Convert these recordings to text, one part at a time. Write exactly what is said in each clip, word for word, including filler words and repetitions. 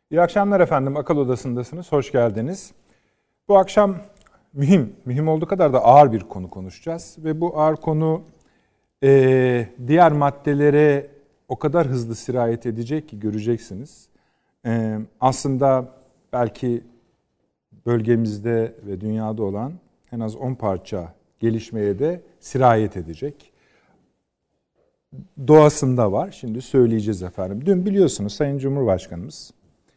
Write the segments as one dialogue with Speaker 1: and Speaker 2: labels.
Speaker 1: İyi akşamlar efendim. Akıl Odası'ndasınız. Hoş geldiniz. Bu akşam mühim, mühim olduğu kadar da ağır bir konu konuşacağız. Ve bu ağır konu e, diğer maddelere o kadar hızlı sirayet edecek ki göreceksiniz. E, aslında belki bölgemizde ve dünyada olan en az on parça gelişmeye de sirayet edecek. Doğasında var. Şimdi söyleyeceğiz efendim. Dün biliyorsunuz Sayın Cumhurbaşkanımız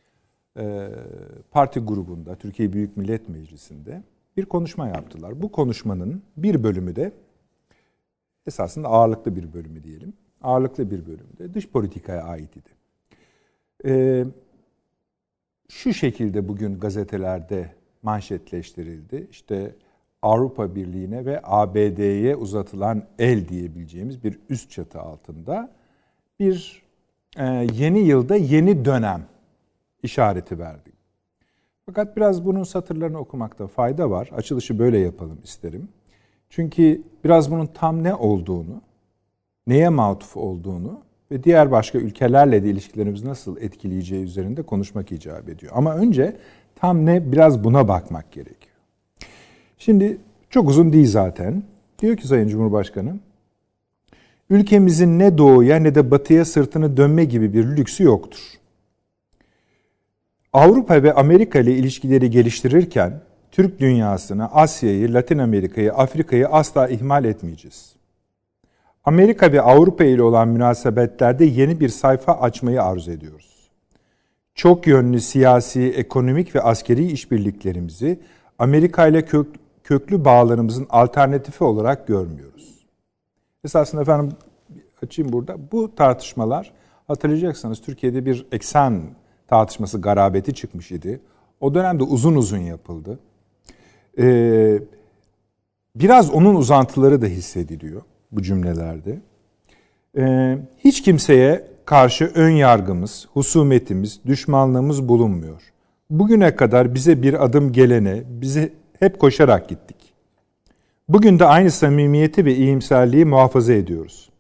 Speaker 1: parti grubunda, Türkiye Büyük Millet Meclisi'nde bir konuşma yaptılar. Bu konuşmanın bir bölümü de esasında ağırlıklı bir bölümü diyelim. Ağırlıklı bir bölümü de dış politikaya ait idi. Ee, şu şekilde bugün gazetelerde manşetleştirildi. İşte Avrupa Birliği'ne ve A B D'ye uzatılan el diyebileceğimiz bir üst çatı altında bir e, yeni yılda yeni dönem işareti verdi. Fakat biraz bunun satırlarını okumakta fayda var. Açılışı böyle yapalım isterim. Çünkü biraz bunun tam ne olduğunu, neye matuf olduğunu ve diğer başka ülkelerle de ilişkilerimizi nasıl etkileyeceği üzerinde konuşmak icap ediyor. Ama önce tam ne, biraz buna bakmak gerekiyor. Şimdi çok uzun değil zaten. Diyor ki Sayın Cumhurbaşkanı, ülkemizin ne doğuya ne de batıya sırtını dönme gibi bir lüksü yoktur. Avrupa ve Amerika ile ilişkileri geliştirirken Türk dünyasını, Asya'yı, Latin Amerika'yı, Afrika'yı asla ihmal etmeyeceğiz. Amerika ve Avrupa ile olan münasebetlerde yeni bir sayfa açmayı arzu ediyoruz. Çok yönlü siyasi, ekonomik ve askeri işbirliklerimizi Amerika ile kök, köklü bağlarımızın alternatifi olarak görmüyoruz. Esasında efendim açayım burada. Bu tartışmalar hatırlayacaksınız Türkiye'de bir eksen tartışması garabeti çıkmış idi. O dönemde uzun uzun yapıldı. Ee, biraz onun uzantıları da hissediliyor bu cümlelerde. Ee, hiç kimseye karşı ön yargımız, husumetimiz, düşmanlığımız bulunmuyor. Bugüne kadar bize bir adım gelene, bize hep koşarak gittik. Bugün de aynı samimiyeti ve iyimserliği muhafaza ediyoruz.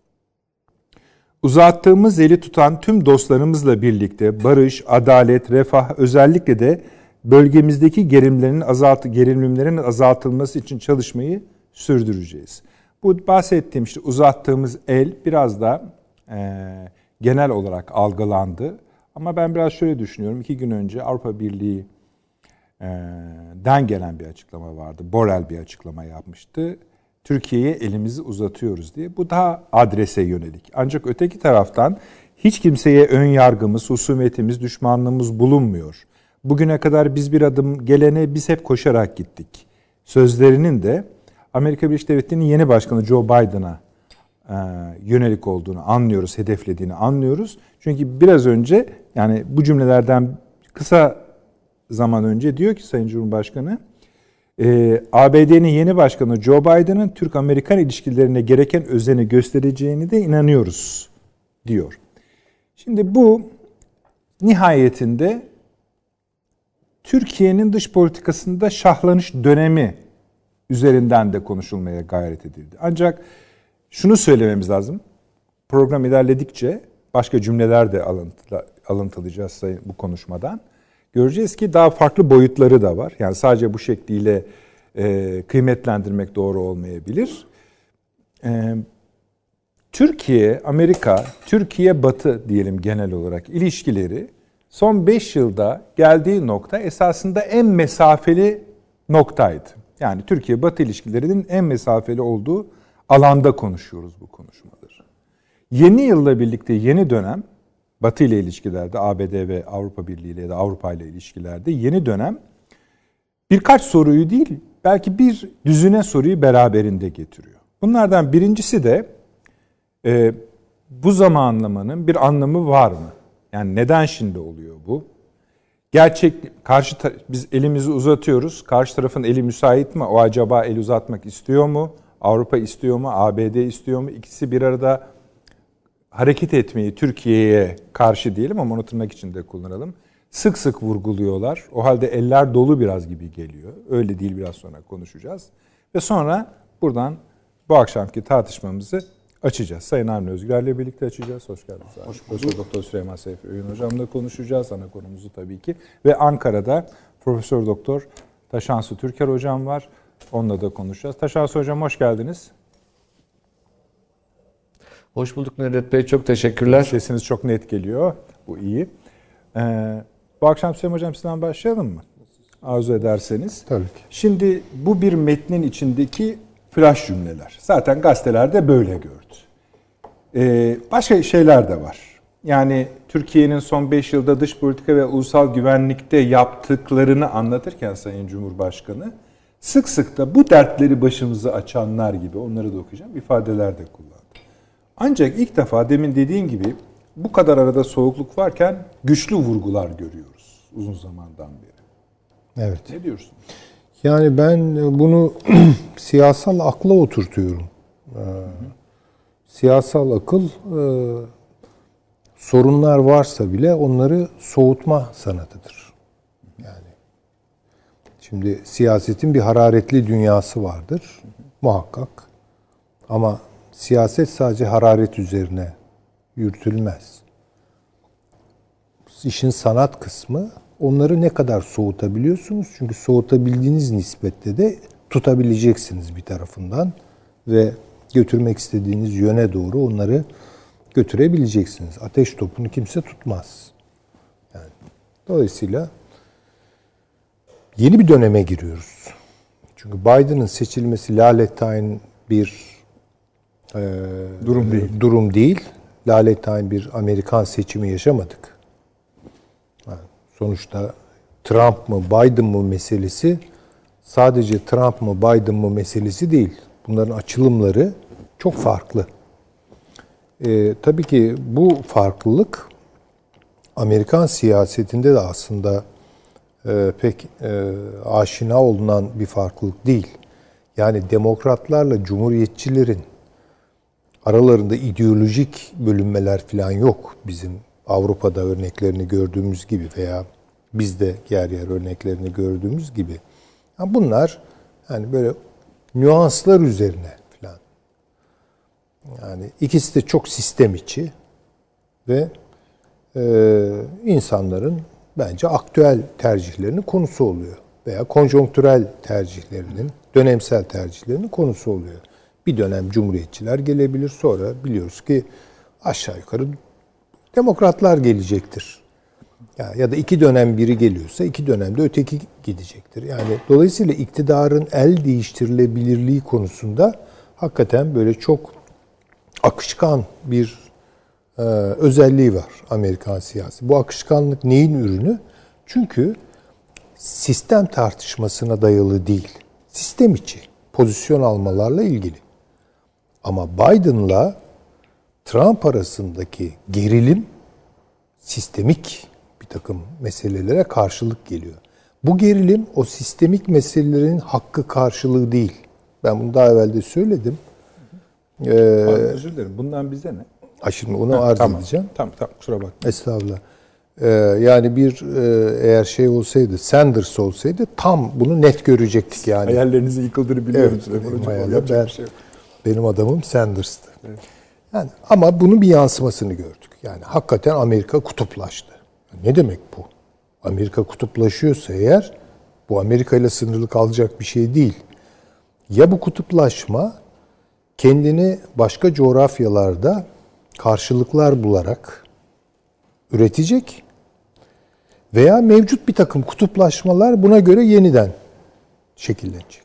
Speaker 1: Uzattığımız eli tutan tüm dostlarımızla birlikte barış, adalet, refah, özellikle de bölgemizdeki gerilimlerin azalt gerilimlerin azaltılması için çalışmayı sürdüreceğiz. Bu bahsettiğim işte uzattığımız el biraz da e, genel olarak algılandı. Ama ben biraz şöyle düşünüyorum. İki gün önce Avrupa Birliği'den gelen bir açıklama vardı. Borrell bir açıklama yapmıştı. Türkiye'ye elimizi uzatıyoruz diye. Bu daha adrese yönelik. Ancak öteki taraftan hiç kimseye ön yargımız, husumetimiz, düşmanlığımız bulunmuyor. Bugüne kadar biz bir adım gelene biz hep koşarak gittik. Sözlerinin de Amerika Birleşik Devletleri'nin yeni başkanı Joe Biden'a e, yönelik olduğunu anlıyoruz, hedeflediğini anlıyoruz. Çünkü biraz önce yani bu cümlelerden kısa zaman önce diyor ki Sayın Cumhurbaşkanı, Ee, A B D'nin yeni başkanı Joe Biden'ın Türk-Amerikan ilişkilerine gereken özeni göstereceğini de inanıyoruz diyor. Şimdi bu nihayetinde Türkiye'nin dış politikasında şahlanış dönemi üzerinden de konuşulmaya gayret edildi. Ancak şunu söylememiz lazım. Program ilerledikçe başka cümleler de alıntılayacağız bu konuşmadan. Göreceğiz ki daha farklı boyutları da var. Yani sadece bu şekliyle e, kıymetlendirmek doğru olmayabilir. E, Türkiye, Amerika, Türkiye-Batı diyelim genel olarak ilişkileri son beş yılda geldiği nokta esasında en mesafeli noktaydı. Yani Türkiye-Batı ilişkilerinin en mesafeli olduğu alanda konuşuyoruz bu konuşmaları. Yeni yılla birlikte yeni dönem, Batı ile ilişkilerde, A B D ve Avrupa Birliği ile ya da Avrupa ile ilişkilerde yeni dönem birkaç soruyu değil, belki bir düzine soruyu beraberinde getiriyor. Bunlardan birincisi de e, bu zamanlamanın bir anlamı var mı? Yani neden şimdi oluyor bu? Gerçek karşı biz elimizi uzatıyoruz. Karşı tarafın eli müsait mi? O acaba el uzatmak istiyor mu? Avrupa istiyor mu? A B D istiyor mu? İkisi bir arada hareket etmeyi Türkiye'ye karşı diyelim ama onu tırnak içinde kullanalım. Sık sık vurguluyorlar. O halde eller dolu biraz gibi geliyor. Öyle değil, biraz sonra konuşacağız. Ve sonra buradan bu akşamki tartışmamızı açacağız. Sayın Avni Özgür'le birlikte açacağız. Hoş geldiniz. Hoş bulduk. Profesör Doktor Süleyman Seyfi Öğün Hocam'la konuşacağız. Ana konumuzu tabii ki. Ve Ankara'da Profesör Doktor Taşansu Türker Hocam var. Onunla da konuşacağız. Taşansu Hocam hoş geldiniz.
Speaker 2: Hoş bulduk Nedret Bey. Çok teşekkürler.
Speaker 1: Sesiniz çok net geliyor. Bu iyi. Ee, bu akşam Süleyman Hocam sizden başlayalım mı? Arzu ederseniz.
Speaker 3: Tabii ki.
Speaker 1: Şimdi bu bir metnin içindeki flash cümleler. Zaten gazetelerde böyle gördü. Ee, başka şeyler de var. Yani Türkiye'nin son beş yılda dış politika ve ulusal güvenlikte yaptıklarını anlatırken Sayın Cumhurbaşkanı sık sık da bu dertleri başımıza açanlar gibi, onları da okuyacağım, ifadeler de kullandı. Ancak ilk defa demin dediğim gibi bu kadar arada soğukluk varken güçlü vurgular görüyoruz uzun zamandan beri.
Speaker 3: Evet.
Speaker 1: Ne diyorsun?
Speaker 3: Yani ben bunu siyasal akla oturtuyorum. Ee, siyasal akıl e, sorunlar varsa bile onları soğutma sanatıdır. Yani şimdi siyasetin bir hararetli dünyası vardır muhakkak. Ama siyaset sadece hararet üzerine yürütülmez. İşin sanat kısmı, onları ne kadar soğutabiliyorsunuz? Çünkü soğutabildiğiniz nispette de tutabileceksiniz bir tarafından ve götürmek istediğiniz yöne doğru onları götürebileceksiniz. Ateş topunu kimse tutmaz. Yani dolayısıyla yeni bir döneme giriyoruz. Çünkü Biden'ın seçilmesi lalettayn bir e,
Speaker 1: durum değil.
Speaker 3: Durum değil. Lalettayn bir Amerikan seçimi yaşamadık. Sonuçta Trump mı Biden mı meselesi sadece Trump mı Biden mı meselesi değil. Bunların açılımları çok farklı. Ee, tabii ki bu farklılık Amerikan siyasetinde de aslında e, pek e, aşina olunan bir farklılık değil. Yani demokratlarla cumhuriyetçilerin aralarında ideolojik bölünmeler falan yok bizim Avrupa'da örneklerini gördüğümüz gibi veya bizde yer yer örneklerini gördüğümüz gibi. Yani bunlar yani böyle nüanslar üzerine falan. Yani ikisi de çok sistem içi ve e, insanların bence aktüel tercihlerinin konusu oluyor. Veya konjonktürel tercihlerinin, dönemsel tercihlerinin konusu oluyor. Bir dönem cumhuriyetçiler gelebilir, sonra biliyoruz ki aşağı yukarı demokratlar gelecektir. Ya, ya da iki dönem biri geliyorsa iki dönemde öteki gidecektir. Yani dolayısıyla iktidarın el değiştirilebilirliği konusunda hakikaten böyle çok akışkan bir e, özelliği var Amerikan siyasi. Bu akışkanlık neyin ürünü? Çünkü sistem tartışmasına dayalı değil. Sistem içi pozisyon almalarla ilgili. Ama Biden'la Trump arasındaki gerilim sistemik bir takım meselelere karşılık geliyor. Bu gerilim o sistemik meselelerin hakkı karşılığı değil. Ben bunu daha evvel de söyledim.
Speaker 1: Ee, Özür dilerim. Bundan bize ne?
Speaker 3: Ha şimdi onu ha, arz
Speaker 1: tamam.
Speaker 3: edeceğim.
Speaker 1: Tamam, tamam. Kusura bakma.
Speaker 3: Estağfurullah. Ee, yani bir e, eğer şey olsaydı, Sanders olsaydı tam bunu net görecektik yani.
Speaker 1: Hayallerinizin yıkıldığını biliyorum.
Speaker 3: Evet, benim, hayalim,
Speaker 1: ben,
Speaker 3: ben,
Speaker 1: şey
Speaker 3: benim adamım Sanders'tı.
Speaker 1: Evet.
Speaker 3: Yani ama bunun bir yansımasını gördük. Yani hakikaten Amerika kutuplaştı. Ne demek bu? Amerika kutuplaşıyorsa eğer bu Amerika ile sınırlı kalacak bir şey değil. Ya bu kutuplaşma kendini başka coğrafyalarda karşılıklar bularak üretecek veya mevcut bir takım kutuplaşmalar buna göre yeniden şekillenecek.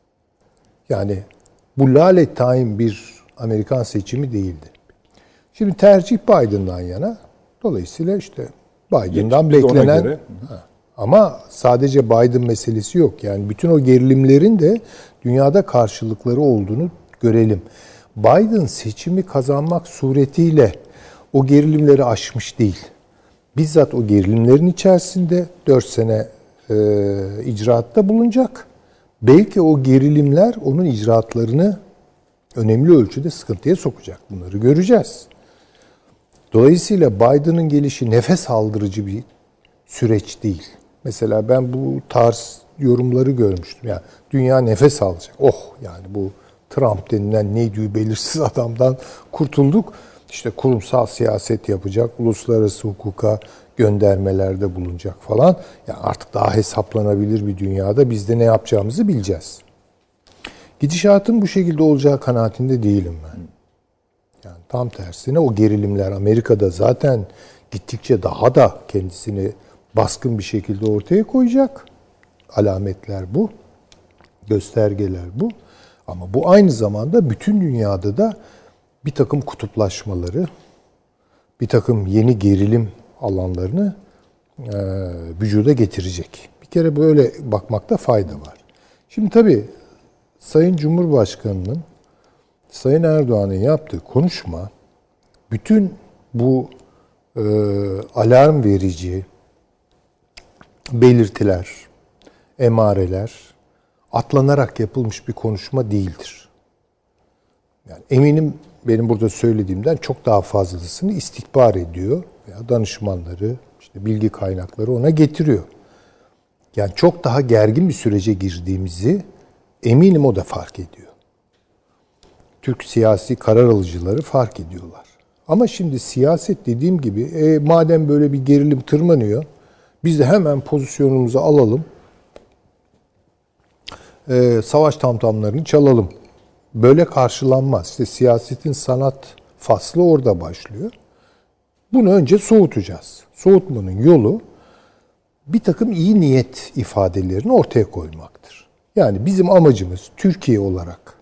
Speaker 3: Yani bu lalettayn bir Amerikan seçimi değildi. Şimdi tercih Biden'dan yana. Dolayısıyla işte Biden'dan beklenen göre. Ama sadece Biden meselesi yok. Yani bütün o gerilimlerin de dünyada karşılıkları olduğunu görelim. Biden seçimi kazanmak suretiyle o gerilimleri aşmış değil. Bizzat o gerilimlerin içerisinde dört sene e, icraatta bulunacak. Belki o gerilimler onun icraatlarını önemli ölçüde sıkıntıya sokacak. Bunları göreceğiz. Dolayısıyla Biden'ın gelişi nefes aldırıcı bir süreç değil. Mesela ben bu tarz yorumları görmüştüm. Yani dünya nefes alacak. Oh yani bu Trump denilen neydi belirsiz adamdan kurtulduk. İşte kurumsal siyaset yapacak, uluslararası hukuka göndermelerde bulunacak falan. Yani artık daha hesaplanabilir bir dünyada biz de ne yapacağımızı bileceğiz. Gidişatın bu şekilde olacağı kanaatinde değilim ben. Yani tam tersine o gerilimler Amerika'da zaten gittikçe daha da kendisini baskın bir şekilde ortaya koyacak. Alametler bu. Göstergeler bu. Ama bu aynı zamanda bütün dünyada da bir takım kutuplaşmaları, bir takım yeni gerilim alanlarını e, vücuda getirecek. Bir kere böyle bakmakta fayda var. Şimdi tabii Sayın Cumhurbaşkanı'nın, Sayın Erdoğan'ın yaptığı konuşma bütün bu e, alarm verici belirtiler, emareler atlanarak yapılmış bir konuşma değildir. Yani eminim benim burada söylediğimden çok daha fazlasını istihbar ediyor veya danışmanları, işte bilgi kaynakları ona getiriyor. Yani çok daha gergin bir sürece girdiğimizi eminim o da fark ediyor. Türk siyasi karar alıcıları fark ediyorlar. Ama şimdi siyaset dediğim gibi e, madem böyle bir gerilim tırmanıyor, biz de hemen pozisyonumuzu alalım, e, savaş tamtamlarını çalalım. Böyle karşılanmaz. İşte siyasetin sanat faslı orada başlıyor. Bunu önce soğutacağız. Soğutmanın yolu bir takım iyi niyet ifadelerini ortaya koymaktır. Yani bizim amacımız Türkiye olarak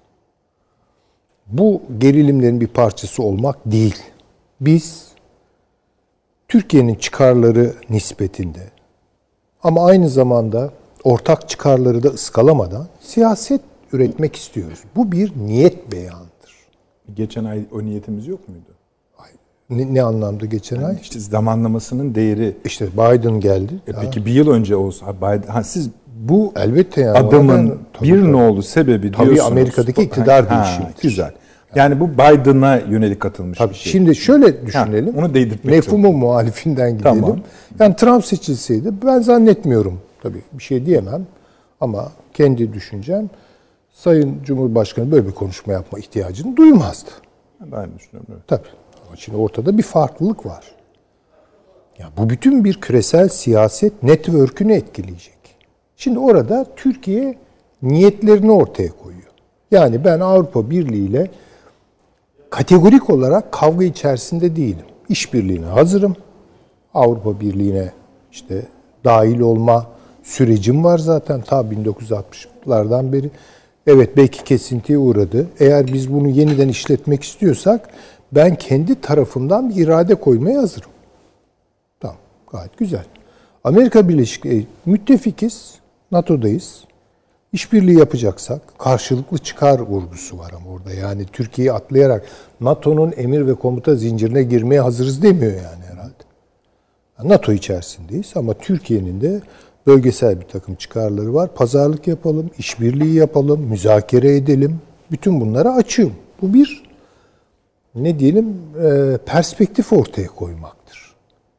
Speaker 3: bu gerilimlerin bir parçası olmak değil. Biz Türkiye'nin çıkarları nispetinde ama aynı zamanda ortak çıkarları da ıskalamadan siyaset üretmek istiyoruz. Bu bir niyet beyanıdır.
Speaker 1: Geçen ay o niyetimiz yok muydu?
Speaker 3: Ne, ne anlamda geçen
Speaker 1: yani
Speaker 3: ay?
Speaker 1: İşte zamanlamasının değeri.
Speaker 3: İşte Biden geldi.
Speaker 1: E peki bir yıl önce olsa Biden, ha siz bu
Speaker 3: elbette yani
Speaker 1: adamın
Speaker 3: ben, tabii,
Speaker 1: bir
Speaker 3: tabii.
Speaker 1: nolu sebebi
Speaker 3: tabii
Speaker 1: diyorsunuz.
Speaker 3: Amerika'daki iktidar
Speaker 1: ha,
Speaker 3: değişimidir.
Speaker 1: Güzel. Yani bu Biden'a yönelik atılmış
Speaker 3: tabii,
Speaker 1: bir şey.
Speaker 3: şimdi şöyle düşünelim.
Speaker 1: Ha, onu değdirtmek
Speaker 3: mefhumu çok. Muhalifinden gidelim. Tamam. Yani Trump seçilseydi ben zannetmiyorum. Tabii bir şey diyemem ama kendi düşüncem Sayın Cumhurbaşkanı böyle bir konuşma yapma ihtiyacını duymazdı.
Speaker 1: Ben aynı düşünüyorum. Evet.
Speaker 3: Tabii. Ama şimdi ortada bir farklılık var. Ya bu bütün bir küresel siyaset network'ünü etkileyecek. Şimdi orada Türkiye niyetlerini ortaya koyuyor. Yani ben Avrupa Birliği ile kategorik olarak kavga içerisinde değilim. İşbirliğine hazırım. Avrupa Birliği'ne işte dahil olma sürecim var zaten ta bin dokuz yüz altmışlardan beri. Evet belki kesintiye uğradı. Eğer biz bunu yeniden işletmek istiyorsak ben kendi tarafımdan bir irade koymaya hazırım. Tamam, gayet güzel. Amerika Birleşik Devletleri müttefikiz, NATO'dayız. İşbirliği yapacaksak karşılıklı çıkar vurgusu var ama orada. Yani Türkiye'yi atlayarak NATO'nun emir ve komuta zincirine girmeye hazırız demiyor yani herhalde. NATO içerisindeyiz ama Türkiye'nin de bölgesel bir takım çıkarları var. Pazarlık yapalım, işbirliği yapalım, müzakere edelim. Bütün bunlara açığım. Bu bir, ne diyelim, perspektif ortaya koymaktır.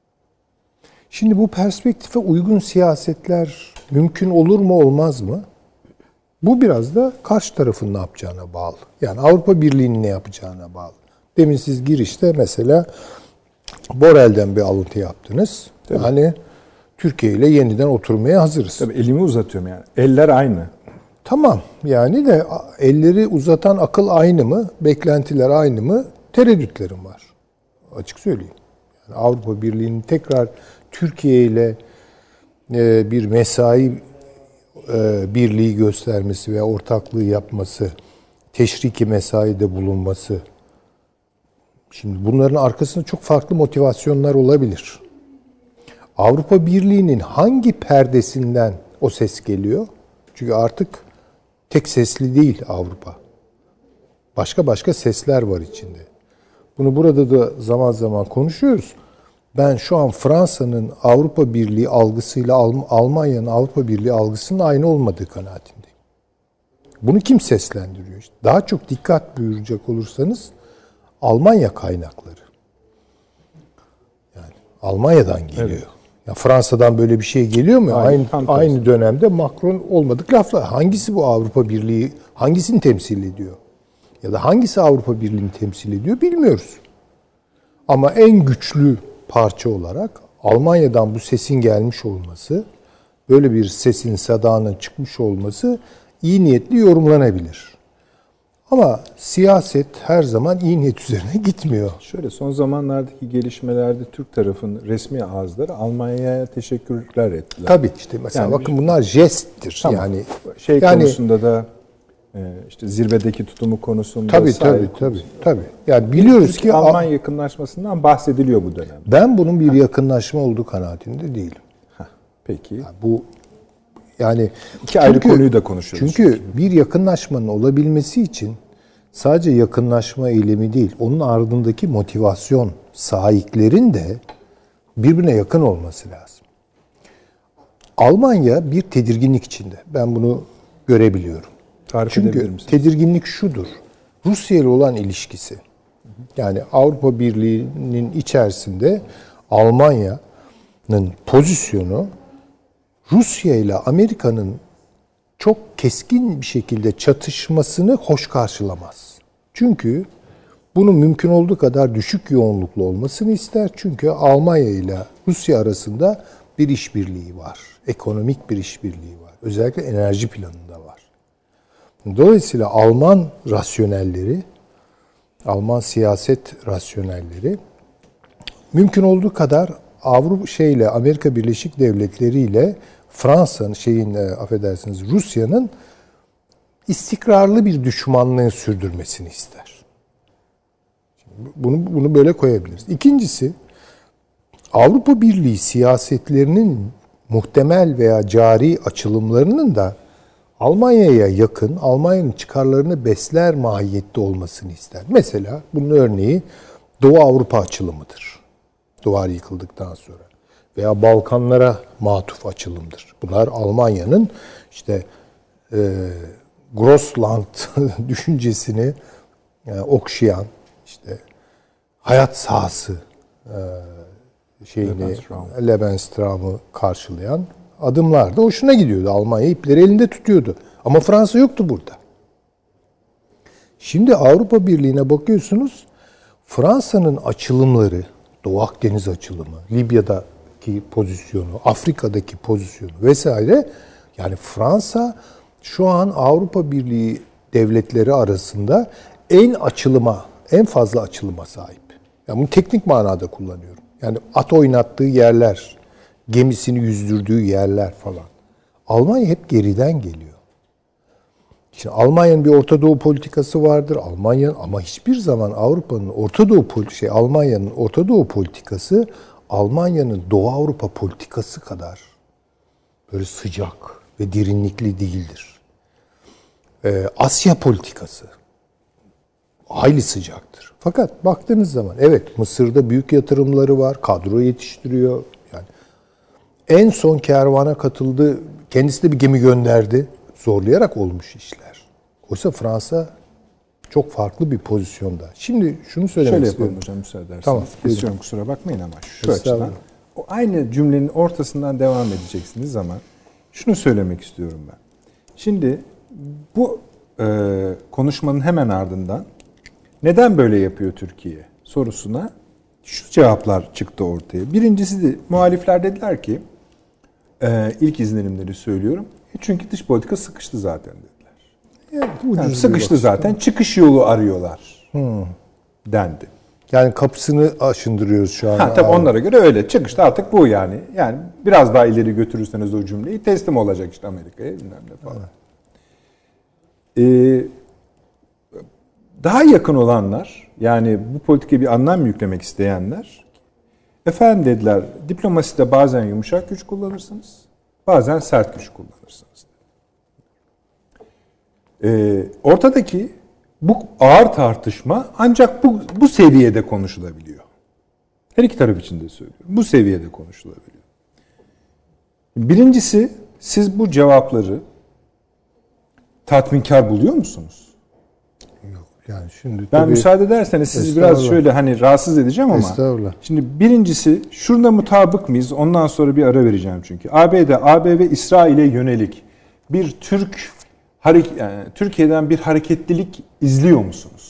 Speaker 3: Şimdi bu perspektife uygun siyasetler mümkün olur mu, olmaz mı? Bu biraz da karşı tarafın ne yapacağına bağlı. Yani Avrupa Birliği'nin ne yapacağına bağlı. Demin siz girişte mesela Borrell'den bir alıntı yaptınız. Tabii. Hani Türkiye ile yeniden oturmaya hazırız.
Speaker 1: Tabii elimi uzatıyorum yani. Eller aynı.
Speaker 3: Tamam. Yani de elleri uzatan akıl aynı mı? Beklentiler aynı mı? Tereddütlerim var. Açık söyleyeyim. Yani Avrupa Birliği'nin tekrar Türkiye ile bir mesai birliği göstermesi veya ortaklığı yapması, teşriki mesaide bulunması. Şimdi bunların arkasında çok farklı motivasyonlar olabilir. Avrupa Birliği'nin hangi perdesinden o ses geliyor? Çünkü artık tek sesli değil Avrupa. Başka başka sesler var içinde. Bunu burada da zaman zaman konuşuyoruz. Ben şu an Fransa'nın Avrupa Birliği algısıyla Almanya'nın Avrupa Birliği algısının aynı olmadığı kanaatindeyim. Bunu kim seslendiriyor? İşte daha çok dikkat buyuracak olursanız Almanya kaynakları. Yani Almanya'dan geliyor. Evet. Ya Fransa'dan böyle bir şey geliyor mu? Aynı aynı, aynı dönemde Macron olmadık laflar. Hangisi bu Avrupa Birliği? Hangisini temsil ediyor? ya da hangisi Avrupa Birliği'ni temsil ediyor bilmiyoruz. Ama en güçlü parça olarak Almanya'dan bu sesin gelmiş olması, böyle bir sesin, sadağının çıkmış olması iyi niyetli yorumlanabilir. Ama siyaset her zaman iyi niyet üzerine gitmiyor.
Speaker 1: Şöyle son zamanlardaki gelişmelerde Türk tarafının resmi ağızları Almanya'ya teşekkürler ettiler.
Speaker 3: Tabii işte mesela
Speaker 1: Yani
Speaker 3: bakın bunlar jesttir.
Speaker 1: Tamam.
Speaker 3: Yani
Speaker 1: şey
Speaker 3: yani,
Speaker 1: konusunda da işte zirvedeki tutumu konusunda
Speaker 3: tabii tabii tabii tabii. Yani biliyoruz ki
Speaker 1: Alman yakınlaşmasından bahsediliyor bu dönemde.
Speaker 3: Ben bunun bir yakınlaşma olduğu kanaatinde değilim.
Speaker 1: Heh, peki.
Speaker 3: Yani bu yani
Speaker 1: iki ayrı konuyu da konuşuyoruz.
Speaker 3: Çünkü bir yakınlaşmanın olabilmesi için sadece yakınlaşma eylemi değil, onun ardındaki motivasyon, sahiplerin de birbirine yakın olması lazım. Almanya bir tedirginlik içinde. Ben bunu görebiliyorum.
Speaker 1: Tarif
Speaker 3: Çünkü tedirginlik şudur. Rusya ile olan ilişkisi. Yani Avrupa Birliği'nin içerisinde Almanya'nın pozisyonu Rusya ile Amerika'nın çok keskin bir şekilde çatışmasını hoş karşılamaz. Çünkü bunun mümkün olduğu kadar düşük yoğunluklu olmasını ister. Çünkü Almanya ile Rusya arasında bir işbirliği var. Ekonomik bir işbirliği var. Özellikle enerji planında var. Dolayısıyla Alman rasyonelleri, Alman siyaset rasyonelleri mümkün olduğu kadar Avrupa şeyle Amerika Birleşik Devletleri ile Fransa'nın şeyin affedersiniz Rusya'nın istikrarlı bir düşmanlığı sürdürmesini ister. Şimdi bunu bunu böyle koyabiliriz. İkincisi Avrupa Birliği siyasetlerinin muhtemel veya cari açılımlarının da Almanya'ya yakın, Almanya'nın çıkarlarını besler mahiyette olmasını ister. Mesela bunun örneği Doğu Avrupa açılımıdır. Duvar yıkıldıktan sonra. Veya Balkanlara matuf açılımdır. Bunlar Almanya'nın işte e, Grossland düşüncesini e, okşayan, işte hayat sahası e, şeyini, Lebensraum'u karşılayan adımlar da hoşuna gidiyordu. Almanya ipleri elinde tutuyordu. Ama Fransa yoktu burada. Şimdi Avrupa Birliği'ne bakıyorsunuz, Fransa'nın açılımları, Doğu Akdeniz açılımı, Libya'daki pozisyonu, Afrika'daki pozisyonu vesaire, yani Fransa şu an Avrupa Birliği devletleri arasında en açılıma, en fazla açılıma sahip. Yani bunu teknik manada kullanıyorum. Yani at oynattığı yerler, gemisini yüzdürdüğü yerler falan. Almanya hep geriden geliyor. Şimdi Almanya'nın bir Orta Doğu politikası vardır. Almanya ama hiçbir zaman Avrupa'nın Orta Doğu şey Almanya'nın Orta Doğu politikası Almanya'nın Doğu Avrupa politikası kadar böyle sıcak ve derinlikli değildir. Ee, Asya politikası hayli sıcaktır. Fakat baktığınız zaman evet Mısır'da büyük yatırımları var, kadro yetiştiriyor. Yani en son kervana katıldı, kendisi de bir gemi gönderdi. Zorlayarak olmuş işler. Oysa Fransa çok farklı bir pozisyonda. Şimdi şunu söylemek
Speaker 1: Şöyle
Speaker 3: istiyorum.
Speaker 1: yapalım hocam müsaade ederseniz.
Speaker 3: Tamam.
Speaker 1: Kesiyorum kusura bakmayın ama şu açıdan. O aynı cümlenin ortasından devam edeceksiniz ama şunu söylemek istiyorum ben. Şimdi bu e, konuşmanın hemen ardından neden böyle yapıyor Türkiye sorusuna şu cevaplar çıktı ortaya. Birincisi de muhalifler dediler ki e, ilk izlenimleri söylüyorum. Çünkü dış politika sıkıştı zaten dediler.
Speaker 3: Evet,
Speaker 1: yani sıkıştı zaten. Çıkış yolu arıyorlar
Speaker 3: hmm.
Speaker 1: dendi.
Speaker 3: Yani kapısını aşındırıyoruz şu an.
Speaker 1: Ha, tabii onlara göre öyle. Çıkışta artık bu yani. Yani biraz daha ileri götürürseniz o cümleyi teslim olacak işte Amerika'ya bilmem ne falan. Evet. Ee, daha yakın olanlar yani bu politikaya bir anlam yüklemek isteyenler efendim dediler diplomaside bazen yumuşak güç kullanırsınız. Bazen sert güç kullanırsınız. Ee, ortadaki bu ağır tartışma ancak bu, bu seviyede konuşulabiliyor. Her iki taraf için de söylüyorum. Bu seviyede konuşulabiliyor. Birincisi, siz bu cevapları tatminkar buluyor musunuz?
Speaker 3: Yok yani şimdi
Speaker 1: ben
Speaker 3: tabii,
Speaker 1: müsaade ederseniz sizi biraz şöyle hani rahatsız edeceğim ama şimdi birincisi şurada mutabık mıyız? Ondan sonra bir ara vereceğim çünkü. A B D, A B ve İsrail'e yönelik bir Türk yani Türkiye'den bir hareketlilik izliyor musunuz?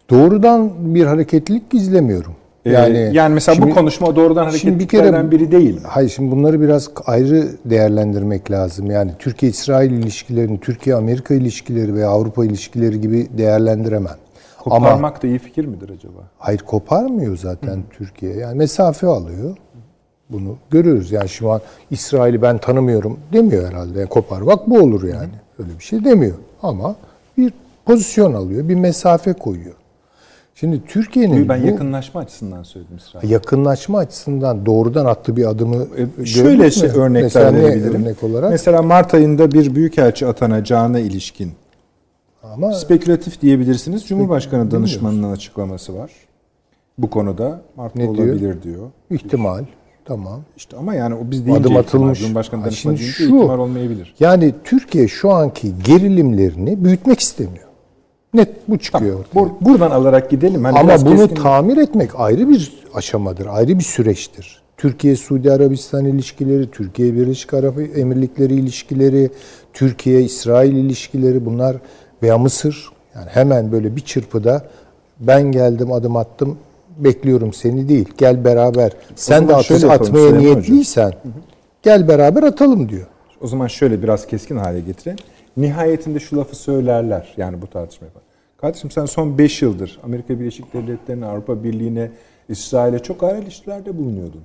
Speaker 3: Doğrudan bir hareketlilik gizlemiyorum.
Speaker 1: Yani ee, yani mesela şimdi, bu konuşma doğrudan hareketliklerden biri değil.
Speaker 3: Hayır, şimdi bunları biraz ayrı değerlendirmek lazım. Yani Türkiye-İsrail ilişkilerini, Türkiye-Amerika ilişkileri veya Avrupa ilişkileri gibi değerlendiremem.
Speaker 1: Koparmak Ama, da iyi fikir midir acaba?
Speaker 3: Hayır, koparmıyor zaten Hı. Türkiye. Yani mesafe alıyor. Bunu görüyoruz. Yani şu an İsrail'i ben tanımıyorum demiyor herhalde. Yani koparmak bu olur yani. Hı. Öyle bir şey demiyor. Ama bir pozisyon alıyor, bir mesafe koyuyor. Şimdi Türkiye'nin
Speaker 1: ben
Speaker 3: bu,
Speaker 1: yakınlaşma açısından söyledim İsrail.
Speaker 3: Yakınlaşma açısından doğrudan attığı bir adımı
Speaker 1: e, şöyle şey örnekler verebilirim. Örnek olarak? Mesela Mart ayında bir büyükelçi atanacağına ilişkin. Ama spekülatif diyebilirsiniz. Cumhurbaşkanı danışmanının açıklaması var. Bu konuda Mart'ta ne olabilir diyor? diyor.
Speaker 3: İhtimal. Tamam.
Speaker 1: İşte ama yani o biz deyince adım atılmış. Cumhurbaşkanı danışmanı deyince şu, ihtimal olmayabilir.
Speaker 3: Yani Türkiye şu anki gerilimlerini büyütmek istemiyor. Net bu çıkıyor.
Speaker 1: Tamam. Bur- buradan alarak gidelim. Hani
Speaker 3: Ama bunu keskin... tamir etmek ayrı bir aşamadır, ayrı bir süreçtir. Türkiye-Suudi Arabistan ilişkileri, Türkiye-Birleşik Arap Emirlikleri ilişkileri, Türkiye-İsrail ilişkileri bunlar veya Mısır. Yani hemen böyle bir çırpıda ben geldim, adım attım, bekliyorum seni değil. Gel beraber. Sen de atı, atmaya niyetliysen hı hı. gel beraber atalım diyor.
Speaker 1: O zaman şöyle biraz keskin hale getirelim. Nihayetinde şu lafı söylerler yani bu tartışma yapar. Kardeşim sen son beş yıldır Amerika Birleşik Devletleri'ne, Avrupa Birliği'ne, İsrail'e çok ağır ilişkilerde bulunuyordun.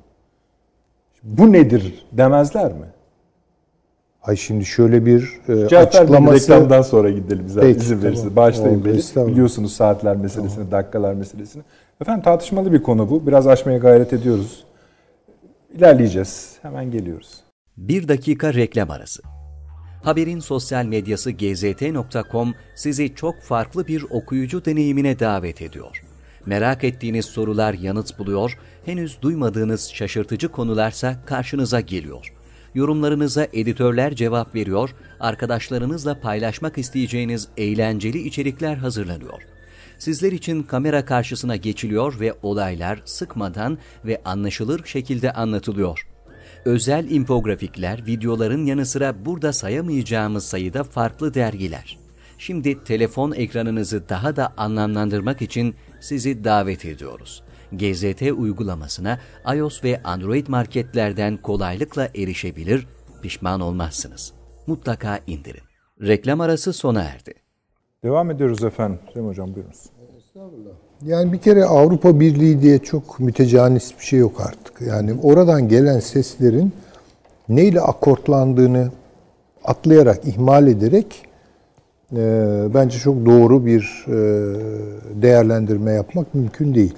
Speaker 1: Bu nedir demezler mi?
Speaker 3: Ay şimdi şöyle bir e, Cevap açıklaması...
Speaker 1: reklamdan sonra gidelim bize Peki, izin verirsiniz. Tamam. Bağışlayın beni. Biliyorsunuz saatler meselesini, tamam. dakikalar meselesini. Efendim tartışmalı bir konu bu. Biraz aşmaya gayret ediyoruz. İlerleyeceğiz. Hemen geliyoruz.
Speaker 4: Bir dakika reklam arası. Haberin sosyal medyası gezet nokta com sizi çok farklı bir okuyucu deneyimine davet ediyor. Merak ettiğiniz sorular yanıt buluyor, henüz duymadığınız şaşırtıcı konularsa karşınıza geliyor. Yorumlarınıza editörler cevap veriyor, arkadaşlarınızla paylaşmak isteyeceğiniz eğlenceli içerikler hazırlanıyor. Sizler için kamera karşısına geçiliyor ve olaylar sıkmadan ve anlaşılır şekilde anlatılıyor. Özel infografikler, videoların yanı sıra burada sayamayacağımız sayıda farklı dergiler. Şimdi telefon ekranınızı daha da anlamlandırmak için sizi davet ediyoruz. G Z T uygulamasına iOS ve Android marketlerden kolaylıkla erişebilir, pişman olmazsınız. Mutlaka indirin. Reklam arası sona erdi.
Speaker 1: Devam ediyoruz efendim. Cem Hocam buyurunuz.
Speaker 3: Estağfurullah. Yani bir kere Avrupa Birliği diye çok mütecanis bir şey yok artık. Yani oradan gelen seslerin neyle akortlandığını atlayarak, ihmal ederek e, bence çok doğru bir e, değerlendirme yapmak mümkün değil.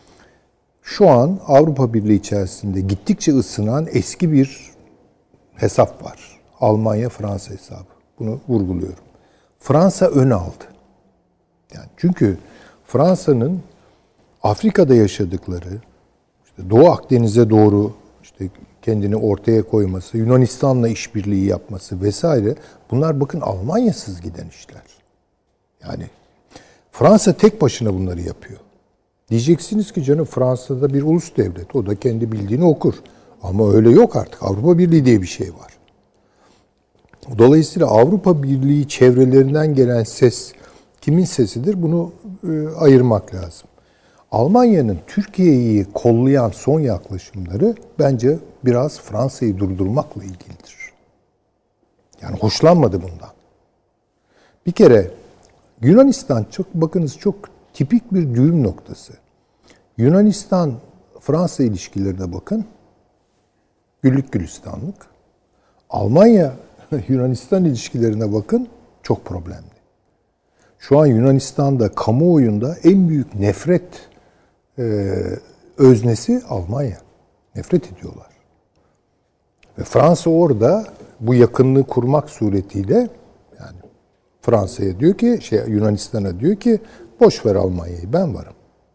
Speaker 3: Şu an Avrupa Birliği içerisinde gittikçe ısınan eski bir hesap var. Almanya-Fransa hesabı. Bunu vurguluyorum. Fransa ön aldı. Yani çünkü Fransa'nın Afrika'da yaşadıkları, işte Doğu Akdeniz'e doğru işte kendini ortaya koyması, Yunanistan'la işbirliği yapması vesaire, bunlar bakın Almanya'sız giden işler. Yani Fransa tek başına bunları yapıyor. Diyeceksiniz ki canım Fransa'da bir ulus devlet, o da kendi bildiğini okur. Ama öyle yok artık. Avrupa Birliği diye bir şey var. Dolayısıyla Avrupa Birliği çevrelerinden gelen ses kimin sesidir? Bunu e, ayırmak lazım. Almanya'nın Türkiye'yi kollayan son yaklaşımları bence biraz Fransa'yı durdurmakla ilgilidir. Yani hoşlanmadı bundan. Bir kere Yunanistan çok bakınız çok tipik bir düğüm noktası. Yunanistan-Fransa ilişkilerine bakın. Güllük gülistanlık. Almanya-Yunanistan ilişkilerine bakın. Çok problemli. Şu an Yunanistan'da kamuoyunda en büyük nefret e, öznesi Almanya. Nefret ediyorlar. Ve Fransa orada bu yakınlığı kurmak suretiyle yani Fransa'ya diyor ki, şey Yunanistan'a diyor ki boş ver Almanya'yı, ben varım.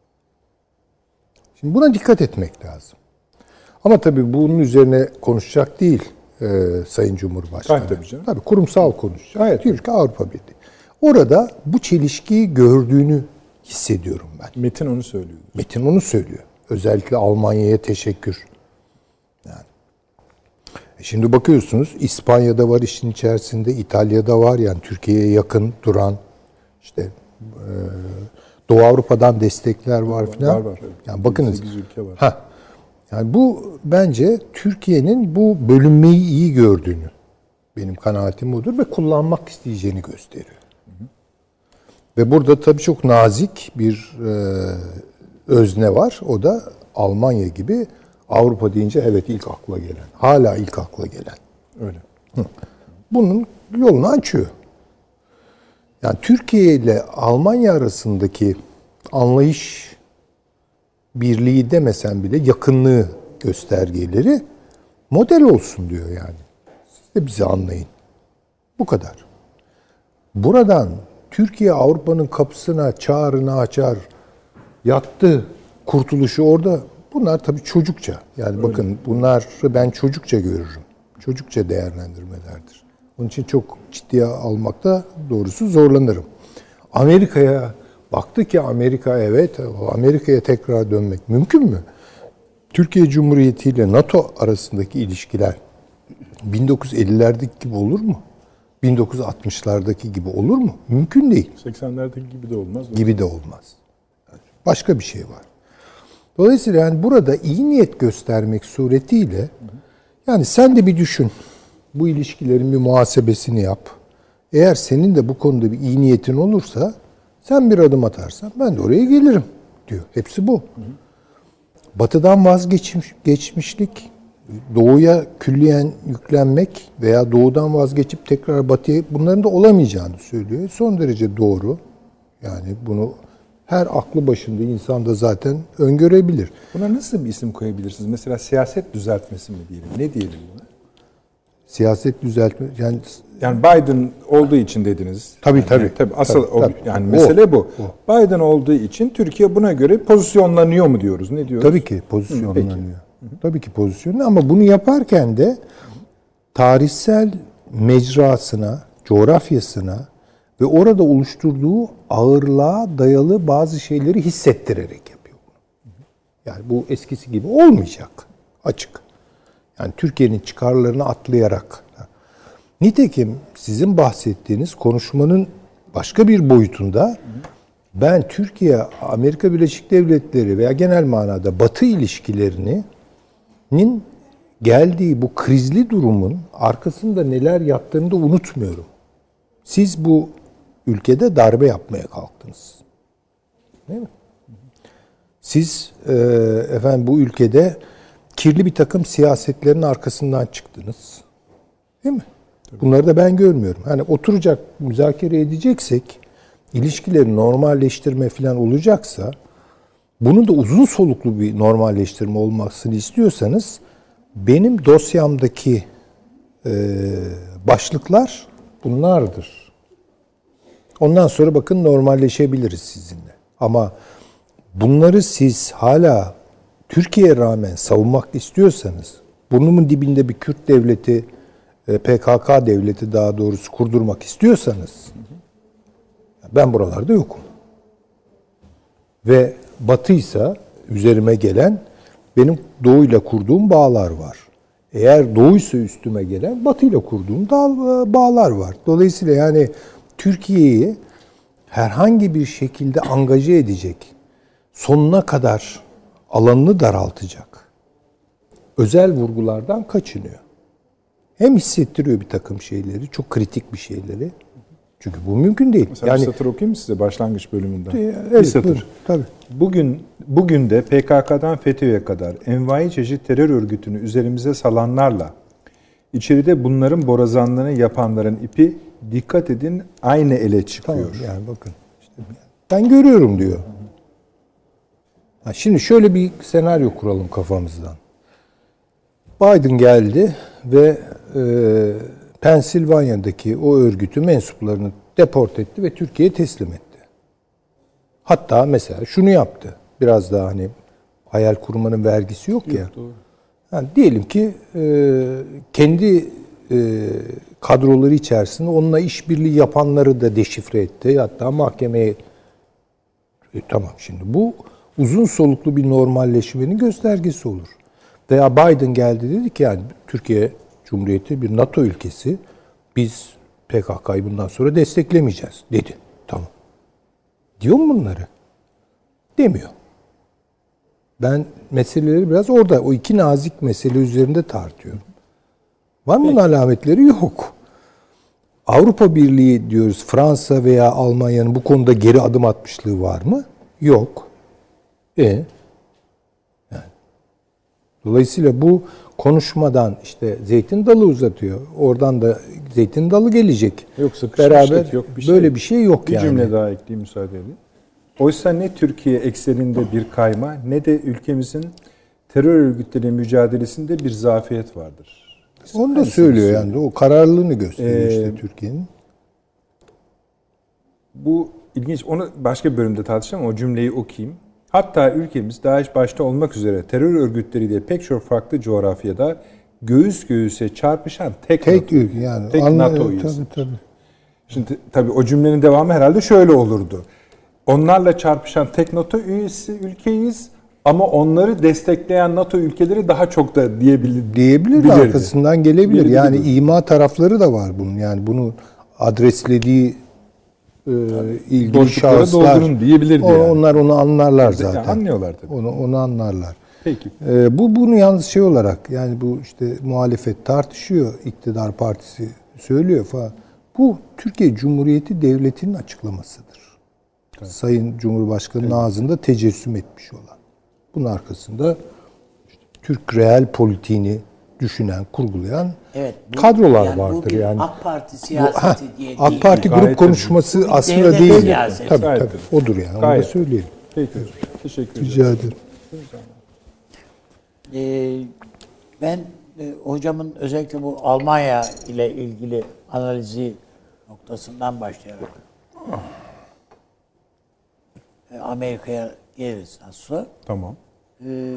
Speaker 3: Şimdi buna dikkat etmek lazım. Ama tabii bunun üzerine konuşacak değil e, Sayın Cumhurbaşkanı.
Speaker 1: Hayır, tabii canım.
Speaker 3: Tabii kurumsal konuşacak. Evet. Türkiye Avrupa Birliği. Orada bu çelişkiyi gördüğünü hissediyorum ben.
Speaker 1: Metin onu söylüyor.
Speaker 3: Metin onu söylüyor. Özellikle Almanya'ya teşekkür. Yani. Şimdi bakıyorsunuz İspanya'da var işin içerisinde, İtalya'da var yani Türkiye'ye yakın duran işte e, Doğu Avrupa'dan destekler var filan.
Speaker 1: Var var. Evet.
Speaker 3: Yani bakınız.
Speaker 1: sekiz ülke var.
Speaker 3: Ha. Yani bu bence Türkiye'nin bu bölünmeyi iyi gördüğünü, benim kanaatim budur ve kullanmak isteyeceğini gösteriyor. Hı hı. Ve burada tabii çok nazik bir e, özne var. O da Almanya gibi Avrupa deyince evet ilk akla gelen. Hala ilk akla gelen.
Speaker 1: Öyle.
Speaker 3: Hı. Bunun yolunu açıyor. Yani Türkiye ile Almanya arasındaki anlayış birliği demesen bile yakınlığı göstergeleri model olsun diyor yani. Siz de bizi anlayın. Bu kadar. Buradan Türkiye Avrupa'nın kapısına çağrını açar, yattı, kurtuluşu orada. Bunlar tabii çocukça. Yani öyle. Bakın bunları ben çocukça görürüm. Çocukça değerlendirmelerdir. Onun için çok ciddiye almakta doğrusu zorlanırım. Amerika'ya baktı ki Amerika evet, Amerika'ya tekrar dönmek mümkün mü? Türkiye Cumhuriyeti ile NATO arasındaki ilişkiler bin dokuz yüz ellilerdeki gibi olur mu? bin dokuz yüz altmışlardaki gibi olur mu? Mümkün değil.
Speaker 1: seksenlerdeki gibi de olmaz.
Speaker 3: Gibi de olmaz. Başka bir şey var. Dolayısıyla yani burada iyi niyet göstermek suretiyle yani sen de bir düşün. Bu ilişkilerin bir muhasebesini yap. Eğer senin de bu konuda bir iyi niyetin olursa sen bir adım atarsan ben de oraya gelirim diyor. Hepsi bu. Hı hı. Batı'dan vazgeçmiş, geçmişlik, Doğu'ya külliyen yüklenmek veya Doğu'dan vazgeçip tekrar Batı'ya bunların da olamayacağını söylüyor. Son derece doğru. Yani bunu her aklı başında insan da zaten öngörebilir.
Speaker 1: Buna nasıl bir isim koyabilirsiniz? Mesela siyaset düzeltmesi mi diyelim? Ne diyelim buna?
Speaker 3: Siyaset düzeltme yani
Speaker 1: yani Biden olduğu için dediniz.
Speaker 3: Tabii
Speaker 1: yani,
Speaker 3: tabii.
Speaker 1: Yani, tabii asıl
Speaker 3: tabii, tabii.
Speaker 1: O, yani mesele
Speaker 3: o,
Speaker 1: bu. O. Biden olduğu için Türkiye buna göre pozisyonlanıyor mu diyoruz? Ne diyoruz?
Speaker 3: Tabii ki pozisyonlanıyor. Hı, tabii ki pozisyonlanıyor ama bunu yaparken de tarihsel mecrasına, coğrafyasına ve orada oluşturduğu ağırlığa dayalı bazı şeyleri hissettirerek yapıyor. Yani bu eskisi gibi olmayacak. Açık. Yani Türkiye'nin çıkarlarını atlayarak. Nitekim sizin bahsettiğiniz konuşmanın başka bir boyutunda ben Türkiye, Amerika Birleşik Devletleri veya genel manada Batı ilişkilerinin geldiği bu krizli durumun arkasında neler yattığını da unutmuyorum. Siz bu ülkede darbe yapmaya kalktınız. Değil mi? Siz e, efendim bu ülkede kirli bir takım siyasetlerin arkasından çıktınız. Değil mi? Bunları da ben görmüyorum. Hani oturacak, müzakere edeceksek, ilişkileri normalleştirme falan olacaksa, bunun da uzun soluklu bir normalleştirme olmasını istiyorsanız, benim dosyamdaki e, başlıklar bunlardır. Ondan sonra bakın normalleşebiliriz sizinle. Ama bunları siz hala Türkiye'ye rağmen savunmak istiyorsanız, burnumun dibinde bir Kürt devleti, P K K devleti daha doğrusu kurdurmak istiyorsanız, ben buralarda yokum. Ve Batı'ysa üzerime gelen benim Doğu'yla kurduğum bağlar var. Eğer Doğu'ysa üstüme gelen Batı'yla kurduğum bağlar var. Dolayısıyla yani Türkiye'yi herhangi bir şekilde angaje edecek, sonuna kadar alanını daraltacak özel vurgulardan kaçınıyor. Hem hissettiriyor bir takım şeyleri, çok kritik bir şeyleri. Çünkü bu mümkün değil.
Speaker 1: Mesela yani, bir satır okuyayım mı size başlangıç bölümünden?
Speaker 3: Evet,
Speaker 1: bir satır.
Speaker 3: Buyurun, tabii.
Speaker 1: Bugün, bugün de P K K'dan FETÖ'ye kadar envai çeşit terör örgütünü üzerimize salanlarla içeride bunların borazanlığını yapanların ipi dikkat edin aynı ele çıkıyor.
Speaker 3: Tamam, yani bakın. İşte ben görüyorum diyor. Ha, şimdi şöyle bir senaryo kuralım kafamızdan. Biden geldi ve e, Pensilvanya'daki o örgütü mensuplarını deport etti ve Türkiye'ye teslim etti. Hatta mesela şunu yaptı. Biraz daha hani hayal kurmanın vergisi yok, yok ya. Doğru. Yani diyelim ki e, kendi e, kadroları içerisinde onunla işbirliği yapanları da deşifre etti. Hatta mahkemeye e, tamam şimdi bu uzun soluklu bir normalleşmenin göstergesi olur. Veya Biden geldi dedi ki yani Türkiye Cumhuriyeti bir NATO ülkesi. Biz P K K'yı bundan sonra desteklemeyeceğiz dedi. Tamam. Diyor mu bunları? demiyor. Ben meseleleri biraz orada, o iki nazik mesele üzerinde tartıyorum. Var mı bunun alametleri? Yok. Avrupa Birliği diyoruz, Fransa veya Almanya'nın bu konuda geri adım atmışlığı var mı? Yok. E yani. Dolayısıyla bu konuşmadan işte zeytin dalı uzatıyor. Oradan da zeytin dalı gelecek.
Speaker 1: Yok, sıkışmışlık
Speaker 3: beraber
Speaker 1: yok, bir şey.
Speaker 3: böyle bir şey yok
Speaker 1: bir
Speaker 3: yani.
Speaker 1: Bir cümle daha ekleyeyim müsaade edin. Oysa ne Türkiye ekseninde bir kayma ne de ülkemizin terör örgütleri mücadelesinde bir zafiyet vardır.
Speaker 3: Onu da söylüyor yani. O kararlılığını gösteriyor ee, işte Türkiye'nin.
Speaker 1: Bu ilginç. Onu başka bir bölümde tartışalım ama o cümleyi okuyayım. Hatta ülkemiz DAEŞ başta olmak üzere terör örgütleriyle pek çok farklı coğrafyada göğüs göğüse çarpışan tek,
Speaker 3: tek
Speaker 1: NATO,
Speaker 3: yani
Speaker 1: tek NATO üyesi.
Speaker 3: Tabii tabii.
Speaker 1: Şimdi tabii o cümlenin devamı herhalde şöyle olurdu. Onlarla çarpışan tek NATO üyesi ülkeyiz ama onları destekleyen NATO ülkeleri daha çok da diyebilir.
Speaker 3: Diyebilir de arkasından gelebilir. Yani gibi. ima tarafları da var bunun. Yani bunu adreslediği e, ilgili şahıslar
Speaker 1: diyebilirdi
Speaker 3: o,
Speaker 1: yani.
Speaker 3: Onlar onu anlarlar zaten.
Speaker 1: Yani anlıyorlar tabii.
Speaker 3: Onu onu anlarlar.
Speaker 1: Peki.
Speaker 3: E, bu bunu yalnız şey olarak yani bu işte muhalefet tartışıyor, iktidar partisi söylüyor falan. Bu Türkiye Cumhuriyeti Devleti'nin açıklamasıdır. Evet. Sayın Cumhurbaşkanı'nın evet. ağzında tecessüm etmiş olan. Bunun arkasında işte Türk reel politiğini düşünen, kurgulayan evet, bu, kadrolar yani vardır yani.
Speaker 5: AK Parti siyaseti bu, ha, diye
Speaker 3: AK Parti grup gayet konuşması bu aslında değil. Siyaseti. Tabii
Speaker 1: gayet
Speaker 3: tabii. Odur yani. Gayet. Onu da söyleyelim.
Speaker 1: Peki. Teşekkür ederim.
Speaker 3: Rica ederim.
Speaker 5: Ee, ben e, hocamın özellikle bu Almanya ile ilgili analizi noktasından başlayarak e, Amerika'ya geliriz nasıl?
Speaker 1: Tamam.
Speaker 5: Ee,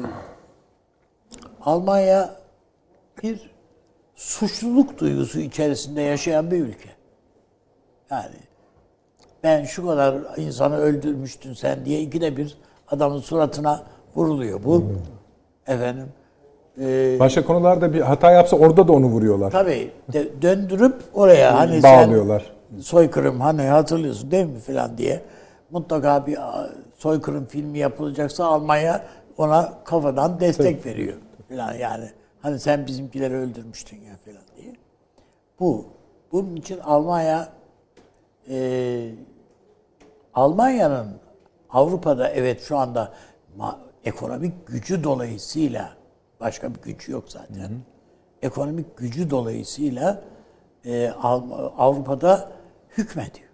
Speaker 5: Almanya bir suçluluk duygusu içerisinde yaşayan bir ülke. Yani ben şu kadar insanı öldürmüştün sen diye ikide bir adamın suratına vuruluyor bu. Hmm. Efendim. E,
Speaker 1: Başka konularda bir hata yapsa orada da onu vuruyorlar.
Speaker 5: Tabii. De, döndürüp oraya hani
Speaker 1: bağlıyorlar.
Speaker 5: Sen soykırım hani hatırlıyorsun değil mi filan diye. Mutlaka bir soykırım filmi yapılacaksa Almanya ona kafadan destek Tabii. veriyor. Filan yani. Hani sen bizimkileri öldürmüştün ya filan diye. Bu. Bunun için Almanya e, Almanya'nın Avrupa'da evet şu anda ma- ekonomik gücü dolayısıyla başka bir gücü yok zaten. Hı hı. Ekonomik gücü dolayısıyla e, Avrupa'da hükmediyor.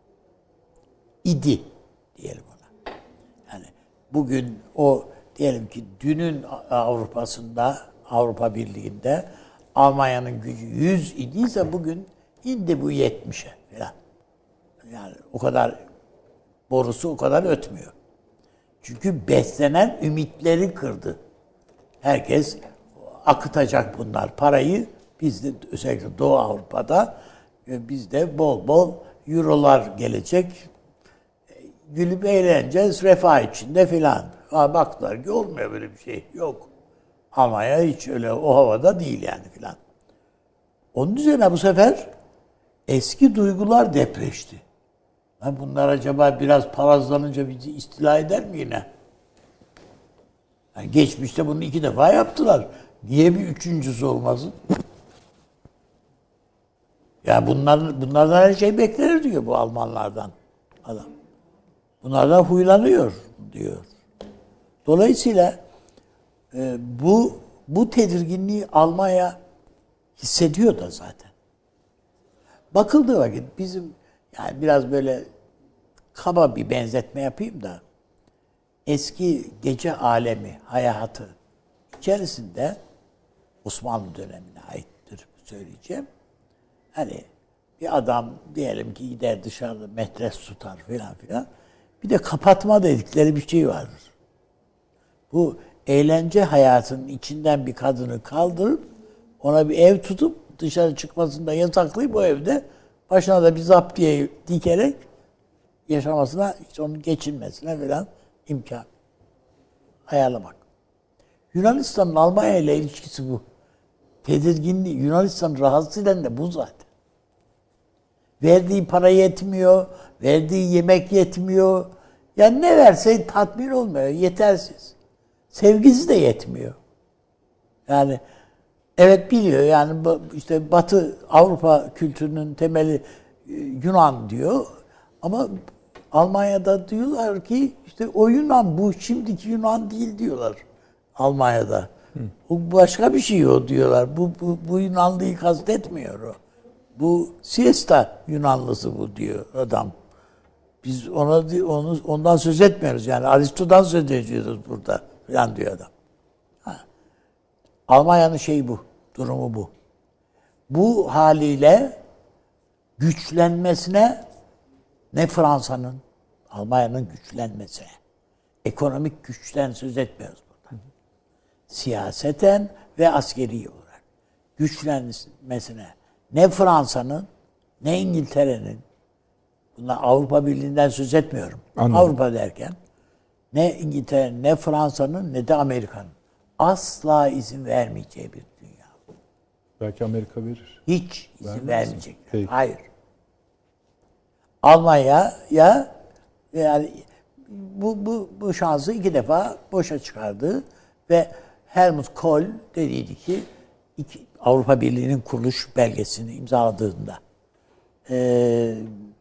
Speaker 5: İdi diyelim ona. Yani bugün o diyelim ki dünün Avrupa'sında, Avrupa Birliği'nde Almanya'nın gücü yüz idiyse bugün indi bu yetmişe falan. Yani o kadar borusu o kadar ötmüyor. Çünkü beslenen ümitleri kırdı. Herkes akıtacak bunlar parayı. Biz de özellikle Doğu Avrupa'da bizde bol bol eurolar gelecek. Gülüp eğleneceğiz refah içinde filan. Baktılar ki olmuyor böyle bir şey. Yok. Almanya hiç öyle o havada değil yani filan. Onun üzerine bu sefer eski duygular depreşti. Bunlar acaba biraz parazlanınca bizi istila eder mi yine? Yani geçmişte bunu iki defa yaptılar. Niye bir üçüncüsü olmasın? Ya bunlar, bunlardan her şey beklenir diyor bu Almanlardan adam. Bunlardan huylanıyor diyor. Dolayısıyla e, bu bu tedirginliği Almanya hissediyor da zaten. Bakıldığı vakit bizim yani biraz böyle kaba bir benzetme yapayım da eski gece alemi hayatı içerisinde Osmanlı dönemine aittir söyleyeceğim. Hani bir adam diyelim ki gider dışarıda metres tutar filan filan. Bir de kapatma dedikleri bir şey vardır. Bu eğlence hayatının içinden bir kadını kaldırıp ona bir ev tutup dışarı çıkmasını da yasaklayıp o evde başına da bir zaptiye dikerek yaşamasına, işte onun geçinmesine falan imkan ayarlamak. Yunanistan'ın Almanya ile ilişkisi bu. Tedirginliği, Yunanistan rahatsız eden de bu zaten. Verdiği para yetmiyor, verdiği yemek yetmiyor. Yani ne verse tatmin olmuyor. Yetersiz. Sevgisi de yetmiyor. Yani evet biliyor yani işte Batı Avrupa kültürünün temeli Yunan diyor ama Almanya'da diyorlar ki işte o Yunan bu şimdiki Yunan değil diyorlar Almanya'da. Hı. Bu başka bir şey o diyorlar. Bu, bu, bu Yunanlıyı kastetmiyor o. Bu siesta Yunanlısı bu diyor adam. Biz ona onu ondan söz etmiyoruz yani Aristo'dan söz ediyoruz burada falan diyor adam. Ha. Almanya'nın şeyi bu, durumu bu. Bu haliyle güçlenmesine ne Fransa'nın, Almanya'nın güçlenmesine, ekonomik güçten söz etmiyoruz burada. Siyaseten ve askeri olarak güçlenmesine ne Fransa'nın, ne İngiltere'nin, bunlar Avrupa Birliği'nden söz etmiyorum. Anladım. Avrupa derken ne İngiltere'nin, ne Fransa'nın, ne de Amerika'nın asla izin vermeyeceği bir dünya.
Speaker 1: Belki Amerika verir.
Speaker 5: Hiç izin
Speaker 1: Vermez
Speaker 5: vermeyecekler.
Speaker 1: Peki.
Speaker 5: Hayır. Almanya ya yani bu, bu, bu şansı iki defa boşa çıkardı ve Helmut Kohl dediydi ki iki, Avrupa Birliği'nin kuruluş belgesini imzaladığında e,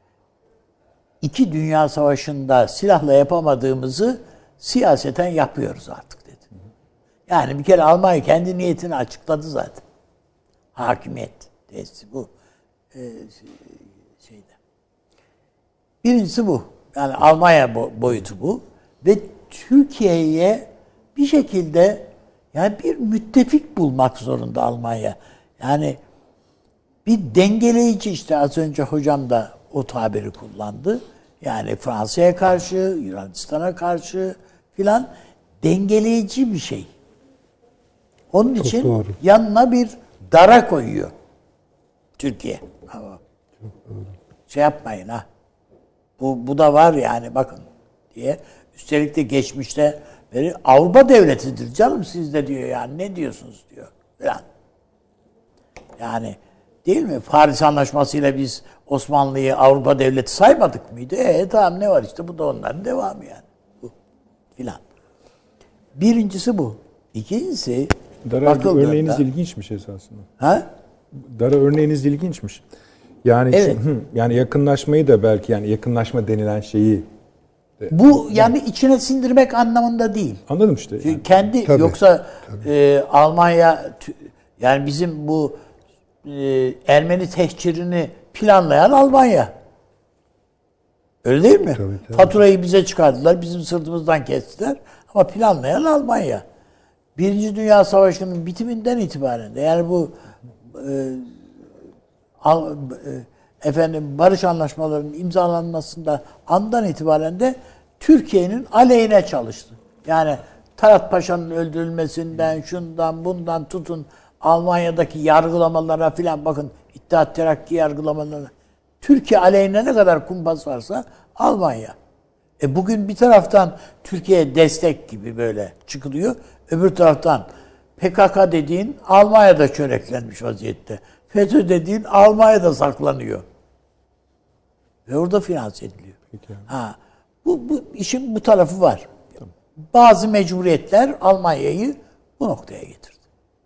Speaker 5: iki dünya savaşında silahla yapamadığımızı siyaseten yapıyoruz artık dedi. Yani bir kere Almanya kendi niyetini açıkladı zaten. Hakimiyet testi bu e, şeyde. Birincisi bu. Yani Almanya boyutu bu. Ve Türkiye'ye bir şekilde yani bir müttefik bulmak zorunda Almanya. Yani bir dengeleyici işte az önce hocam da o tabiri kullandı. Yani Fransa'ya karşı, Yunanistan'a karşı filan dengeleyici bir şey. Onun Çok için doğru. yanına bir dara koyuyor Türkiye. Ama şey yapmayın ha. Bu, bu da var yani bakın diye. Üstelik de geçmişte beri Avrupa devletidir canım siz de diyor yani ne diyorsunuz diyor falan. Yani değil mi? Paris Anlaşması'yla biz Osmanlı'yı Avrupa devleti saymadık mıydı? E tamam ne var işte bu da onların devamı yani. Bu filan. Birincisi bu. İkincisi
Speaker 1: Dara örneğiniz ilginçmiş esasında.
Speaker 5: Ha?
Speaker 1: Dara örneğiniz ilginçmiş. Yani
Speaker 5: evet.
Speaker 1: şu, hı, yani yakınlaşmayı da belki yani yakınlaşma denilen şeyi
Speaker 5: de, bu yani içine sindirmek anlamında değil.
Speaker 1: Anladım işte.
Speaker 5: Yani. Kendi tabii, yoksa tabii. E, Almanya yani bizim bu e, Ermeni tehcirini planlayan Almanya. Öyle değil mi? Tabii, tabii. Faturayı bize çıkardılar, bizim sırtımızdan kestiler ama planlayan Almanya. Birinci Dünya Savaşı'nın bitiminden itibaren de yani bu e, al, e, efendim barış anlaşmalarının imzalanmasında andan itibaren de Türkiye'nin aleyhine çalıştı. Yani Talat Paşa'nın öldürülmesinden, şundan, bundan tutun Almanya'daki yargılamalara filan bakın İttihat Terakki yargılamalarına. Türkiye aleyhine ne kadar kumpas varsa Almanya. E bugün bir taraftan Türkiye'ye destek gibi böyle çıkılıyor. Öbür taraftan P K K dediğin Almanya'da çöreklenmiş vaziyette. FETÖ dediğin Almanya'da saklanıyor. Ve orada finanse ediliyor. Peki. Ha, bu, bu işin bu tarafı var. Tamam. Bazı mecburiyetler Almanya'yı bu noktaya getirdi.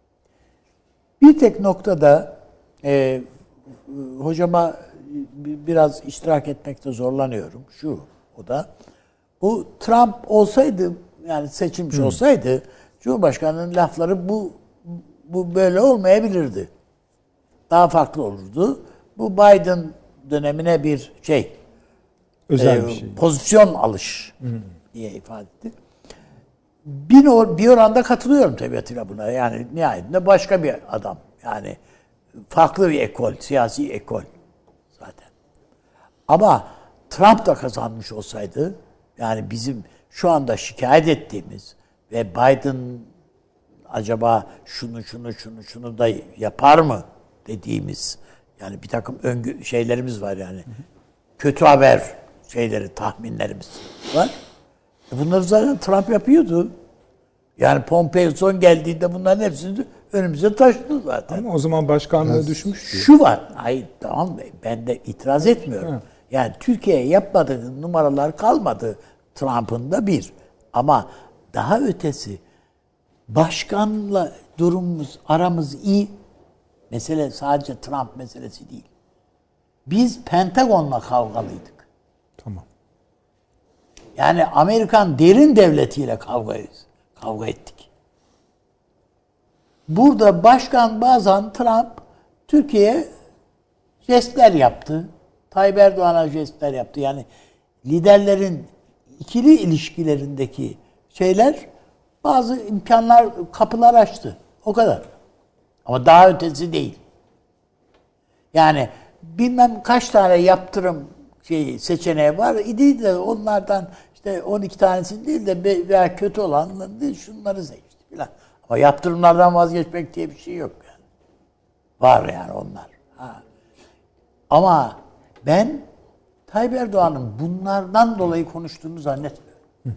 Speaker 5: Bir tek noktada e, hocama biraz iştirak etmekte zorlanıyorum. Şu, o da bu Trump olsaydı yani seçilmiş hmm. olsaydı Cumhurbaşkanı'nın lafları bu bu böyle olmayabilirdi. Daha farklı olurdu. Bu Biden dönemine bir şey
Speaker 1: özel
Speaker 5: e,
Speaker 1: bir şey.
Speaker 5: Pozisyon alış hmm. diye ifade etti. Bir, or, bir oranda katılıyorum tabiatıyla buna. Yani nihayetinde başka bir adam. Yani farklı bir ekol, siyasi ekol zaten. Ama Trump da kazanmış olsaydı yani bizim şu anda şikayet ettiğimiz ve Biden acaba şunu şunu şunu şunu da yapar mı dediğimiz yani bir takım öngü şeylerimiz var yani. Hı hı. Kötü haber şeyleri, tahminlerimiz var. E bunları zaten Trump yapıyordu. Yani Pompeo son geldiğinde bunların hepsini önümüze taşıdı zaten.
Speaker 1: Ama o zaman başkanlığı düşmüştü.
Speaker 5: Şu var. Hayır tamam ben de itiraz etmiyorum. Hı. Yani Türkiye'ye yapmadığı numaralar kalmadı. Trump'ın da bir. Ama daha ötesi başkanla durumumuz, aramız iyi. Mesele sadece Trump meselesi değil. Biz Pentagon'la kavgalıydık.
Speaker 1: Tamam.
Speaker 5: Yani Amerikan derin devletiyle kavgayız. Kavga ettik. Burada başkan bazen Trump Türkiye'ye jestler yaptı. Tayyip Erdoğan'a jestler yaptı. Yani liderlerin ikili ilişkilerindeki şeyler bazı imkanlar, kapılar açtı. O kadar. Ama daha ötesi değil. Yani bilmem kaç tane yaptırım şey seçeneği var. İdi de onlardan işte on iki tanesini değil de veya kötü olanları değil, şunları seçti filan. Ama yaptırımlardan vazgeçmek diye bir şey yok yani. Var yani onlar. Ha. Ama ben Tayyip Erdoğan'ın bunlardan dolayı konuştuğunu zannetmiyorum. Hı.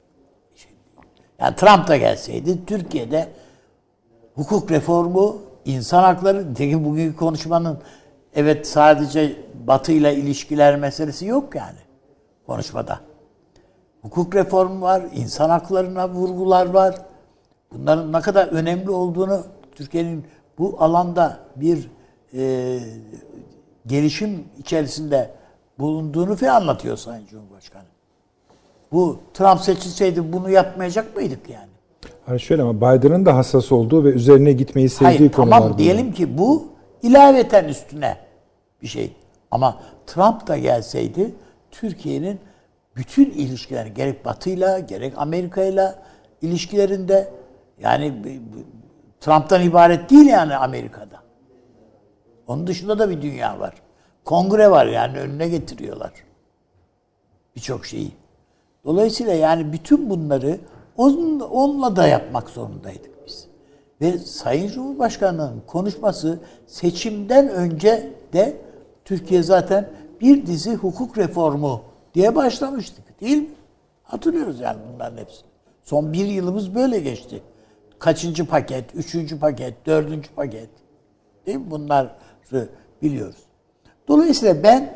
Speaker 5: Yani Trump da gelseydi Türkiye'de hukuk reformu, insan hakları, tek bugünkü konuşmanın evet sadece Batı ile ilişkiler meselesi yok yani konuşmada. Hukuk reformu var, insan haklarına vurgular var. Bunların ne kadar önemli olduğunu, Türkiye'nin bu alanda bir e, gelişim içerisinde bulunduğunu falan anlatıyor Sayın Cumhurbaşkanı. Bu Trump seçilseydi bunu yapmayacak mıydık yani?
Speaker 1: Hani şöyle ama Biden'ın da hassas olduğu ve üzerine gitmeyi sevdiği
Speaker 5: Hayır,
Speaker 1: konular.
Speaker 5: tamam diyelim ki bu ilaveten üstüne bir şey. Ama Trump da gelseydi Türkiye'nin bütün ilişkileri gerek Batı'yla gerek Amerika'yla ilişkilerinde yani Trump'tan ibaret değil yani Amerika'da. Onun dışında da bir dünya var. Kongre var yani önüne getiriyorlar. Birçok şeyi. Dolayısıyla yani bütün bunları onunla, onunla da yapmak zorundaydık biz. Ve Sayın Cumhurbaşkanı'nın konuşması seçimden önce de Türkiye zaten bir dizi hukuk reformu diye başlamıştık değil mi? Hatırlıyoruz yani bunların hepsini. Son bir yılımız böyle geçti. Kaçıncı paket, üçüncü paket, dördüncü paket. Değil mi? Bunları biliyoruz. Dolayısıyla ben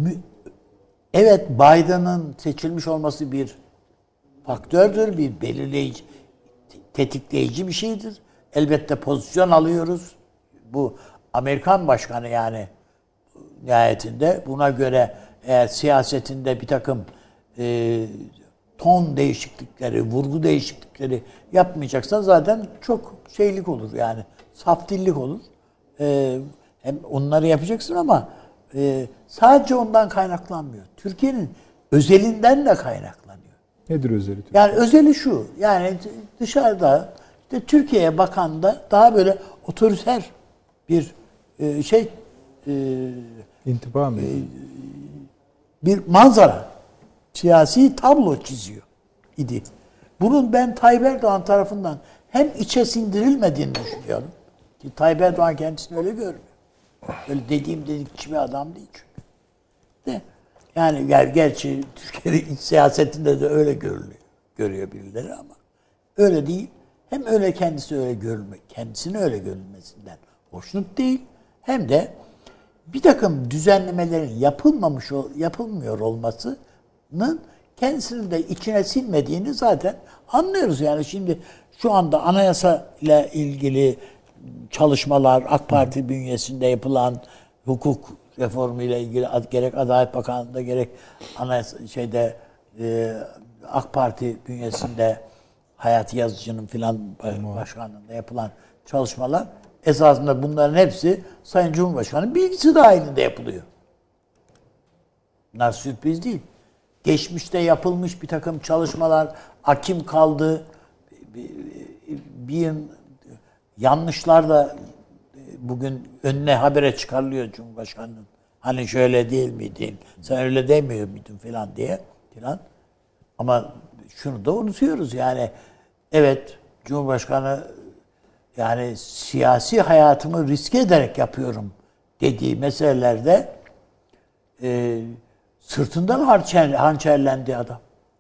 Speaker 5: evet Biden'ın seçilmiş olması bir faktördür, bir belirleyici, tetikleyici bir şeydir. Elbette pozisyon alıyoruz. Bu Amerikan başkanı yani nihayetinde buna göre eğer siyasetinde bir takım e, ton değişiklikleri, vurgu değişiklikleri yapmayacaksa zaten çok şeylik olur yani saf dillik olur. E, hem onları yapacaksın ama e, sadece ondan kaynaklanmıyor. Türkiye'nin özelinden de kaynaklanıyor.
Speaker 1: Nedir özeli Türkiye?
Speaker 5: Yani özeli şu. Yani dışarıda işte Türkiye'ye bakan da daha böyle otoriter bir e, şey e,
Speaker 1: İntiba mı?
Speaker 5: E, bir manzara, siyasi tablo çiziyor idi. Bunun ben Tayyip Erdoğan tarafından hem içe sindirilmediğini düşünüyorum. Ki Tayyip Erdoğan kendisini öyle görmüyor. Öyle dediğim dedikçi bir adam değil çünkü. De, yani ger gerçi Türkiye'nin iç siyasetinde de öyle görülüyor. Görüyor birileri ama öyle değil. Hem öyle kendisi öyle görülme, kendisini öyle görülmesinden hoşnut değil. Hem de bir takım düzenlemelerin yapılmamış, yapılmıyor olmasının kendisinin de içine sinmediğini zaten anlıyoruz. Yani şimdi şu anda anayasa ile ilgili çalışmalar, AK Parti bünyesinde yapılan hukuk reformu ile ilgili gerek Adalet Bakanlığı'nda gerek anayasa şeyde e, AK Parti bünyesinde Hayati Yazıcı'nın filan başkanlığında yapılan çalışmalar esasında bunların hepsi Sayın Cumhurbaşkanı'nın bilgisi dahilinde yapılıyor. Bunlar sürpriz değil. Geçmişte yapılmış bir takım çalışmalar, akim kaldı, bir, bir yanlışlar da bugün önüne habere çıkarılıyor Cumhurbaşkanı'nın. Hani şöyle değil miydin, sen öyle demiyor muydun filan diye filan. Ama şunu da unutuyoruz yani evet Cumhurbaşkanı yani siyasi hayatımı riske ederek yapıyorum dediği meselelerde e, sırtından hançer, hançerlendi adam.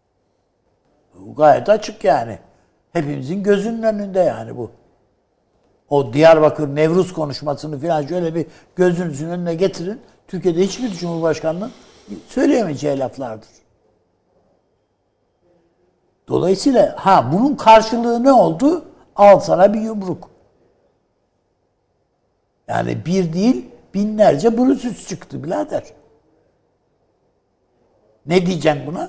Speaker 5: Bu gayet açık yani. Hepimizin gözünün önünde yani bu. O Diyarbakır Nevruz konuşmasını falan şöyle bir gözünüzün önüne getirin. Türkiye'de hiçbir Cumhurbaşkanı'nın söyleyemeyeceği laflardır. Dolayısıyla ha bunun karşılığı ne oldu? Al sana bir yumruk. Yani bir değil binlerce Brutus çıktı birader. Ne diyeceksin buna?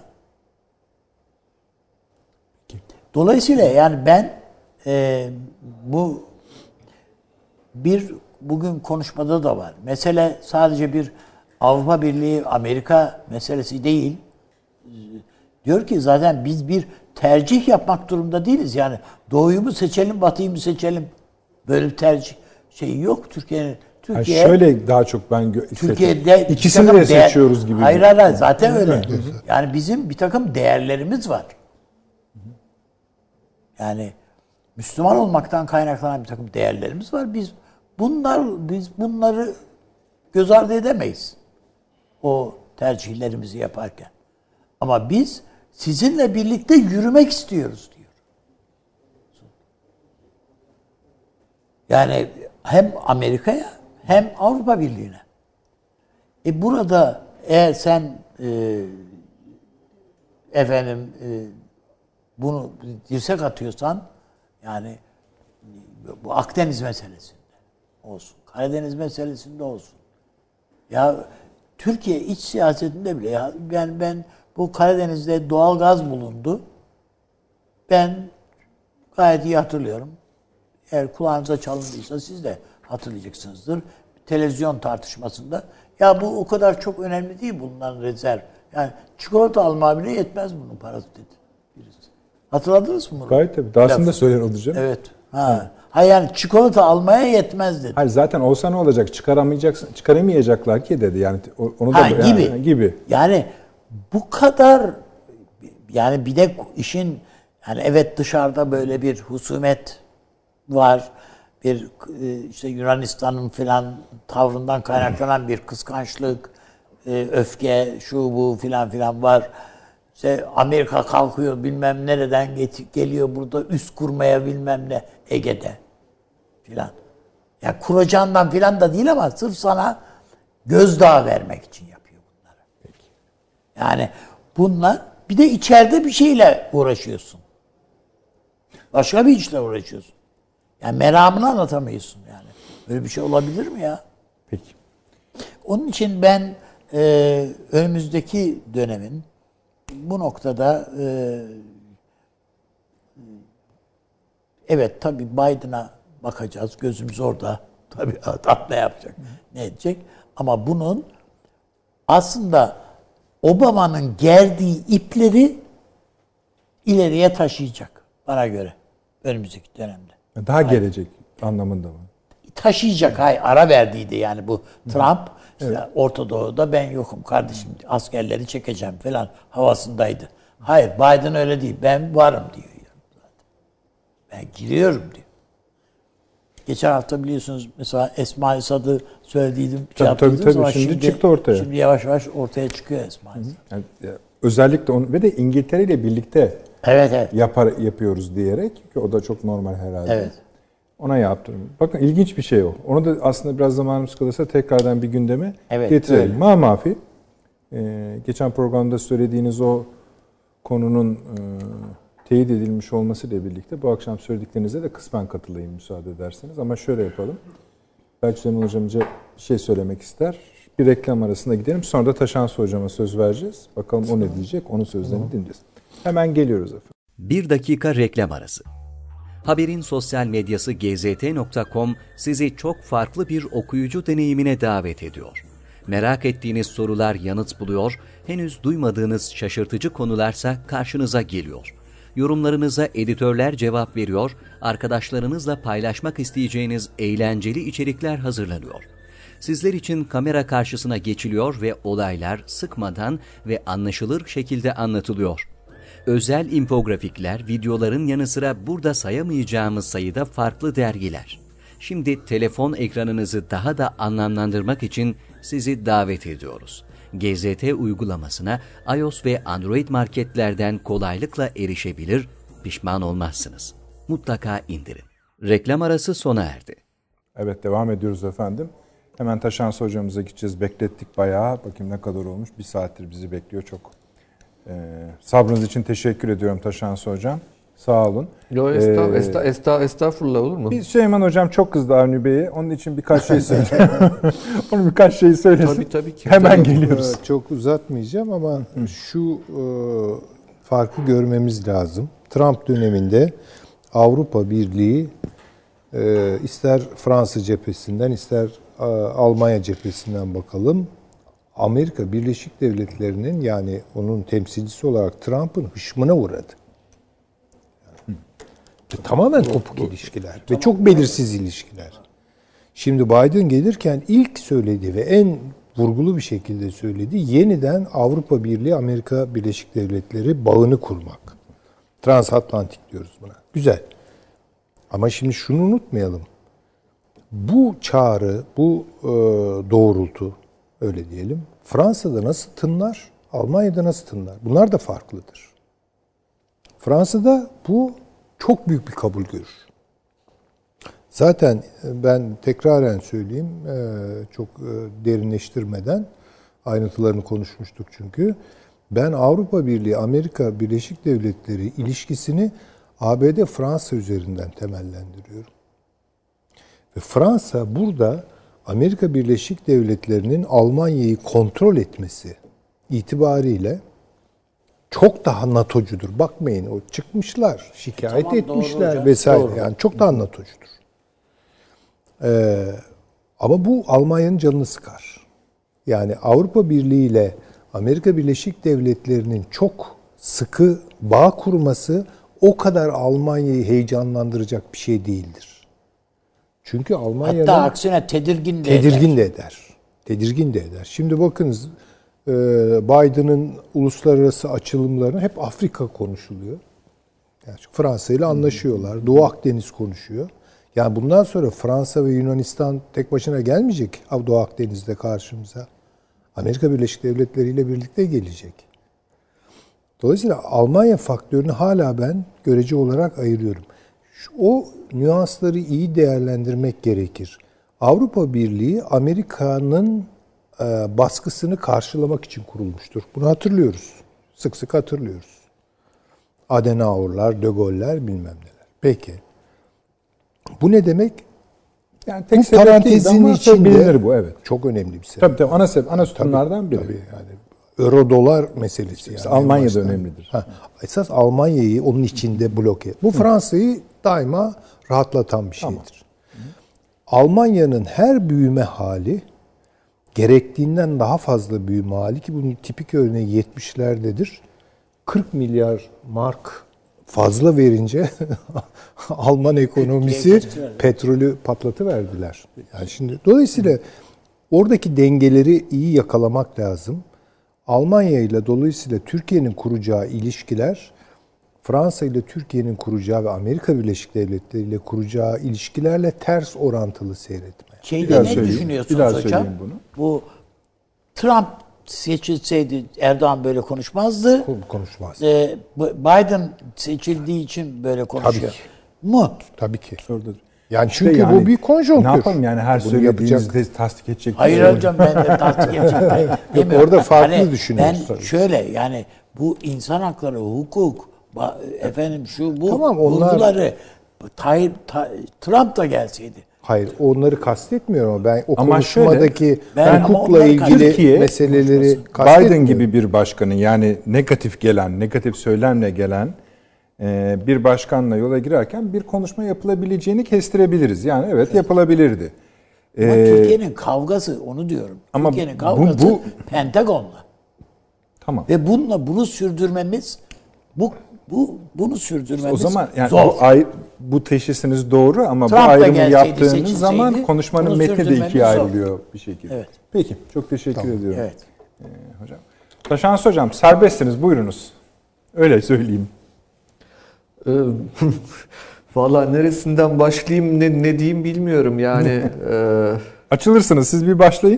Speaker 5: Dolayısıyla yani ben e, bu bir bugün konuşmada da var. Mesele sadece bir Avrupa Birliği, Amerika meselesi değil. Diyor ki zaten biz bir tercih yapmak durumunda değiliz. Yani doğuyu mu seçelim, batıyı mı seçelim? Böyle bir tercih şeyi yok Türkiye'nin. Türkiye
Speaker 1: yani şöyle daha çok ben gö-
Speaker 5: Türkiye'de
Speaker 1: ikisini de
Speaker 5: değer,
Speaker 1: seçiyoruz gibi.
Speaker 5: Hayır hayır zaten öyle. Yani bizim bir takım değerlerimiz var. Yani Müslüman olmaktan kaynaklanan bir takım değerlerimiz var. Biz bunlar biz bunları göz ardı edemeyiz. O tercihlerimizi yaparken. Ama biz sizinle birlikte yürümek istiyoruz diyor. Yani hem Amerika'ya hem Avrupa Birliği'ne. E burada eğer sen e, efendim e, bunu dirsek atıyorsan yani bu Akdeniz meselesinde olsun, Karadeniz meselesinde olsun. Ya Türkiye iç siyasetinde bile ya ben ben bu Karadeniz'de doğal gaz bulundu. Ben gayet iyi hatırlıyorum. Eğer kulağınıza çalındıysa siz de hatırlayacaksınızdır. Televizyon tartışmasında ya bu o kadar çok önemli değil bunların rezerv. Yani çikolata almaya bile yetmez bunun parası dedi birisi. Hatırladınız mı bunu?
Speaker 1: Gayet tabii. Dahasını da söyleyen oldu canım.
Speaker 5: Evet. Ha. Hayır yani çikolata almaya yetmez dedi.
Speaker 1: Hayır zaten olsa ne olacak? Çıkaramayacaksın, çıkaramayacaklar ki dedi. Yani onu da
Speaker 5: ha, gibi.
Speaker 1: Yani, gibi.
Speaker 5: Yani bu kadar yani bir de işin yani evet dışarıda böyle bir husumet var. Bir işte Yunanistan'ın filan tavrından kaynaklanan bir kıskançlık, öfke, şu bu filan filan var. İşte Amerika kalkıyor bilmem nereden geliyor burada üst kurmaya bilmem ne Ege'de filan. Ya kuracağından filan da değil ama sırf sana gözdağı vermek için yapıyor bunları. Peki. Yani bunlar bir de içeride bir şeyle uğraşıyorsun. Başka bir işle uğraşıyorsun. Yani meramını anlatamıyorsun yani. Böyle bir şey olabilir mi ya?
Speaker 1: Peki.
Speaker 5: Onun için ben e, önümüzdeki dönemin bu noktada e, evet tabii Biden'a bakacağız. Gözümüz orada. Tabii adam ne yapacak? Ne edecek? Ama bunun aslında Obama'nın gerdiği ipleri ileriye taşıyacak bana göre önümüzdeki dönemde.
Speaker 1: Daha hayır. Gelecek anlamında mı?
Speaker 5: Taşıyacak. Hayır ara verdiydi yani bu Trump. İşte evet. Orta Doğu'da ben yokum kardeşim askerleri çekeceğim falan havasındaydı. Hayır Biden öyle değil. Ben varım diyor. Yani. Ben giriyorum diyor. Geçen hafta biliyorsunuz mesela Esma Esad'ı söylediydim.
Speaker 1: Tabii tabii, tabii. Şimdi, şimdi çıktı ortaya.
Speaker 5: Şimdi yavaş yavaş ortaya çıkıyor Esma Esad.
Speaker 1: Yani, özellikle onu ve de İngiltere ile birlikte
Speaker 5: evet, evet.
Speaker 1: yapar yapıyoruz diyerek ki o da çok normal herhalde.
Speaker 5: Evet.
Speaker 1: Ona yaptım. Bakın ilginç bir şey o. Onu da aslında biraz zamanımız kalırsa tekrardan bir gündeme
Speaker 5: evet,
Speaker 1: getirelim.
Speaker 5: öyle.
Speaker 1: Ma mafi. Ee, geçen programda söylediğiniz o konunun e, teyit edilmiş olmasıyla birlikte bu akşam söylediklerinize de kısmen katılayım müsaade ederseniz. Ama şöyle yapalım. Belki Süleyman Hocamca bir şey söylemek ister. Bir reklam arasında gidelim. Sonra da Taşansı Hocama söz vereceğiz. Bakalım o ne diyecek. Onun sözlerini dinleyeceğiz. Hemen geliyoruz efendim.
Speaker 4: Bir dakika reklam arası. Haberin sosyal medyası gezet nokta com sizi çok farklı bir okuyucu deneyimine davet ediyor. Merak ettiğiniz sorular yanıt buluyor, henüz duymadığınız şaşırtıcı konularsa karşınıza geliyor. Yorumlarınıza editörler cevap veriyor, arkadaşlarınızla paylaşmak isteyeceğiniz eğlenceli içerikler hazırlanıyor. Sizler için kamera karşısına geçiliyor ve olaylar sıkmadan ve anlaşılır şekilde anlatılıyor. Özel infografikler, videoların yanı sıra burada sayamayacağımız sayıda farklı dergiler. Şimdi telefon ekranınızı daha da anlamlandırmak için sizi davet ediyoruz. G Z T uygulamasına iOS ve Android marketlerden kolaylıkla erişebilir, pişman olmazsınız. Mutlaka indirin. Reklam arası sona erdi.
Speaker 1: Evet devam ediyoruz efendim. Hemen Taşansı Hocamıza gideceğiz. Beklettik bayağı. Bakayım ne kadar olmuş. Bir saattir bizi bekliyor. Çok Ee, sabrınız için teşekkür ediyorum Taşansı Hocam. Sağ olun.
Speaker 2: Yo, estağ,
Speaker 1: Ee,
Speaker 2: estağ, estağ, estağfurullah olur mu?
Speaker 1: Bir Süleyman Hocam çok kızdı Avni Bey'e. Onun için birkaç şey söyleyeyim. Onun birkaç şeyi söylesin.
Speaker 2: Tabii tabii ki.
Speaker 1: Hemen
Speaker 2: Tabii.
Speaker 1: geliyoruz.
Speaker 3: Ee, Çok uzatmayacağım ama şu e, farkı görmemiz lazım. Trump döneminde Avrupa Birliği e, ister Fransa cephesinden ister e, Almanya cephesinden bakalım. Amerika Birleşik Devletleri'nin yani onun temsilcisi olarak Trump'ın hışmına uğradı. Yani, tamamen kopuk ilişkiler ve çok belirsiz ilişkiler. Şimdi Biden gelirken ilk söylediği ve en vurgulu bir şekilde söylediği yeniden Avrupa Birliği Amerika Birleşik Devletleri bağını kurmak. Transatlantik diyoruz buna. Güzel. Ama şimdi şunu unutmayalım. Bu çağrı, bu e, doğrultu öyle diyelim. Fransa'da nasıl tınlar, Almanya'da nasıl tınlar? Bunlar da farklıdır. Fransa'da bu çok büyük bir kabul görür. Zaten ben tekraren söyleyeyim, çok derinleştirmeden ayrıntılarını konuşmuştuk çünkü. Ben Avrupa Birliği, Amerika Birleşik Devletleri ilişkisini A B D Fransa üzerinden temellendiriyorum. Ve Fransa burada Amerika Birleşik Devletleri'nin Almanya'yı kontrol etmesi itibariyle çok daha NATO'cudur. Bakmayın o çıkmışlar, şikayet
Speaker 5: Tamam,
Speaker 3: etmişler
Speaker 5: doğru
Speaker 3: vesaire.
Speaker 5: doğru.
Speaker 3: Yani çok daha NATO'cudur. Ee, ama bu Almanya'nın canını sıkar. Yani Avrupa Birliği ile Amerika Birleşik Devletleri'nin çok sıkı bağ kurması o kadar Almanya'yı heyecanlandıracak bir şey değildir. Çünkü Almanya'nın
Speaker 5: Hatta aksine tedirgin de
Speaker 3: tedirgin
Speaker 5: eder.
Speaker 3: de eder. Tedirgin de eder. Şimdi bakınız Biden'ın uluslararası açılımlarına hep Afrika konuşuluyor. Yani Fransa ile anlaşıyorlar. Doğu Akdeniz konuşuyor. Yani bundan sonra Fransa ve Yunanistan tek başına gelmeyecek Doğu Akdeniz'de karşımıza. Amerika Birleşik Devletleri ile birlikte gelecek. Dolayısıyla Almanya faktörünü hala ben görece olarak ayırıyorum. Şu, o nüansları iyi değerlendirmek gerekir. Avrupa Birliği Amerika'nın e, baskısını karşılamak için kurulmuştur. Bunu hatırlıyoruz. Sık sık hatırlıyoruz. Adenauer'lar, De Gaulle'ler bilmem neler. Peki. Bu ne demek?
Speaker 1: Yani tek
Speaker 3: Bu
Speaker 1: sebep değil
Speaker 3: parantezin
Speaker 1: ama
Speaker 3: içinde
Speaker 1: bilinir bu, evet.
Speaker 3: çok önemli bir sebep.
Speaker 1: Tabii tabii ana sebep, ana sütunlardan biri.
Speaker 3: Tabii yani euro dolar meselesi yani.
Speaker 1: Almanya'da
Speaker 3: baştan.
Speaker 1: önemlidir.
Speaker 3: Ha, esas Almanya'yı onun içinde bloke. Bu Fransa'yı daima rahatlatan bir şeydir.
Speaker 1: Tamam.
Speaker 3: Almanya'nın her büyüme hali gerektiğinden daha fazla büyüme hali ki bunun tipik örneği yetmişlerdedir. kırk milyar mark fazla verince Alman ekonomisi petrolü patlatıverdiler. Yani şimdi dolayısıyla oradaki dengeleri iyi yakalamak lazım. Almanya ile dolayısıyla Türkiye'nin kuracağı ilişkiler, Fransa ile Türkiye'nin kuracağı ve Amerika Birleşik Devletleri ile kuracağı ilişkilerle ters orantılı seyretmeye.
Speaker 5: Şeyde ne düşünüyorsunuz hocam?
Speaker 1: Bunu.
Speaker 5: Bu Trump seçilseydi Erdoğan böyle konuşmazdı.
Speaker 3: Konuşmaz.
Speaker 5: Ee, Biden seçildiği için böyle konuşuyor.
Speaker 3: Tabii
Speaker 5: Mu?
Speaker 3: Tabii ki.
Speaker 1: Orada.
Speaker 3: Yani
Speaker 1: İşte
Speaker 3: çünkü
Speaker 1: yani
Speaker 3: bu bir konjonktür.
Speaker 1: Ne yapalım yani her
Speaker 3: Bunu
Speaker 1: söylediğinizde
Speaker 3: yapacak.
Speaker 1: tasdik edecek.
Speaker 5: Hayır
Speaker 1: bir şey
Speaker 5: hocam ben de tasdik edeceğim. demiyorum.
Speaker 3: orada farklı
Speaker 5: Hani
Speaker 3: düşünüyoruz
Speaker 5: Ben
Speaker 3: tabii.
Speaker 5: şöyle yani bu insan hakları, hukuk, efendim şu bu
Speaker 3: Tamam, onlar-
Speaker 5: vurguları Tayyip, Ta- Trump da gelseydi.
Speaker 3: Hayır, onları kastetmiyorum ama ben o
Speaker 1: Ama
Speaker 3: konuşmadaki
Speaker 5: Ben ama
Speaker 3: hukukla
Speaker 5: onları
Speaker 3: ilgili
Speaker 1: Türkiye,
Speaker 3: meseleleri
Speaker 1: Biden
Speaker 3: kastetmiyorum.
Speaker 1: gibi bir başkanın yani negatif gelen, negatif söylemle gelen e, bir başkanla yola girerken bir konuşma yapılabileceğini kestirebiliriz. Yani evet yapılabilirdi.
Speaker 5: Ama
Speaker 1: Ee,
Speaker 5: Türkiye'nin kavgası onu diyorum.
Speaker 1: ama
Speaker 5: Türkiye'nin
Speaker 1: bu-
Speaker 5: kavgası
Speaker 1: bu-
Speaker 5: Pentagon'la.
Speaker 1: Tamam.
Speaker 5: Ve bununla bunu sürdürmemiz bu bu bunu sürdürmemiz
Speaker 1: O zaman yani
Speaker 5: zor.
Speaker 1: bu, ay, bu teşhisiniz doğru ama
Speaker 5: Trump
Speaker 1: bu
Speaker 5: da
Speaker 1: ayrımı
Speaker 5: gelseydi,
Speaker 1: yaptığınız
Speaker 5: seçilseydi,
Speaker 1: zaman konuşmanın
Speaker 5: bunu
Speaker 1: metni de
Speaker 5: sürdürmemiz
Speaker 1: ikiye
Speaker 5: zor.
Speaker 1: ayrılıyor bir şekilde.
Speaker 5: Evet.
Speaker 1: Peki. Çok teşekkür ediyorum.
Speaker 5: Evet.
Speaker 1: Ee, hocam. Taşans hocam serbestsiniz. Buyurunuz. Öyle söyleyeyim.
Speaker 2: Ee, Valla neresinden başlayayım ne, ne diyeyim bilmiyorum yani. e,
Speaker 1: Açılırsınız. Siz bir başlayın.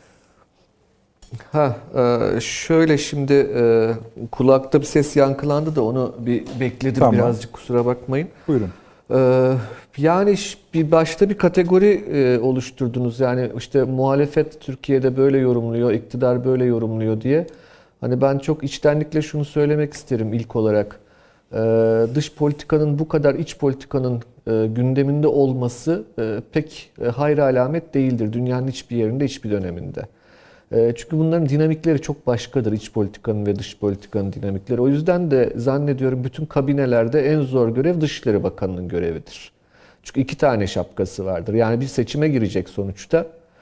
Speaker 2: ha e, şöyle şimdi e, kulakta bir ses yankılandı da onu bir bekledim
Speaker 1: Tamam.
Speaker 2: birazcık kusura bakmayın.
Speaker 1: Buyurun.
Speaker 2: Ee, yani ş- bir başta bir kategori e, oluşturdunuz yani işte muhalefet Türkiye'de böyle yorumluyor, iktidar böyle yorumluyor diye. Hani ben çok içtenlikle şunu söylemek isterim ilk olarak. Ee, dış politikanın bu kadar iç politikanın e, gündeminde olması e, pek e, hayra alamet değildir. Dünyanın hiçbir yerinde, hiçbir döneminde. E, çünkü bunların dinamikleri çok başkadır. İç politikanın ve dış politikanın dinamikleri. O yüzden de zannediyorum bütün kabinelerde en zor görev Dışişleri Bakanı'nın görevidir. Çünkü iki tane şapkası vardır. Yani bir seçime girecek sonuçta.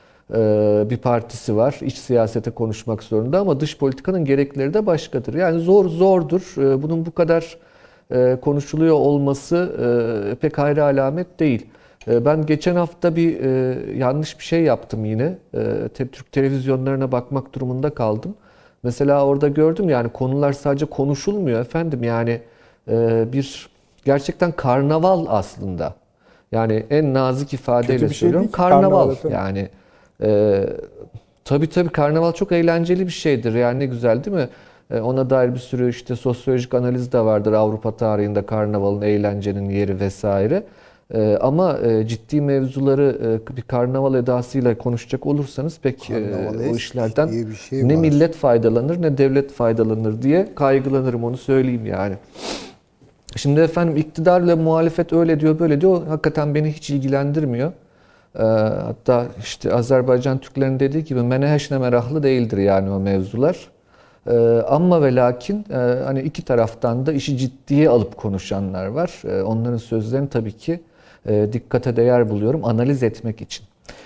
Speaker 2: Bir partisi var. İç siyasete konuşmak zorunda ama dış politikanın gerekleri de başkadır. Yani zor zordur. Bunun bu kadar konuşuluyor olması pek hayra alamet değil. Ben geçen hafta bir yanlış bir şey yaptım yine. Türk televizyonlarına bakmak durumunda kaldım. Mesela orada gördüm yani konular sadece konuşulmuyor efendim. Yani bir gerçekten karnaval aslında. Yani en nazik ifadeyle
Speaker 1: Kötü bir şey
Speaker 2: söylüyorum.
Speaker 1: değil ki,
Speaker 2: Karnaval
Speaker 1: karnaval,
Speaker 2: yani. Ee, tabii tabii karnaval çok eğlenceli bir şeydir. Yani ne güzel değil mi? Ee, ona dair bir sürü işte sosyolojik analiz de vardır Avrupa tarihinde karnavalın, eğlencenin yeri vesaire. Ee, ama e, ciddi mevzuları e, bir karnaval edasıyla konuşacak olursanız pek e, o işlerden
Speaker 3: diye bir şey
Speaker 2: ne
Speaker 3: var.
Speaker 2: millet faydalanır ne devlet faydalanır diye kaygılanırım, onu söyleyeyim yani. Şimdi efendim iktidarla muhalefet öyle diyor böyle diyor, hakikaten beni hiç ilgilendirmiyor. Ee, hatta işte Azerbaycan Türklerinin dediği gibi meneheşne merahlı değildir yani o mevzular. Ee, ama ve lakin e, hani iki taraftan da işi ciddiye alıp konuşanlar var. Ee, onların sözlerini tabii ki e, dikkate değer buluyorum analiz etmek için.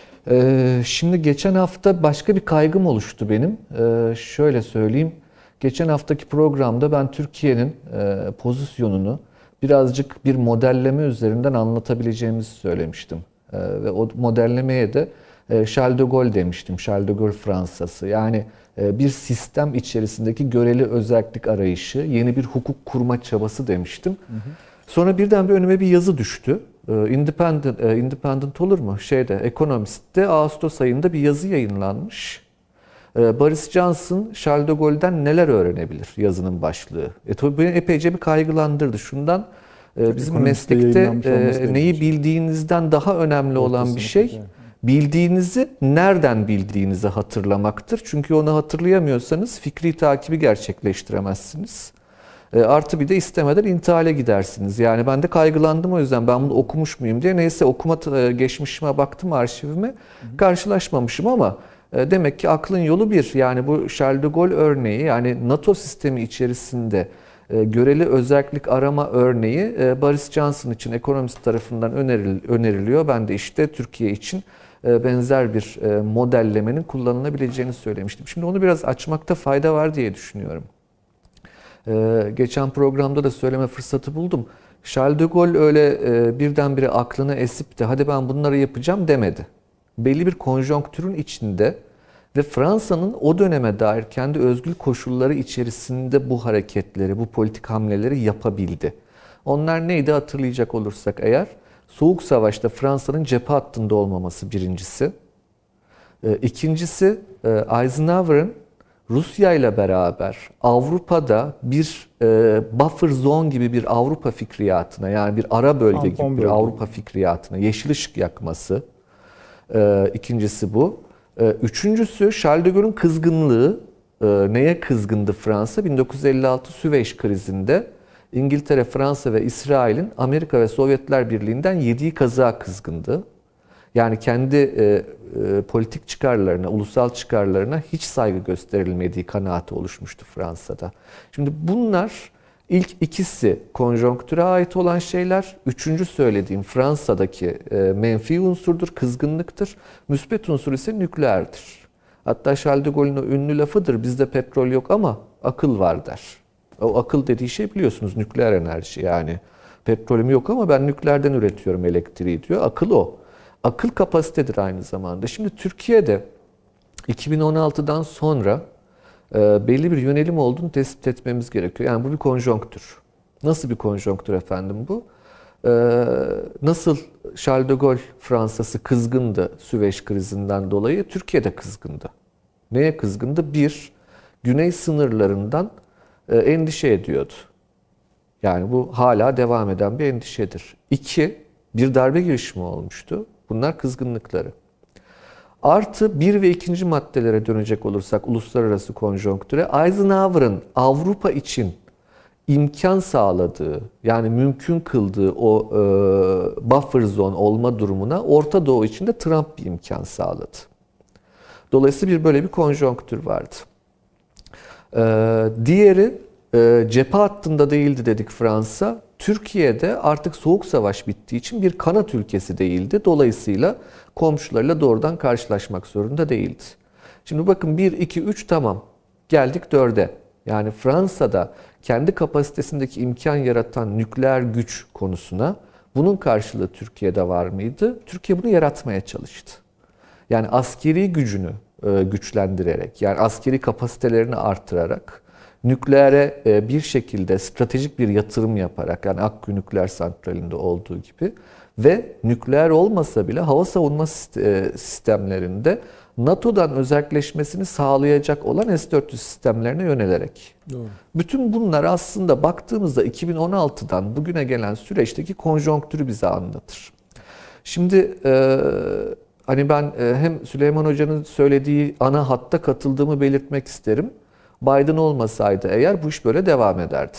Speaker 2: Ee, şimdi geçen hafta başka bir kaygım oluştu benim. Ee, şöyle söyleyeyim. Geçen haftaki programda ben Türkiye'nin e, pozisyonunu birazcık bir modelleme üzerinden anlatabileceğimizi söylemiştim. E, ve o modellemeye de e, Charles de Gaulle demiştim. Charles de Gaulle Fransası. Yani e, bir sistem içerisindeki göreli özellik arayışı, yeni bir hukuk kurma çabası demiştim. Hı hı. Sonra birden bir önüme bir yazı düştü. Independent, Independent olur mu? Şeyde, Economist'te Ağustos ayında bir yazı yayınlanmış. Boris Johnson, Charles de Gaulle'den neler öğrenebilir yazının başlığı. E tabii beni epeyce bir kaygılandırdı. Şundan bizim
Speaker 1: Ekonomist'te
Speaker 2: meslekte neyi bildiğinizden daha önemli olan bir şey, bildiğinizi nereden bildiğinizi hatırlamaktır. Çünkü onu hatırlayamıyorsanız fikri takibi gerçekleştiremezsiniz. E, artı bir de istemeden intihale gidersiniz. Yani ben de kaygılandım o yüzden. Ben bunu okumuş muyum diye. Neyse okuma e, geçmişime baktım, arşivime. Hı hı. Karşılaşmamışım ama e, demek ki aklın yolu bir. Yani bu Charles de Gaulle örneği, yani NATO sistemi içerisinde e, göreli özellik arama örneği e, Boris Johnson için ekonomist tarafından öneril, öneriliyor. Ben de işte Türkiye için e, benzer bir e, modellemenin kullanılabileceğini söylemiştim. Şimdi onu biraz açmakta fayda var diye düşünüyorum. Ee, geçen programda da söyleme fırsatı buldum. Charles de Gaulle öyle e, birdenbire aklına esip de hadi ben bunları yapacağım demedi. Belli bir konjonktürün içinde ve Fransa'nın o döneme dair kendi özgül koşulları içerisinde bu hareketleri, bu politik hamleleri yapabildi. Onlar neydi hatırlayacak olursak eğer, Soğuk Savaş'ta Fransa'nın cephe hattında olmaması birincisi. E, ikincisi e, Eisenhower'ın Rusya ile beraber Avrupa'da bir e, buffer zone gibi bir Avrupa fikriyatına, yani bir ara bölge gibi bir Avrupa fikriyatına yeşil ışık yakması. E, ikincisi bu. E, üçüncüsü Charles de Gaulle'ün kızgınlığı. E, neye kızgındı Fransa? bin dokuz yüz elli altı Süveyş krizinde İngiltere, Fransa ve İsrail'in Amerika ve Sovyetler Birliği'nden yediği kazığa kızgındı. Yani kendi e, e, politik çıkarlarına, ulusal çıkarlarına hiç saygı gösterilmediği kanaati oluşmuştu Fransa'da. Şimdi bunlar ilk ikisi konjonktüre ait olan şeyler. Üçüncü söylediğim Fransa'daki e, menfi unsurdur, kızgınlıktır. Müspet unsur ise nükleerdir. Hatta Charles de Gaulle'ün o ünlü lafıdır, bizde petrol yok ama akıl var der. O akıl dediği şey biliyorsunuz nükleer enerji, yani petrolüm yok ama ben nükleerden üretiyorum elektriği diyor. Akıl o. Akıl kapasitedir aynı zamanda. Şimdi Türkiye'de iki bin on altıdan sonra e, belli bir yönelim olduğunu tespit etmemiz gerekiyor. Yani bu bir konjonktür. Nasıl bir konjonktür efendim bu? E, nasıl Charles de Gaulle Fransa'sı kızgındı Süveyş krizinden dolayı, Türkiye'de kızgındı. Neye kızgındı? Bir, güney sınırlarından e, endişe ediyordu. Yani bu hala devam eden bir endişedir. İki, bir darbe girişimi olmuştu. Bunlar kızgınlıkları. Artı bir ve ikinci maddelere dönecek olursak uluslararası konjonktüre, Eisenhower'ın Avrupa için imkan sağladığı, yani mümkün kıldığı o e, buffer zone olma durumuna Orta Doğu için de Trump bir imkan sağladı. Dolayısıyla bir böyle bir konjonktür vardı. E, diğeri e, cephe hattında değildi dedik Fransa. Türkiye'de artık soğuk savaş bittiği için bir kanat ülkesi değildi. Dolayısıyla komşularıyla doğrudan karşılaşmak zorunda değildi. Şimdi bakın bir, iki, üç tamam. Geldik dörde. Yani Fransa'da kendi kapasitesindeki imkan yaratan nükleer güç konusuna bunun karşılığı Türkiye'de var mıydı? Türkiye bunu yaratmaya çalıştı. Yani askeri gücünü e, güçlendirerek, yani askeri kapasitelerini artırarak, nükleere e, bir şekilde stratejik bir yatırım yaparak, yani Akkuyu Nükleer Santrali'nde olduğu gibi ve nükleer olmasa bile hava savunma sistemlerinde NATO'dan özelleşmesini sağlayacak olan S dört yüz sistemlerine yönelerek. Doğru. Bütün bunlar aslında baktığımızda iki bin on altıdan bugüne gelen süreçteki konjonktürü bize anlatır. Şimdi e, hani ben e, hem Süleyman Hoca'nın söylediği ana hatta katıldığımı belirtmek isterim. Biden olmasaydı eğer bu iş böyle devam ederdi.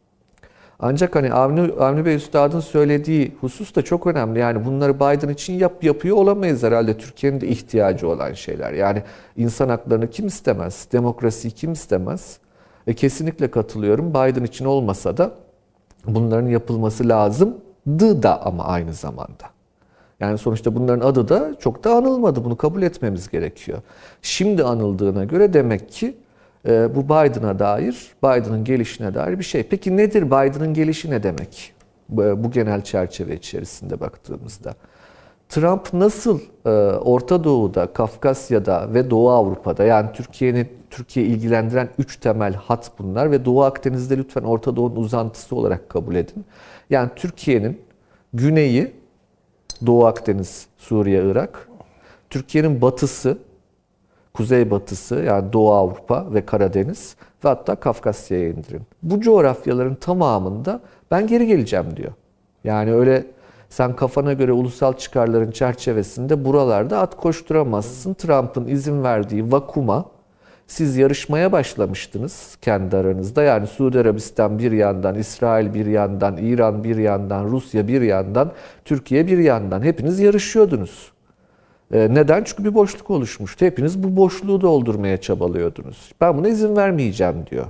Speaker 2: Ancak hani Avni, Avni Bey Üstad'ın söylediği husus da çok önemli. Yani bunları Biden için yap, yapıyor olamayız herhalde. Türkiye'nin de ihtiyacı olan şeyler. Yani insan haklarını kim istemez? Demokrasiyi kim istemez? E kesinlikle katılıyorum. Biden için olmasa da bunların yapılması lazımdı da ama aynı zamanda. Yani sonuçta bunların adı da çok da anılmadı. Bunu kabul etmemiz gerekiyor. Şimdi anıldığına göre demek ki bu Biden'a dair, Biden'ın gelişine dair bir şey. Peki nedir Biden'ın gelişi ne demek? Bu genel çerçeve içerisinde baktığımızda. Trump nasıl Orta Doğu'da, Kafkasya'da ve Doğu Avrupa'da, yani Türkiye'nin Türkiye ilgilendiren üç temel hat bunlar ve Doğu Akdeniz'de lütfen Orta Doğu'nun uzantısı olarak kabul edin. Yani Türkiye'nin güneyi, Doğu Akdeniz, Suriye, Irak, Türkiye'nin batısı, kuzeybatısı yani Doğu Avrupa ve Karadeniz ve hatta Kafkasya'ya indirin. Bu coğrafyaların tamamında ben geri geleceğim diyor. Yani öyle sen kafana göre ulusal çıkarların çerçevesinde buralarda at koşturamazsın. Trump'ın izin verdiği vakuma siz yarışmaya başlamıştınız kendi aranızda. Yani Suudi Arabistan bir yandan, İsrail bir yandan, İran bir yandan, Rusya bir yandan, Türkiye bir yandan. Hepiniz yarışıyordunuz. Neden? Çünkü bir boşluk oluşmuştu. Hepiniz bu boşluğu doldurmaya çabalıyordunuz. Ben buna izin vermeyeceğim diyor.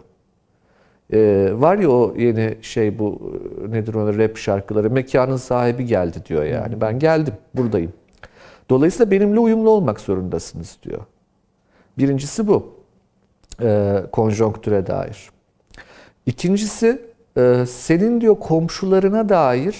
Speaker 2: Ee, var ya o yeni şey bu nedir ona rap şarkıları, mekanın sahibi geldi diyor yani. Ben geldim, buradayım. Dolayısıyla benimle uyumlu olmak zorundasınız diyor. Birincisi bu. Ee, konjonktüre dair. İkincisi e, senin diyor komşularına dair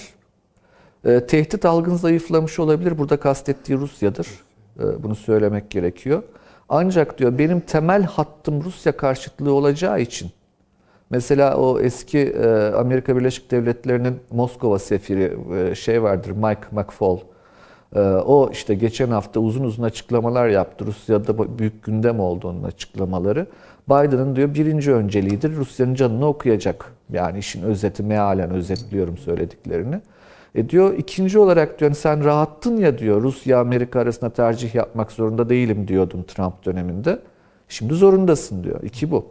Speaker 2: e, tehdit algın zayıflamış olabilir. Burada kastettiği Rusya'dır. E, bunu söylemek gerekiyor. Ancak diyor benim temel hattım Rusya karşıtlığı olacağı için mesela o eski e, Amerika Birleşik Devletleri'nin Moskova sefiri e, şey vardır Mike McFaul. E, o işte geçen hafta uzun uzun açıklamalar yaptı. Rusya'da büyük gündem oldu onun açıklamaları. Biden'ın diyor birinci önceliğidir Rusya'nın canını okuyacak. Yani işin özeti mealen özetliyorum söylediklerini. E diyor ikinci olarak diyor sen rahattın ya diyor Rusya Amerika arasında tercih yapmak zorunda değilim diyordun Trump döneminde. Şimdi zorundasın diyor. İki bu.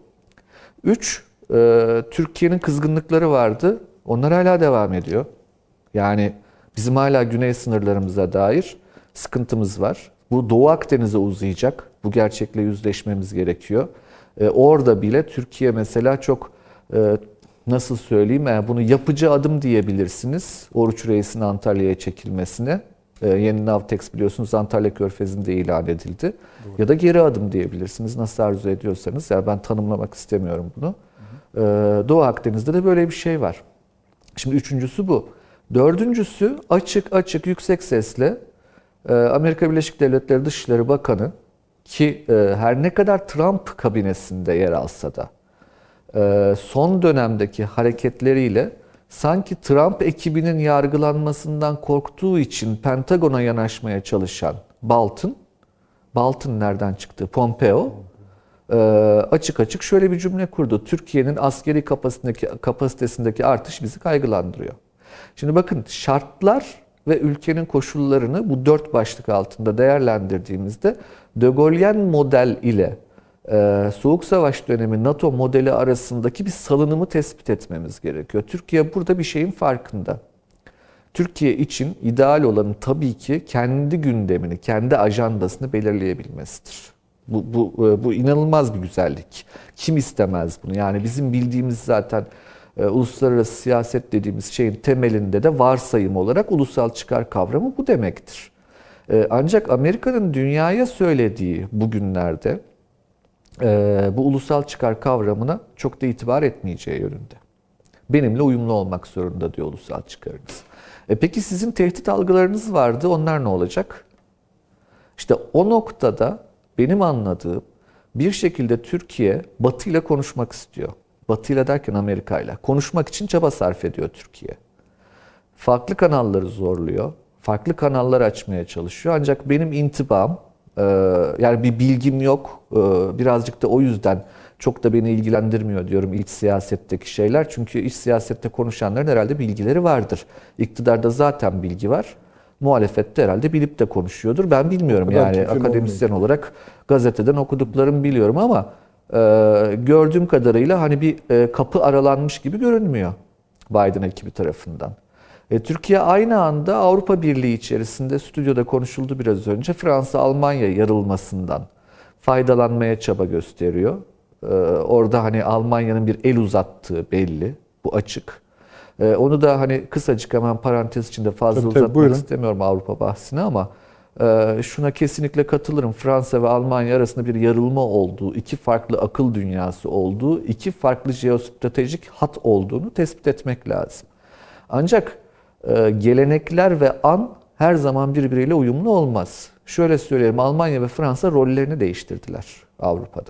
Speaker 2: Üç, e, Türkiye'nin kızgınlıkları vardı. Onlar hala devam ediyor. Yani bizim hala güney sınırlarımıza dair sıkıntımız var. Bu Doğu Akdeniz'e uzayacak. Bu gerçekle yüzleşmemiz gerekiyor. E, orada bile Türkiye mesela çok e, nasıl söyleyeyim yani bunu yapıcı adım diyebilirsiniz. Oruç Reis'in Antalya'ya çekilmesine. E, yeni Navtex biliyorsunuz Antalya Körfezi'nde ilan edildi. Doğru. Ya da geri adım diyebilirsiniz. Nasıl arzu ediyorsanız. Yani ben tanımlamak istemiyorum bunu. Hı hı. E, Doğu Akdeniz'de de böyle bir şey var. Şimdi üçüncüsü bu. Dördüncüsü açık açık yüksek sesle e, Amerika Birleşik Devletleri Dışişleri Bakanı ki e, her ne kadar Trump kabinesinde yer alsa da e, son dönemdeki hareketleriyle sanki Trump ekibinin yargılanmasından korktuğu için Pentagon'a yanaşmaya çalışan Bolton, Bolton nereden çıktı? Pompeo e, açık açık şöyle bir cümle kurdu. Türkiye'nin askeri kapasitesindeki, kapasitesindeki artış bizi kaygılandırıyor. Şimdi bakın şartlar ve ülkenin koşullarını bu dört başlık altında değerlendirdiğimizde De Gaulle'yen model ile e, Soğuk Savaş dönemi NATO modeli arasındaki bir salınımı tespit etmemiz gerekiyor. Türkiye burada bir şeyin farkında. Türkiye için ideal olanın tabii ki kendi gündemini, kendi ajandasını belirleyebilmesidir. Bu, bu, bu inanılmaz bir güzellik. Kim istemez bunu? Yani bizim bildiğimiz zaten e, uluslararası siyaset dediğimiz şeyin temelinde de varsayım olarak ulusal çıkar kavramı bu demektir. E, ancak Amerika'nın dünyaya söylediği bugünlerde e, bu ulusal çıkar kavramına çok da itibar etmeyeceği yönünde. Benimle uyumlu olmak zorunda diyor ulusal çıkarınız. E peki sizin tehdit algılarınız vardı, onlar ne olacak? İşte o noktada benim anladığım bir şekilde Türkiye Batı ile konuşmak istiyor. Batı ile derken Amerika ile. Konuşmak için çaba sarf ediyor Türkiye. Farklı kanalları zorluyor. Farklı kanallar açmaya çalışıyor. Ancak benim intibam, yani bir bilgim yok. Birazcık da o yüzden çok da beni ilgilendirmiyor diyorum iç siyasetteki şeyler. Çünkü iç siyasette konuşanların herhalde bilgileri vardır. İktidarda zaten bilgi var. Muhalefette herhalde bilip de konuşuyordur. Ben bilmiyorum yani akademisyen olmuyor. Olarak gazeteden okuduklarımı biliyorum ama e, gördüğüm kadarıyla hani bir e, kapı aralanmış gibi görünmüyor Biden ekibi tarafından. E, Türkiye aynı anda Avrupa Birliği içerisinde stüdyoda konuşuldu biraz önce Fransa-Almanya yarılmasından faydalanmaya çaba gösteriyor. E, orada hani Almanya'nın bir el uzattığı belli. Bu açık. Ee, onu da hani kısacık hemen parantez içinde fazla tabii, uzatmak tabii, istemiyorum Avrupa bahsine ama e, şuna kesinlikle katılırım. Fransa ve Almanya arasında bir yarılma olduğu, iki farklı akıl dünyası olduğu, iki farklı jeostratejik hat olduğunu tespit etmek lazım. Ancak e, gelenekler ve an her zaman birbiriyle uyumlu olmaz. Şöyle söyleyelim, Almanya ve Fransa rollerini değiştirdiler Avrupa'da.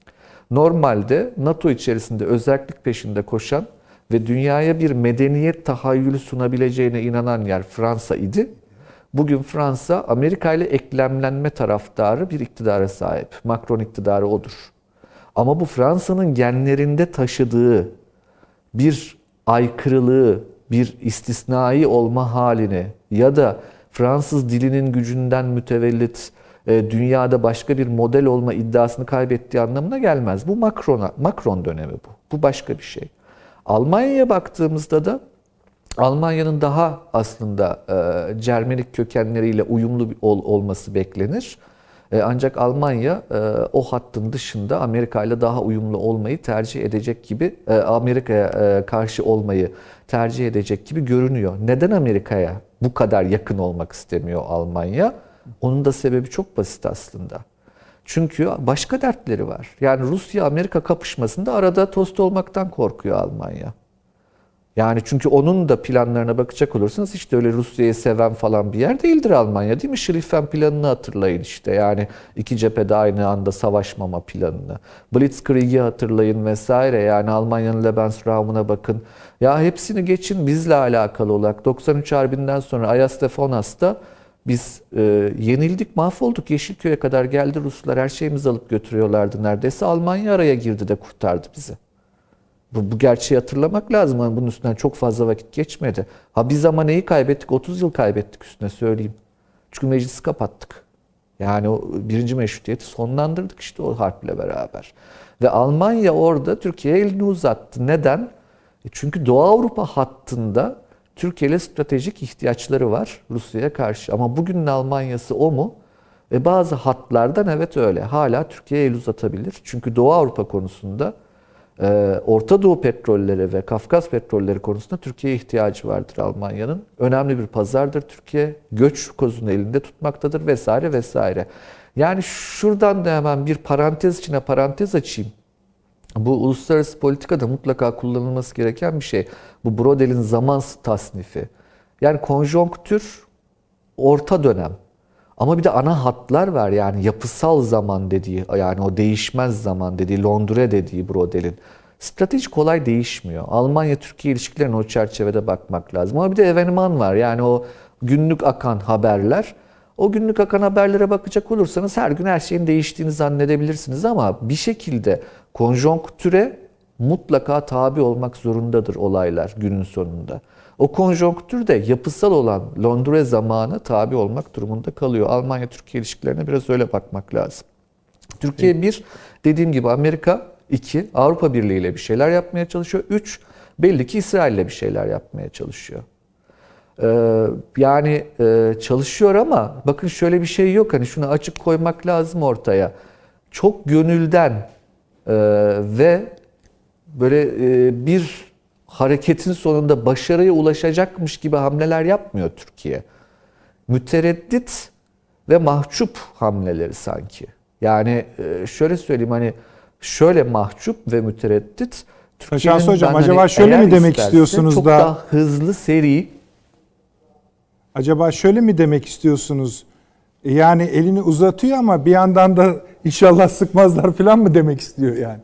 Speaker 2: Normalde NATO içerisinde özellik peşinde koşan ve dünyaya bir medeniyet tahayyülü sunabileceğine inanan yer Fransa idi. Bugün Fransa, Amerika ile eklemlenme taraftarı bir iktidara sahip. Macron iktidarı odur. Ama bu Fransa'nın genlerinde taşıdığı bir aykırılığı, bir istisnai olma halini ya da Fransız dilinin gücünden mütevellit dünyada başka bir model olma iddiasını kaybettiği anlamına gelmez. Bu Macron'a, Macron dönemi bu. Bu başka bir şey. Almanya'ya baktığımızda da Almanya'nın daha aslında e, Cermenik kökenleriyle uyumlu ol, olması beklenir. E, ancak Almanya e, o hattın dışında Amerika ile daha uyumlu olmayı tercih edecek gibi, e, Amerika'ya e, karşı olmayı tercih edecek gibi görünüyor. Neden Amerika'ya bu kadar yakın olmak istemiyor Almanya? Onun da sebebi çok basit aslında. Çünkü başka dertleri var. Yani Rusya-Amerika kapışmasında arada tost olmaktan korkuyor Almanya. Yani çünkü onun da planlarına bakacak olursanız hiç de öyle Rusya'yı seven falan bir yer değildir Almanya, değil mi? Schlieffen planını hatırlayın işte. Yani iki cephede aynı anda savaşmama planını. Blitzkrieg'i hatırlayın vesaire. Yani Almanya'nın Lebensraum'una bakın. Ya hepsini geçin, bizle alakalı olarak. doksan üç Harbi'nden sonra Ayas Fonas'ta biz e, yenildik, mahvolduk. Yeşilköy'e kadar geldi Ruslar. Her şeyimizi alıp götürüyorlardı neredeyse. Almanya araya girdi de kurtardı bizi. Bu, bu gerçeği hatırlamak lazım. Yani bunun üstünden çok fazla vakit geçmedi. Ha biz ama neyi kaybettik? otuz yıl kaybettik üstüne söyleyeyim. Çünkü meclisi kapattık. Yani o birinci meşrutiyeti sonlandırdık işte o harple beraber. Ve Almanya orada Türkiye'ye elini uzattı. Neden? E çünkü Doğu Avrupa hattında Türkiye ile stratejik ihtiyaçları var Rusya'ya karşı. Ama bugünün Almanya'sı o mu? E bazı hatlardan evet öyle. Hala Türkiye'ye el uzatabilir. Çünkü Doğu Avrupa konusunda, e, Orta Doğu petrolleri ve Kafkas petrolleri konusunda Türkiye'ye ihtiyacı vardır Almanya'nın. Önemli bir pazardır Türkiye. Göç kozunu elinde tutmaktadır vesaire vesaire. Yani şuradan da hemen bir parantez içine parantez açayım. Bu uluslararası politikada mutlaka kullanılması gereken bir şey. Bu Brodel'in zaman tasnifi. Yani konjonktür, orta dönem. Ama bir de ana hatlar var yani yapısal zaman dediği, yani o değişmez zaman dediği, Londra dediği Brodel'in. Strateji kolay değişmiyor. Almanya-Türkiye ilişkilerine o çerçevede bakmak lazım. Ama bir de evenement var. Yani o günlük akan haberler. O günlük akan haberlere bakacak olursanız her gün her şeyin değiştiğini zannedebilirsiniz ama bir şekilde konjonktüre mutlaka tabi olmak zorundadır olaylar günün sonunda. O konjonktür de yapısal olan Londra zamanı tabi olmak durumunda kalıyor. Almanya-Türkiye ilişkilerine biraz öyle bakmak lazım. Türkiye bir, dediğim gibi Amerika, iki, Avrupa Birliği ile bir şeyler yapmaya çalışıyor. Üç, belli ki İsrail ile bir şeyler yapmaya çalışıyor. Ee, yani e, çalışıyor ama bakın şöyle bir şey yok. Hani şunu açık koymak lazım ortaya. Çok gönülden e, ve böyle e, bir hareketin sonunda başarıya ulaşacakmış gibi hamleler yapmıyor Türkiye. Mütereddit ve mahcup hamleleri sanki. Yani e, şöyle söyleyeyim, hani şöyle mahcup ve mütereddit.
Speaker 1: Taşansı Hocam,
Speaker 2: ben
Speaker 1: acaba
Speaker 2: hani
Speaker 1: şöyle mi demek
Speaker 2: isterse
Speaker 1: istiyorsunuz
Speaker 2: çok
Speaker 1: da
Speaker 2: daha hızlı, seri.
Speaker 1: Acaba şöyle mi demek istiyorsunuz? Yani elini uzatıyor ama bir yandan da inşallah sıkmazlar falan mı demek istiyor yani?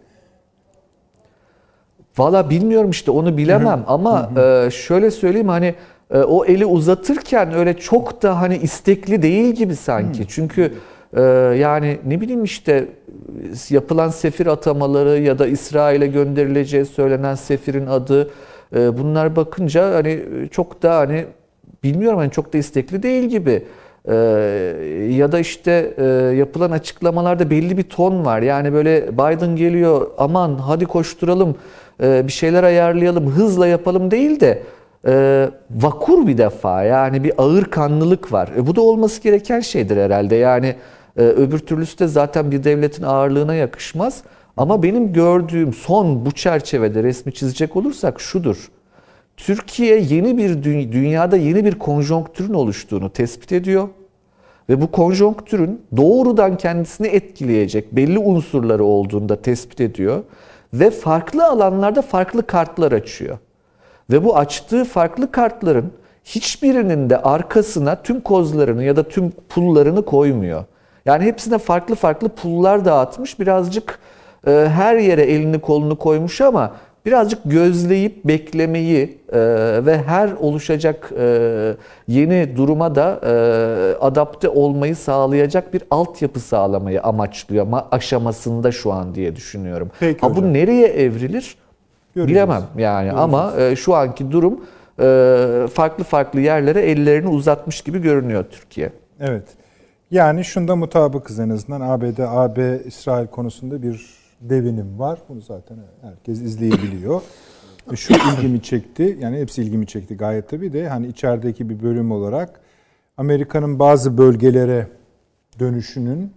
Speaker 2: Valla bilmiyorum işte, onu bilemem ama e, şöyle söyleyeyim, hani e, o eli uzatırken öyle çok da hani istekli değil gibi sanki. Çünkü e, yani ne bileyim işte yapılan sefir atamaları ya da İsrail'e gönderileceği söylenen sefirin adı, e, bunlar bakınca hani çok da hani bilmiyorum, hani çok da istekli değil gibi. Ee, ya da işte e, yapılan açıklamalarda belli bir ton var. Yani böyle Biden geliyor, aman hadi koşturalım, e, bir şeyler ayarlayalım, hızla yapalım değil de e, vakur bir defa, yani bir ağır kanlılık var. E, bu da olması gereken şeydir herhalde. Yani e, öbür türlüsü de zaten bir devletin ağırlığına yakışmaz. Ama benim gördüğüm son bu çerçevede resmi çizecek olursak şudur. Türkiye yeni bir dünyada yeni bir konjonktürün oluştuğunu tespit ediyor ve bu konjonktürün doğrudan kendisini etkileyecek belli unsurları olduğunu da tespit ediyor ve farklı alanlarda farklı kartlar açıyor. Ve bu açtığı farklı kartların hiçbirinin de arkasına tüm kozlarını ya da tüm pullarını koymuyor. Yani hepsine farklı farklı pullar dağıtmış, birazcık e, her yere elini kolunu koymuş ama birazcık gözleyip beklemeyi e, ve her oluşacak e, yeni duruma da e, adapte olmayı sağlayacak bir altyapı sağlamayı amaçlıyor ama aşamasında şu an diye düşünüyorum.
Speaker 1: Peki
Speaker 2: ha,
Speaker 1: hocam.
Speaker 2: bu nereye evrilir?
Speaker 1: Göreceğiz.
Speaker 2: Bilemem yani. Göreceğiz. Ama e, şu anki durum e, farklı farklı yerlere ellerini uzatmış gibi görünüyor Türkiye.
Speaker 1: Evet. Yani şunda mutabıkız en azından. A B D, A B, İsrail konusunda bir devinim var. Bunu zaten herkes izleyebiliyor. Şu ilgimi çekti. Yani hepsi ilgimi çekti gayet tabii de. Hani içerideki bir bölüm olarak Amerika'nın bazı bölgelere dönüşünün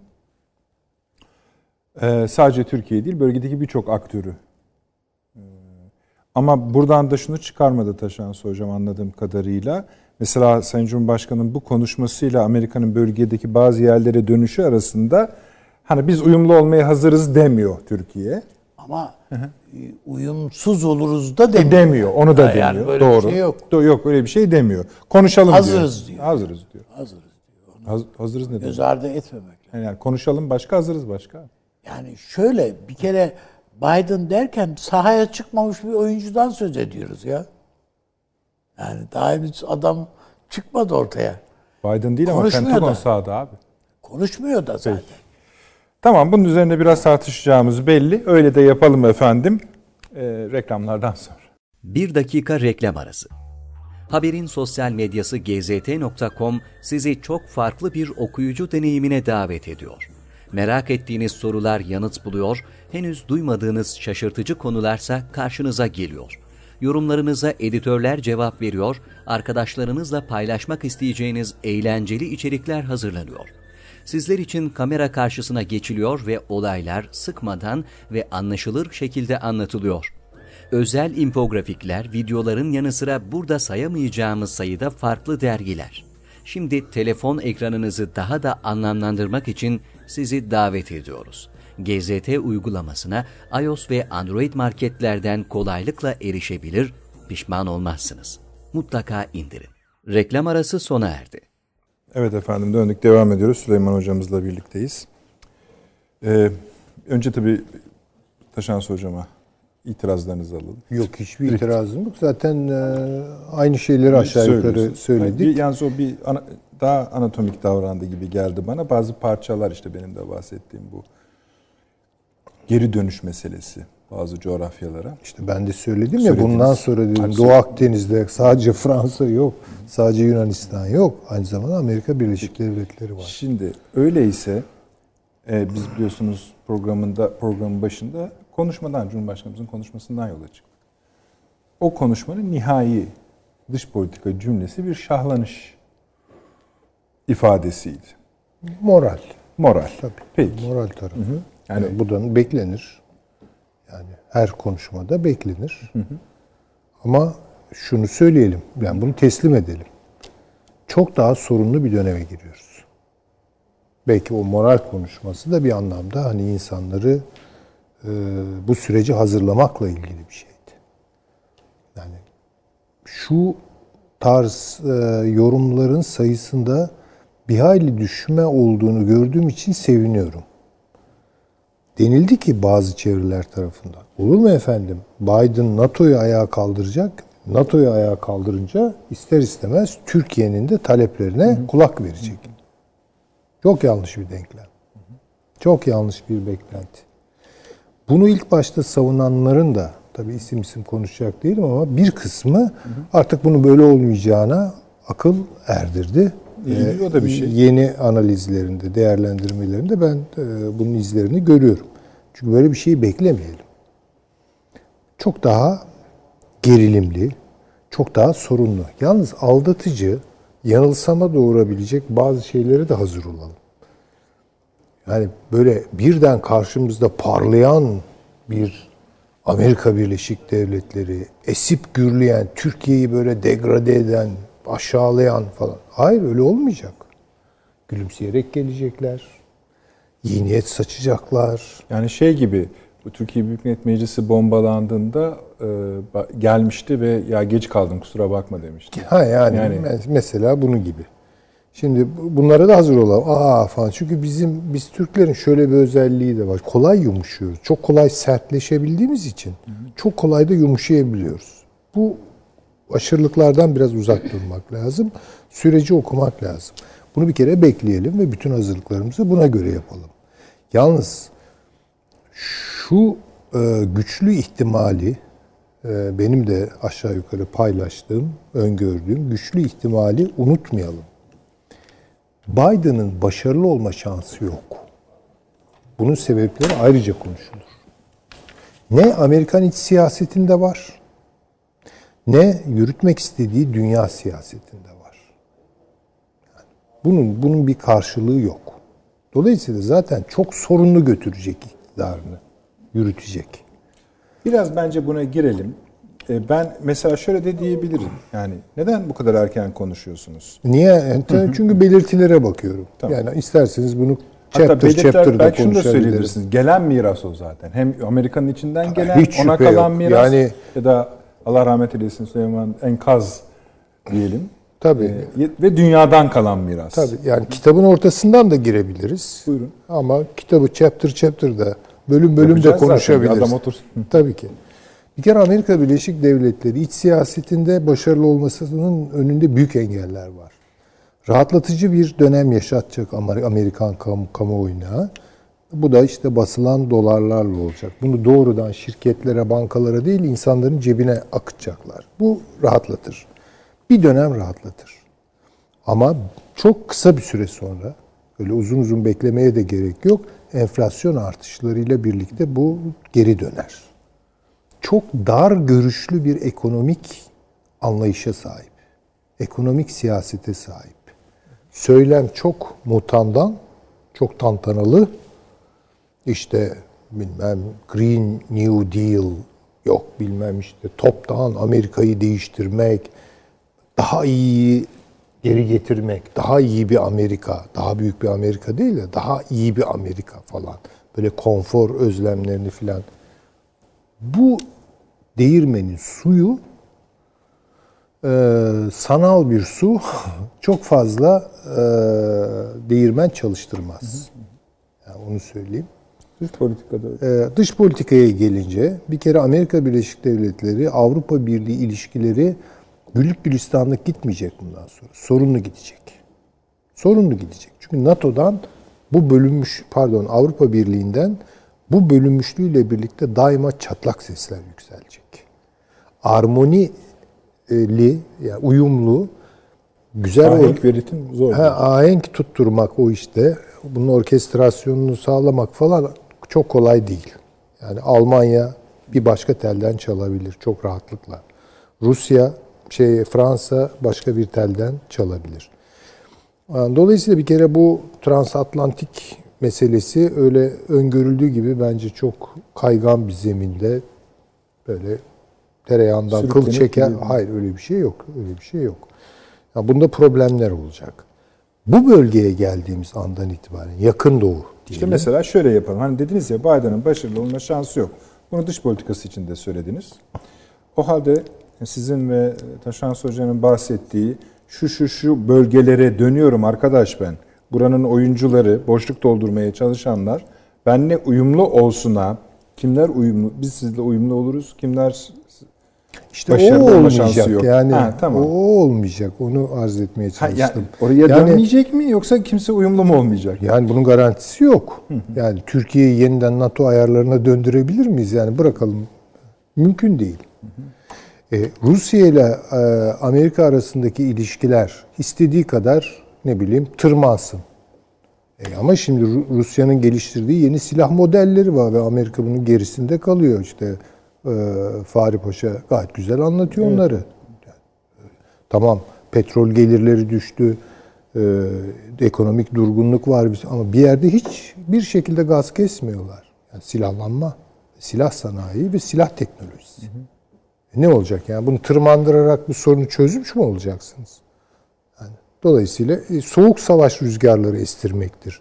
Speaker 1: sadece Türkiye değil, bölgedeki birçok aktörü. Ama buradan da şunu çıkarmadı Taşansı Hocam anladığım kadarıyla. Mesela Sayın Cumhurbaşkanı'nın bu konuşmasıyla Amerika'nın bölgedeki bazı yerlere dönüşü arasında hani biz uyumlu olmaya hazırız demiyor Türkiye.
Speaker 5: Ama hı hı. uyumsuz oluruz da demiyor.
Speaker 1: Demiyor, onu da
Speaker 5: yani
Speaker 1: demiyor.
Speaker 5: Yani böyle
Speaker 1: Doğru.
Speaker 5: bir şey yok.
Speaker 1: Yok, öyle bir şey demiyor. Konuşalım
Speaker 5: hazırız
Speaker 1: diyor.
Speaker 5: diyor.
Speaker 1: Hazırız diyor.
Speaker 5: Hazırız diyor.
Speaker 1: Haz, hazırız ne demek?
Speaker 5: Göz ardı etmemek.
Speaker 1: Yani konuşalım başka, hazırız başka.
Speaker 5: Yani şöyle bir kere Biden derken sahaya çıkmamış bir oyuncudan söz ediyoruz ya. Yani daha bir adam çıkmadı ortaya.
Speaker 1: Biden değil ama Pentagon sahada abi.
Speaker 5: Konuşmuyor da zaten. Peki.
Speaker 1: Tamam, bunun üzerine biraz tartışacağımız belli. Öyle de yapalım efendim. Ee, reklamlardan sonra.
Speaker 4: Bir dakika reklam arası. Haberin sosyal medyası gezet nokta com sizi çok farklı bir okuyucu deneyimine davet ediyor. Merak ettiğiniz sorular yanıt buluyor, henüz duymadığınız şaşırtıcı konularsa karşınıza geliyor. Yorumlarınıza editörler cevap veriyor, arkadaşlarınızla paylaşmak isteyeceğiniz eğlenceli içerikler hazırlanıyor. Sizler için kamera karşısına geçiliyor ve olaylar sıkmadan ve anlaşılır şekilde anlatılıyor. Özel infografikler, videoların yanı sıra burada sayamayacağımız sayıda farklı dergiler. Şimdi telefon ekranınızı daha da anlamlandırmak için sizi davet ediyoruz. G Z T uygulamasına iOS ve Android marketlerden kolaylıkla erişebilir, pişman olmazsınız. Mutlaka indirin. Reklam arası sona erdi.
Speaker 1: Evet efendim, döndük, devam ediyoruz. Süleyman hocamızla birlikteyiz. Ee, önce tabii Taşansı hocama itirazlarınızı alalım.
Speaker 3: Yok, hiçbir itirazım yok. Zaten aynı şeyleri aşağı yukarı söyledik.
Speaker 1: Yalnız o bir ana, daha anatomik davrandı gibi geldi bana. Bazı parçalar, işte benim de bahsettiğim bu geri dönüş meselesi. bazı coğrafyalara.
Speaker 3: İşte ben de söyledim ya,
Speaker 1: Söylediniz.
Speaker 3: bundan sonra dedim
Speaker 1: Hani
Speaker 3: Doğu Akdeniz'de sadece Fransa yok, sadece Yunanistan yok. Aynı zamanda Amerika Birleşik Devletleri var.
Speaker 1: Şimdi öyleyse e, biz biliyorsunuz programında programın başında konuşmadan, Cumhurbaşkanımızın konuşmasından yola çıktık. O konuşmanın nihai dış politika cümlesi bir şahlanış ifadesiydi.
Speaker 3: Moral.
Speaker 1: Moral.
Speaker 3: Tabii.
Speaker 1: Peki.
Speaker 3: Moral tarafı.
Speaker 1: Yani
Speaker 3: Yani bu da beklenir. Yani her konuşmada beklenir. Hı hı. Ama şunu söyleyelim, yani bunu teslim edelim. Çok daha sorunlu bir döneme giriyoruz. Belki o moral konuşması da bir anlamda hani insanları e, bu süreci hazırlamakla ilgili bir şeydi. Yani şu tarz e, yorumların sayısında bir hayli düşme olduğunu gördüğüm için seviniyorum. Denildi ki bazı çevreler tarafından, olur mu efendim, Biden NATO'yu ayağa kaldıracak, NATO'yu ayağa kaldırınca ister istemez Türkiye'nin de taleplerine hı hı. kulak verecek. Çok yanlış bir denklem. Çok yanlış bir beklenti. Bunu ilk başta savunanların da, tabii isim isim konuşacak değilim ama bir kısmı hı hı. artık bunu böyle olmayacağına akıl erdirdi.
Speaker 1: Ee, o da bir şey.
Speaker 3: Yeni analizlerinde, değerlendirmelerinde ben e, bunun izlerini görüyorum. Çünkü böyle bir şeyi beklemeyelim. Çok daha gerilimli, çok daha sorunlu. Yalnız aldatıcı, yanılsama doğurabilecek bazı şeylere de hazır olalım. Yani böyle birden karşımızda parlayan bir Amerika Birleşik Devletleri, esip gürleyen, Türkiye'yi böyle degrade eden, aşağılayan falan. Hayır, öyle olmayacak. Gülümseyerek gelecekler. İyi niyet saçacaklar.
Speaker 1: Yani şey gibi, bu Türkiye Büyük Millet Meclisi bombalandığında e, gelmişti ve ya geç kaldım kusura bakma demişti.
Speaker 3: Ha yani, yani mesela bunun gibi. Şimdi bunlara da hazır olalım. Aa falan. Çünkü bizim biz Türklerin şöyle bir özelliği de var. Kolay yumuşuyoruz. Çok kolay sertleşebildiğimiz için hı hı. çok kolay da yumuşayabiliyoruz. Bu aşırılıklardan biraz uzak durmak lazım. Süreci okumak lazım. Bunu bir kere bekleyelim ve bütün hazırlıklarımızı buna göre yapalım. Yalnız şu e, güçlü ihtimali, e, benim de aşağı yukarı paylaştığım, öngördüğüm güçlü ihtimali unutmayalım. Biden'ın başarılı olma şansı yok. Bunun sebepleri ayrıca konuşulur. Ne Amerikan iç siyasetinde var, ne yürütmek istediği dünya siyasetinde var. Yani bunun bunun bir karşılığı yok. Dolayısıyla zaten çok sorunlu götürecek iktidarını, yürütecek.
Speaker 1: Biraz bence buna girelim. Ben mesela şöyle de diyebilirim. Yani neden bu kadar erken konuşuyorsunuz?
Speaker 3: Niye? Çünkü belirtilere bakıyorum. Tamam. Yani isterseniz bunu chapter chapter'da
Speaker 1: belki şunu da söyleyebilirsiniz. Gelen miras o zaten. Hem Amerika'nın içinden gelen,
Speaker 3: hiç
Speaker 1: ona kalan
Speaker 3: yok.
Speaker 1: miras
Speaker 3: Yani,
Speaker 1: ya da Allah rahmet eylesin Süleyman enkaz diyelim.
Speaker 3: Tabii.
Speaker 1: Ee, ve dünyadan kalan miras.
Speaker 3: Tabii. Yani kitabın ortasından da girebiliriz.
Speaker 1: Buyurun.
Speaker 3: Ama kitabı chapter chapter'da, bölüm bölüm de konuşabiliriz.
Speaker 1: Adam otursun.
Speaker 3: Tabii ki. Bir kere Amerika Birleşik Devletleri iç siyasetinde başarılı olmasının önünde büyük engeller var. Rahatlatıcı bir dönem yaşatacak Amerikan kamu, kamuoyuna. Bu da işte basılan dolarlarla olacak. Bunu doğrudan şirketlere, bankalara değil, insanların cebine akıtacaklar. Bu rahatlatır. Bir dönem rahatlatır. Ama çok kısa bir süre sonra, öyle uzun uzun beklemeye de gerek yok, enflasyon artışlarıyla birlikte bu geri döner. Çok dar görüşlü bir ekonomik anlayışa sahip. Ekonomik siyasete sahip. Söylem çok mutandan, çok tantanalı. İşte bilmem Green New Deal, yok bilmem işte toptan Amerika'yı değiştirmek, daha iyi geri getirmek, daha iyi bir Amerika, daha büyük bir Amerika değil de daha iyi bir Amerika falan. Böyle konfor özlemlerini falan. Bu değirmenin suyu e, sanal bir su çok fazla e, değirmen çalıştırmaz. Yani onu söyleyeyim.
Speaker 1: Dış politikada.
Speaker 3: E, dış politikaya gelince bir kere Amerika Birleşik Devletleri Avrupa Birliği ilişkileri güllük gülistanlık gitmeyecek bundan sonra. Sorunlu gidecek. Sorunlu gidecek. Çünkü NATO'dan bu bölünmüş, pardon Avrupa Birliği'nden Bu bölünmüşlüğüyle birlikte daima çatlak sesler yükselecek. Armonili, yani uyumlu, güzel
Speaker 1: ahenk ve ritim zor.
Speaker 3: Ha, ahenk tutturmak o işte. Bunun orkestrasyonunu sağlamak falan çok kolay değil. Yani Almanya bir başka telden çalabilir çok rahatlıkla. Rusya, şey Fransa başka bir telden çalabilir. Dolayısıyla bir kere bu transatlantik meselesi öyle öngörüldüğü gibi bence çok kaygan bir zeminde böyle tereyağından kıl çeken, hayır öyle bir şey yok. Öyle bir şey yok. Yani bunda problemler olacak. Bu bölgeye geldiğimiz andan itibaren yakın doğu diyelim.
Speaker 1: İşte mesela şöyle yapalım. Hani dediniz ya Biden'ın başarılı olma şansı yok. Bunu dış politikası için de söylediniz. O halde sizin ve Taşans Hoca'nın bahsettiği şu şu şu bölgelere dönüyorum arkadaş ben. Buranın oyuncuları, boşluk doldurmaya çalışanlar benimle uyumlu olsuna, kimler uyumlu, biz sizle uyumlu oluruz, kimler
Speaker 3: işte
Speaker 1: başarılı
Speaker 3: o
Speaker 1: olma şansı
Speaker 3: olmayacak.
Speaker 1: yok.
Speaker 3: Yani
Speaker 1: ha, tamam.
Speaker 3: o olmayacak. Onu arz etmeye
Speaker 1: Ha,
Speaker 3: çalıştım.
Speaker 1: yani oraya
Speaker 3: yani,
Speaker 1: dönmeyecek mi yoksa kimse uyumlu mu olmayacak?
Speaker 3: Yani bunun garantisi yok. Yani Türkiye'yi yeniden NATO ayarlarına döndürebilir miyiz? Yani bırakalım. Mümkün değil. Ee, Rusya ile e, Amerika arasındaki ilişkiler istediği kadar ne bileyim tırmansın. E, ama şimdi Rusya'nın geliştirdiği yeni silah modelleri var ve Amerika bunun gerisinde kalıyor. İşte e, Fahri Paşa gayet güzel anlatıyor evet. onları. Yani, e, tamam petrol gelirleri düştü. E, ekonomik durgunluk var ama bir yerde hiç bir şekilde gaz kesmiyorlar. Yani silahlanma, silah sanayi ve silah teknolojisi. Hı hı. Ne olacak yani? Bunu tırmandırarak bu sorunu çözmüş mü olacaksınız? Yani, dolayısıyla soğuk savaş rüzgarları estirmektir.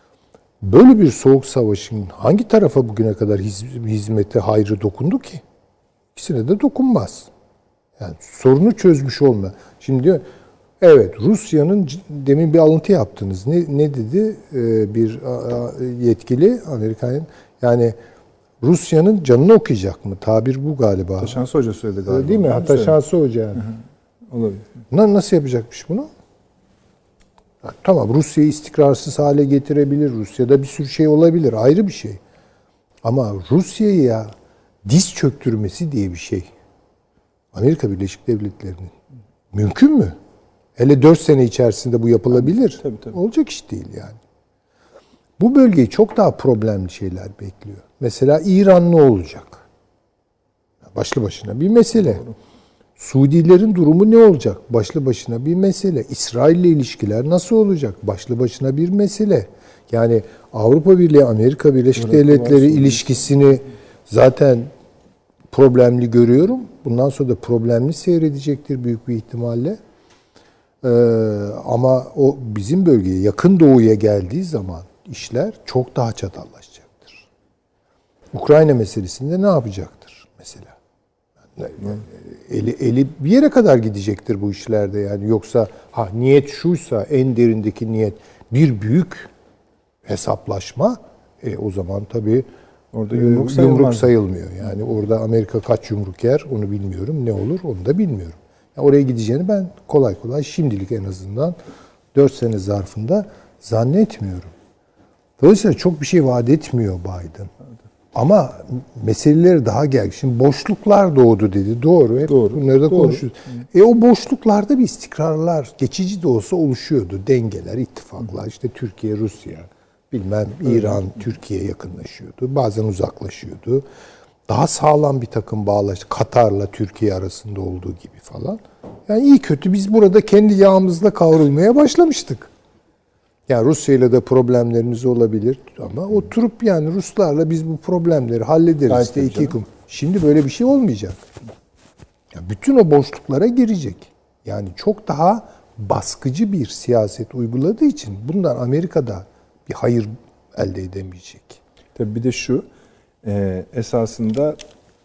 Speaker 3: Böyle bir soğuk savaşın hangi tarafa bugüne kadar hizmete, hayrı dokundu ki? İkisine de dokunmaz. Yani sorunu çözmüş olma. Şimdi diyor, evet Rusya'nın demin bir alıntı yaptınız. Ne, ne dedi ee, bir yetkili Amerika'nın? Yani Rusya'nın canını okuyacak mı? Tabir bu galiba.
Speaker 1: Taşansı Hoca söyledi galiba.
Speaker 3: Öyle değil mi? Hatta Taşansı Hoca. Yani.
Speaker 1: Olabilir.
Speaker 3: Nasıl yapacakmış bunu? Yani, tamam Rusya'yı istikrarsız hale getirebilir. Rusya'da bir sürü şey olabilir. Ayrı bir şey. Ama Rusya'ya diz çöktürmesi diye bir şey. Amerika Birleşik Devletleri'nin. Mümkün mü? Hele dört sene içerisinde bu yapılabilir.
Speaker 1: Tabii, tabii.
Speaker 3: Olacak iş değil yani. Bu bölgeyi çok daha problemli şeyler bekliyor. Mesela İran ne olacak? Başlı başına bir mesele. Doğru. Suudilerin durumu ne olacak? Başlı başına bir mesele. İsrail ile ilişkiler nasıl olacak? Başlı başına bir mesele. Yani Avrupa Birliği, Amerika Birleşik Bırakın Devletleri ilişkisini zaten problemli görüyorum. Bundan sonra da problemli seyredecektir büyük bir ihtimalle. Ee, ama o bizim bölgeye, yakın doğuya geldiği zaman işler çok daha çatallaşacaktır. Ukrayna meselesinde ne yapacaktır mesela? Yani, eli, eli bir yere kadar gidecektir bu işlerde yani. Yoksa ha niyet şuysa, en derindeki niyet bir büyük hesaplaşma, e, o zaman tabii orada yumruk, e, yumruk sayılmıyor. Yani orada Amerika kaç yumruk yer onu bilmiyorum. Ne olur onu da bilmiyorum. Yani oraya gideceğini ben kolay kolay şimdilik en azından dört sene zarfında zannetmiyorum. Dolayısıyla çok bir şey vaat etmiyor Biden. Ama meseleleri daha gel. Şimdi boşluklar doğdu dedi. Doğru. Hep Doğru. bunları da Doğru. konuşuyoruz. E o boşluklarda bir istikrarlar geçici de olsa oluşuyordu. Dengeler, ittifaklar. İşte Türkiye, Rusya, bilmem İran, evet. Türkiye yakınlaşıyordu. Bazen uzaklaşıyordu. Daha sağlam bir takım bağlar. Katar'la Türkiye arasında olduğu gibi falan. Yani iyi kötü biz burada kendi yağımızla kavrulmaya başlamıştık. Yani Rusya ile de problemlerimiz olabilir ama oturup yani Ruslarla biz bu problemleri hallederiz. İşte iki kum. Şimdi böyle bir şey olmayacak. Yani bütün o boşluklara girecek. Yani çok daha baskıcı bir siyaset uyguladığı için bundan Amerika'da bir hayır elde edemeyecek.
Speaker 1: Tabii bir de şu, e, esasında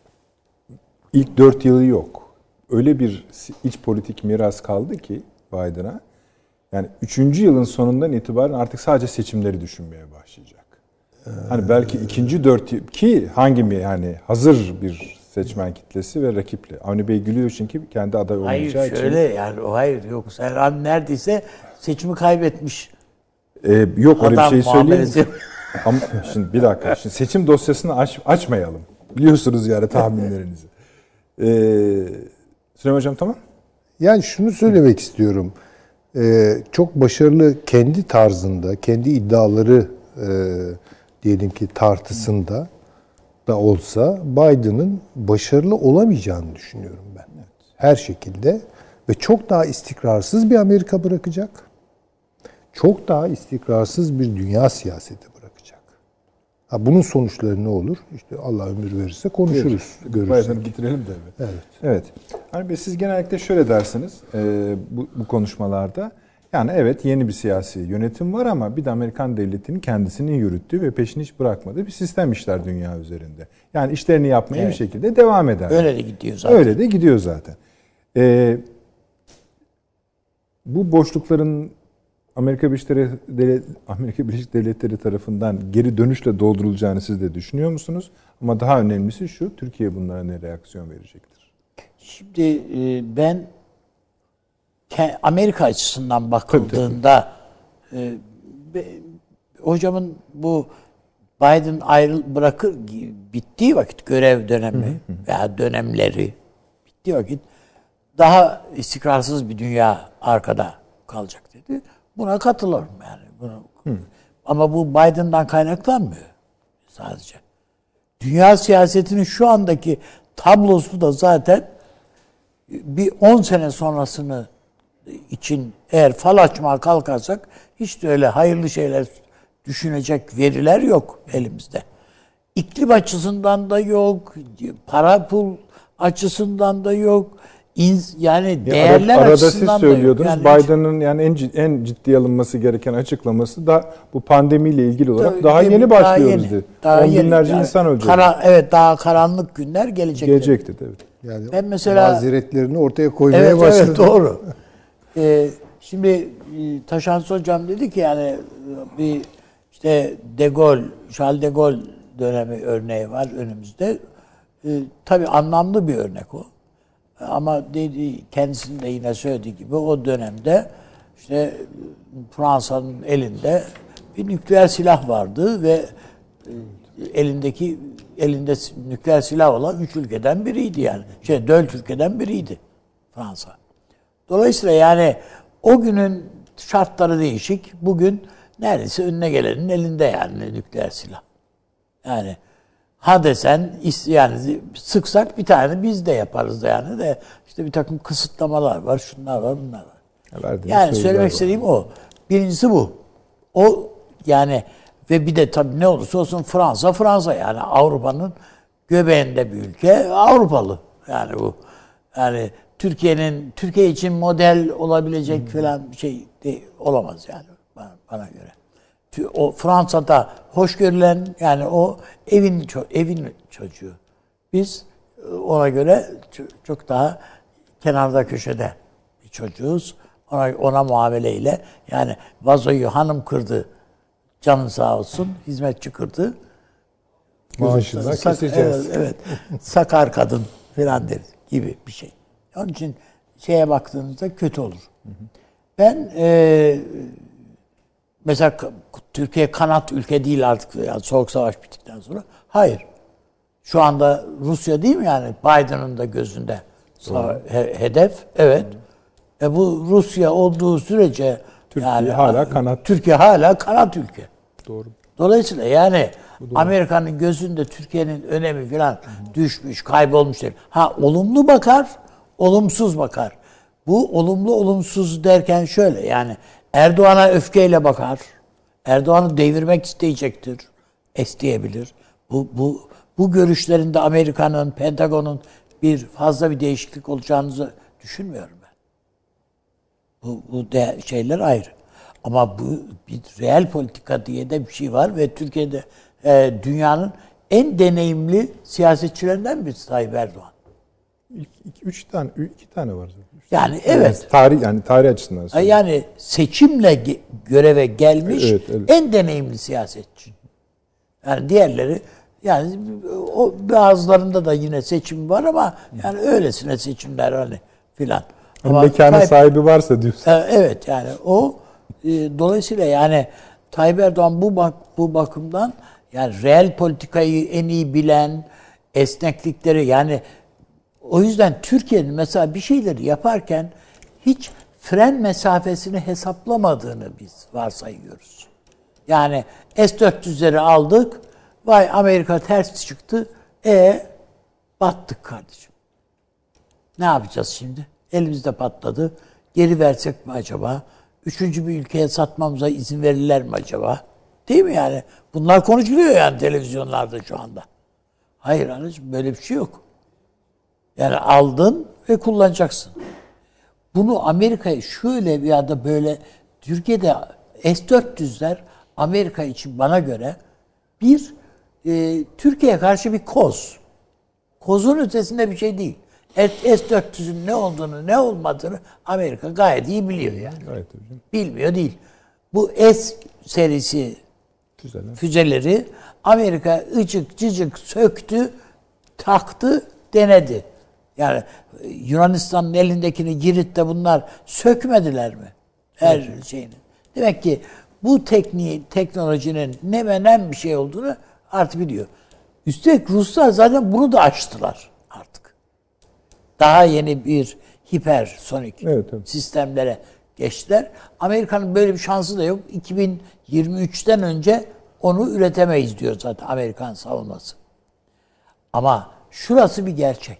Speaker 1: ilk dört yılı yok. Öyle bir iç politik miras kaldı ki Biden'a. Yani üçüncü yılın sonundan itibaren artık sadece seçimleri düşünmeye başlayacak. Hani belki ikinci dört yıl ki hangi mi yani hazır bir seçmen kitlesi ve rakipli. Avni Bey gülüyor çünkü kendi aday olmayacağı
Speaker 5: hayır,
Speaker 1: için.
Speaker 5: Hayır şöyle yani hayır yok. Serhan neredeyse seçimi kaybetmiş.
Speaker 1: Ee, yok öyle bir şey söyleyeyim. Ama şimdi bir dakika. Şimdi seçim dosyasını aç, açmayalım. Biliyorsunuz yani tahminlerinizi. Ee, Süleyman Hocam tamam.
Speaker 3: Yani şunu söylemek istiyorum. Ee, çok başarılı kendi tarzında, kendi iddiaları e, diyelim ki tartısında da olsa Biden'ın başarılı olamayacağını düşünüyorum ben. Her şekilde ve çok daha istikrarsız bir Amerika bırakacak. Çok daha istikrarsız bir dünya siyaseti bırakacak. Ha, bunun sonuçları ne olur? İşte Allah ömür verirse konuşuruz.
Speaker 1: Biden'ı bitirelim de.
Speaker 3: Evet.
Speaker 1: Evet. Hani Bey, siz genellikle şöyle dersiniz e, bu, bu konuşmalarda. Yani evet yeni bir siyasi yönetim var ama bir de Amerikan devletinin kendisinin yürüttüğü ve peşini hiç bırakmadığı bir sistem işler dünya üzerinde. Yani işlerini yapmaya
Speaker 5: Evet.
Speaker 1: bir şekilde devam eder.
Speaker 5: Öyle de gidiyor zaten.
Speaker 1: Öyle de gidiyor zaten. Ee, bu boşlukların Amerika Birleşik Devletleri, Amerika Birleşik Devletleri tarafından geri dönüşle doldurulacağını siz de düşünüyor musunuz? Ama daha önemlisi şu, Türkiye bunlara ne reaksiyon verecektir?
Speaker 5: Şimdi e, ben Amerika açısından bakıldığında e, be, hocamın bu Biden ayrıl bırakır bittiği vakit görev dönemi hı hı. veya dönemleri bittiği vakit daha istikrarsız bir dünya arkada kalacak dedi. Buna katılırım yani. Bunu, ama bu Biden'dan kaynaklanmıyor sadece. Dünya siyasetinin şu andaki tablosu da zaten bir on sene sonrasını için eğer fal açmaya kalkarsak hiç de öyle hayırlı şeyler düşünecek veriler yok elimizde. İklim açısından da yok, para pul açısından da yok. Yani değerler
Speaker 1: ya arada,
Speaker 5: açısından
Speaker 1: arada siz söylüyordunuz.
Speaker 5: Yani
Speaker 1: Biden'ın yani en en ciddi alınması gereken açıklaması da bu pandemiyle ilgili olarak
Speaker 5: daha,
Speaker 1: daha yeni
Speaker 5: daha
Speaker 1: başlıyoruz
Speaker 5: yeni,
Speaker 1: dedi.
Speaker 5: Daha
Speaker 1: On
Speaker 5: yeni,
Speaker 1: binlerce
Speaker 5: yani
Speaker 1: insan ölecek.
Speaker 5: Kara, evet daha karanlık günler gelecektir.
Speaker 1: Gelecektir evet.
Speaker 3: Yani
Speaker 5: ben mesela
Speaker 3: mazeretlerini ortaya koymaya
Speaker 5: evet,
Speaker 3: başladı.
Speaker 5: Evet doğru. ee, şimdi Taşansı Hocam dedi ki yani bir işte De Gaulle, Charles de Gaulle dönemi örneği var önümüzde. Ee, tabii anlamlı bir örnek o. Ama dedi, kendisinin de yine söylediği gibi o dönemde işte Fransa'nın elinde bir nükleer silah vardı ve elindeki elinde nükleer silah olan üç ülkeden biriydi yani. Şey dört ülkeden biriydi Fransa. Dolayısıyla yani o günün şartları değişik. Bugün neredeyse önüne gelenin elinde yani nükleer silah. Yani ha desen yani sıksak bir tane biz de yaparız da yani de işte bir takım kısıtlamalar var, şunlar var, bunlar var.
Speaker 1: Verdiğiniz
Speaker 5: yani söylemek
Speaker 1: var.
Speaker 5: istediğim o. Birincisi bu. O yani ve bir de tabii ne olursa olsun Fransa Fransa yani Avrupa'nın göbeğinde bir ülke, Avrupalı yani bu. Yani Türkiye'nin Türkiye için model olabilecek hmm. falan bir şey de, olamaz yani bana, bana göre. O Fransa'da hoş görülen yani o evin evin çocuğu. Biz ona göre çok daha kenarda köşede bir çocuğuz. Ona, ona muameleyle yani vazoyu hanım kırdı. Canın sağ olsun. Hizmetçi kırdı.
Speaker 3: Maaşından
Speaker 5: Sak,
Speaker 3: keseceğiz.
Speaker 5: Evet, evet. Sakar kadın falan der gibi bir şey. Onun için şeye baktığınızda kötü olur. Hı hı. Ben e, mesela Türkiye kanat ülke değil artık yani Soğuk Savaş bittikten sonra. Hayır. Şu anda Rusya değil mi yani Biden'ın da gözünde he, hedef? Evet. E bu Rusya olduğu sürece
Speaker 1: Türkiye
Speaker 5: yani
Speaker 1: hala kanat.
Speaker 5: Türkiye hala kanat ülke.
Speaker 1: Doğru.
Speaker 5: Dolayısıyla yani Amerika'nın gözünde Türkiye'nin önemi falan Hı-hı. düşmüş, kaybolmuş değil. Ha olumlu bakar, olumsuz bakar. Bu olumlu olumsuz derken şöyle yani Erdoğan'a öfkeyle bakar. Erdoğan'ı devirmek isteyecektir. İsteyebilir. Bu bu bu görüşlerinde Amerika'nın, Pentagon'un bir fazla bir değişiklik olacağını düşünmüyorum ben. Bu bu de, şeyler ayrı. Ama bu bir reel politika diye de bir şey var ve Türkiye'de e, dünyanın en deneyimli siyasetçilerinden birisi Tayyip Erdoğan.
Speaker 1: İki, üç tane, iki tane var zaten.
Speaker 5: Yani evet.
Speaker 1: Tarih yani tarih açısından söylüyorum.
Speaker 5: Yani seçimle ge- göreve gelmiş
Speaker 1: evet, evet.
Speaker 5: en deneyimli siyasetçi. Yani diğerleri yani o bazılarında da yine seçim var ama yani öylesine seçimler hani filan.
Speaker 1: Yani mekanın Tayyip, sahibi varsa diyorsun.
Speaker 5: Evet yani o e, dolayısıyla yani Tayyip Erdoğan bu bak bu bakımdan yani reel politikayı en iyi bilen, esneklikleri yani o yüzden Türkiye'nin mesela bir şeyleri yaparken hiç fren mesafesini hesaplamadığını biz varsayıyoruz. Yani S dört yüzleri aldık. Vay Amerika ters çıktı. E battık kardeşim. Ne yapacağız şimdi? Elimizde patladı. Geri versek mi acaba? Üçüncü bir ülkeye satmamıza izin verirler mi acaba? Değil mi yani? Bunlar konuşuluyor yani televizyonlarda şu anda. Hayır anneciğim böyle bir şey yok. Yani aldın ve kullanacaksın. Bunu Amerika'ya şöyle ya da böyle Türkiye'de S dört yüzler Amerika için bana göre bir e, Türkiye'ye karşı bir koz. Kozun ötesinde bir şey değil. S dört yüzün ne olduğunu ne olmadığını Amerika gayet iyi biliyor yani.
Speaker 1: Evet hocam.
Speaker 5: Bilmiyor değil. Bu S serisi
Speaker 1: Füzeler.
Speaker 5: füzeleri Amerika ıcık cıcık söktü, taktı, denedi. Yani Yunanistan'ın elindekini Girit'te bunlar sökmediler mi? Her evet. şeyini. Demek ki bu tekniği, teknolojinin ne ve ne bir şey olduğunu artık biliyor. Üstelik Ruslar zaten bunu da açtılar artık. Daha yeni bir hipersonik evet, evet. sistemlere geçtiler. Amerika'nın böyle bir şansı da yok. iki bin yirmi üçten önce onu üretemeyiz diyor zaten Amerikan savunması. Ama şurası bir gerçek.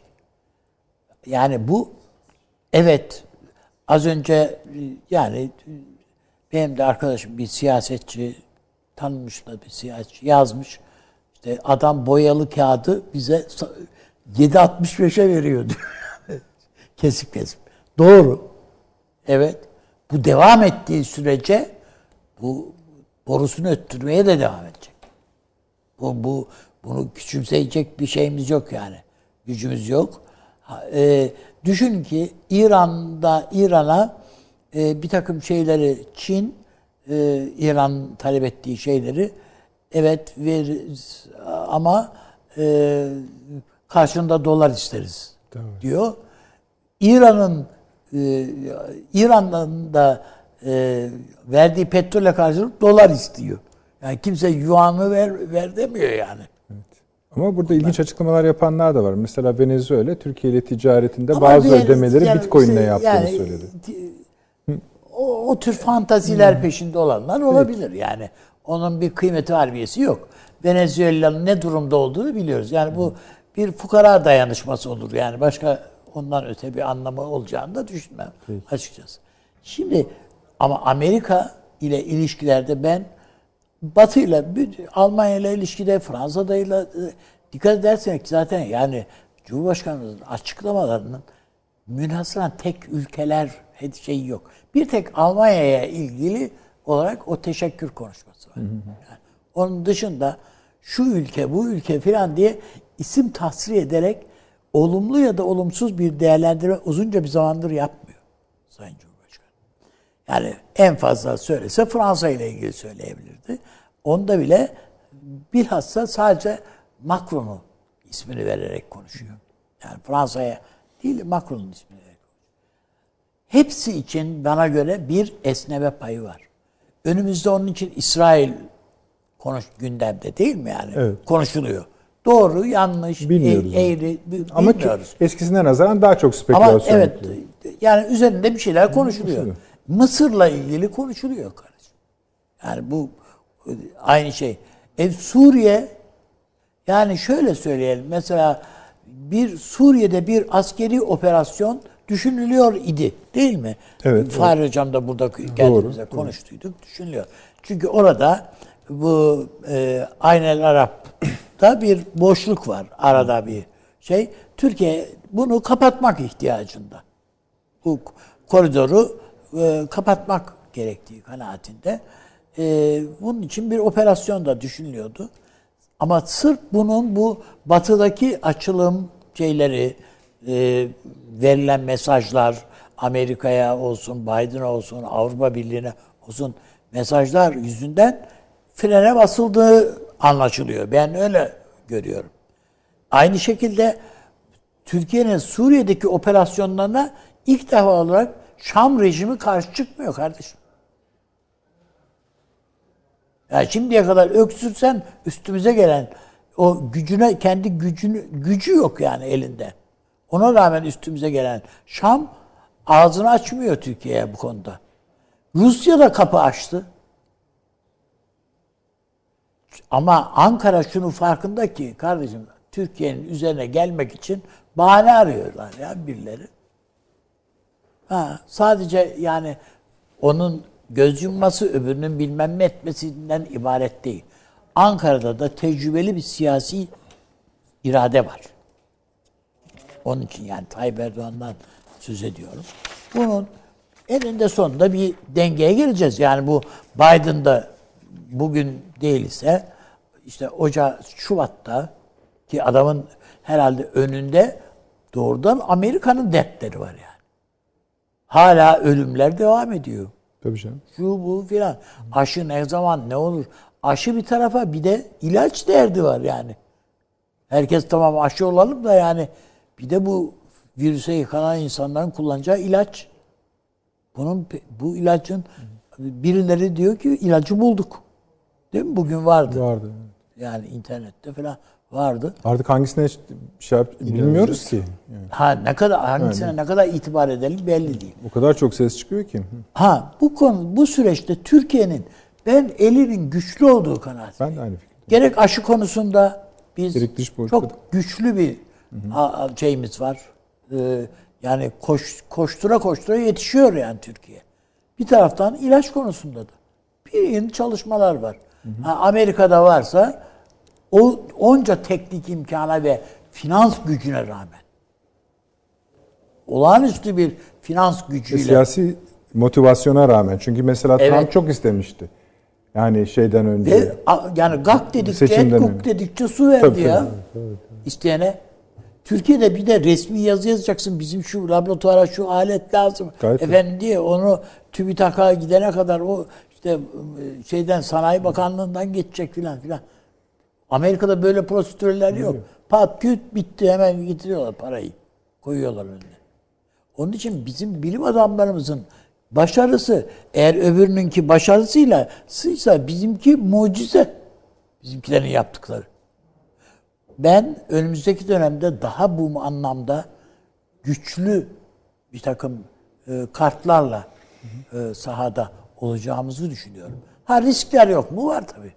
Speaker 5: Yani bu evet az önce yani benim de arkadaşım bir siyasetçi tanınmış da bir siyasetçi yazmış. İşte adam boyalı kağıdı bize yedi altmış beşe veriyor diyor. kesip kesip. Doğru. Evet. Bu devam ettiği sürece bu borusunu öttürmeye de devam edecek. Bu, bu bunu küçümseyecek bir şeyimiz yok yani. Gücümüz yok. E, düşünün ki İran'da İran'a e, bir takım şeyleri Çin e, İran talep ettiği şeyleri evet veririz ama e, karşında dolar isteriz tamam. diyor. İran'ın e, İran'dan da e, verdiği petrole karşılık dolar istiyor. Yani kimse yuanı ver ver demiyor yani.
Speaker 1: Evet. Ama burada Onlar. ilginç açıklamalar yapanlar da var. Mesela Venezuela Türkiye ile ticaretinde Ama bazı yani, ödemeleri yani, Bitcoin'le işte, yaptığını yani, söyledi.
Speaker 5: O, o tür fantaziler hmm. peşinde olanlar olabilir. Evet. Yani onun bir kıymeti harbiyesi yok. Venezuela'nın ne durumda olduğunu biliyoruz. Yani bu bir fukara dayanışması olur. Yani başka ondan öte bir anlamı olacağını da düşünmem evet. açıkçası. Şimdi ama Amerika ile ilişkilerde ben Batı ile Almanya ile ilişkide Fransa'da dikkat edersek zaten yani Cumhurbaşkanımızın açıklamalarının münhasıran tek ülkeler şeyi yok. Bir tek Almanya'ya ilgili olarak o teşekkür konuşması var. Hı hı. Yani onun dışında şu ülke, bu ülke falan diye isim tahsir ederek olumlu ya da olumsuz bir değerlendirme uzunca bir zamandır yapmıyor Sayın Cumhurbaşkanı. Yani en fazla söylese Fransa ile ilgili söyleyebilirdi. Onda bile bilhassa sadece Macron'un ismini vererek konuşuyor. Yani Fransa'ya değil Macron'un ismini vererek konuşuyor. Hepsi için bana göre bir esneme payı var. Önümüzde onun için İsrail konuş gündemde değil mi yani? Evet. Konuşuluyor. Doğru, yanlış,
Speaker 1: bilmiyoruz
Speaker 5: e, eğri,
Speaker 1: ama bilmiyoruz. Eskisine nazaran daha çok spekülasyon.
Speaker 5: Ama evet, yapıyor. Yani üzerinde bir şeyler konuşuluyor. Konuşuluyor. Mısır'la ilgili konuşuluyor kardeşim. Yani bu aynı şey. E, Suriye, yani şöyle söyleyelim, mesela bir Suriye'de bir askeri operasyon düşünülüyor idi, değil mi? Evet. Fahri evet. Hocam da burada kendimize konuştuyduk, doğru. Düşünülüyor. Çünkü orada bu e, Aynel Arap'ta bir boşluk var, arada bir şey. Türkiye bunu kapatmak ihtiyacında. Bu koridoru e, kapatmak gerektiği kanaatinde. E, bunun için bir operasyon da düşünülüyordu. Ama sırf bunun bu batıdaki açılım şeyleri, e, verilen mesajlar, Amerika'ya olsun, Biden'a olsun, Avrupa Birliği'ne olsun mesajlar yüzünden frene basıldığı anlaşılıyor. Ben öyle görüyorum. Aynı şekilde Türkiye'nin Suriye'deki operasyonlarına ilk defa olarak Şam rejimi karşı çıkmıyor kardeşim. Yani şimdiye kadar öksürsen üstümüze gelen o gücüne, kendi gücünü, gücü yok yani elinde. Ona rağmen üstümüze gelen Şam ağzını açmıyor Türkiye'ye bu konuda. Rusya da kapı açtı. Ama Ankara şunun farkında ki kardeşim, Türkiye'nin üzerine gelmek için bahane arıyorlar ya birileri. Ha, sadece yani onun göz yumması, öbürünün bilmem ne etmesinden ibaret değil. Ankara'da da tecrübeli bir siyasi irade var. Onun için yani Tayyip Erdoğan'dan söz ediyorum. Bunun eninde sonunda bir dengeye geleceğiz. Yani bu Biden'da bugün değilse işte Ocak, Şubat'ta ki adamın herhalde önünde doğrudan Amerika'nın dertleri var yani. Hala ölümler devam ediyor.
Speaker 1: Tabii canım.
Speaker 5: Şu bu filan. Aşı ne zaman ne olur? Aşı bir tarafa, bir de ilaç derdi var yani. Herkes tamam aşı olalım da yani bir de bu virüse yıkanan insanların kullanacağı ilaç. Bunun bu ilacın birileri diyor ki ilacı bulduk. Değil mi? Bugün vardı.
Speaker 1: Vardı.
Speaker 5: Yani internette falan vardı.
Speaker 1: Artık hangisine şey yap, bilmiyoruz ki. Yani.
Speaker 5: Ha ne kadar hangisine
Speaker 1: Yani.
Speaker 5: ne kadar itibar edelim belli değil.
Speaker 1: O kadar çok ses çıkıyor ki.
Speaker 5: Ha bu konu bu süreçte Türkiye'nin ben elinin güçlü olduğu kanaatindeyim.
Speaker 1: Ben de aynı fikirde.
Speaker 5: Gerek aşı konusunda biz
Speaker 1: Gerek dış politikada.
Speaker 5: çok güçlü bir hı hı. şeyimiz var. Ee, yani koş, koştura koştura yetişiyor yani Türkiye. Bir taraftan ilaç konusunda da bir yeni çalışmalar var. Hı hı. Ha, Amerika'da varsa o onca teknik imkana ve finans gücüne rağmen olağanüstü bir finans gücüyle.
Speaker 1: Siyasi motivasyona rağmen. Çünkü mesela
Speaker 5: Evet.
Speaker 1: Trump çok istemişti. Yani şeyden önce.
Speaker 5: Ve yani gak dedikçe, et kuk dedikçe su verdi
Speaker 1: tabii,
Speaker 5: ya.
Speaker 1: tabii, tabii, tabii.
Speaker 5: İsteyene. Türkiye'de bir de resmi yazı yazacaksın. Bizim şu laboratuvara şu alet lazım.
Speaker 1: Gayet
Speaker 5: Efendim diye onu TÜBİTAK'a gidene kadar o işte şeyden Sanayi Bakanlığı'ndan geçecek filan filan. Amerika'da böyle prosedürler yok. Pat küt bitti, hemen getiriyorlar parayı. Koyuyorlar önüne. Onun için bizim bilim adamlarımızın başarısı eğer öbürününki başarısıyla sıysa bizimki mucize. Bizimkilerin yaptıkları. Ben önümüzdeki dönemde daha bu anlamda güçlü bir takım e, kartlarla e, sahada olacağımızı düşünüyorum. Ha riskler yok mu? Var tabii.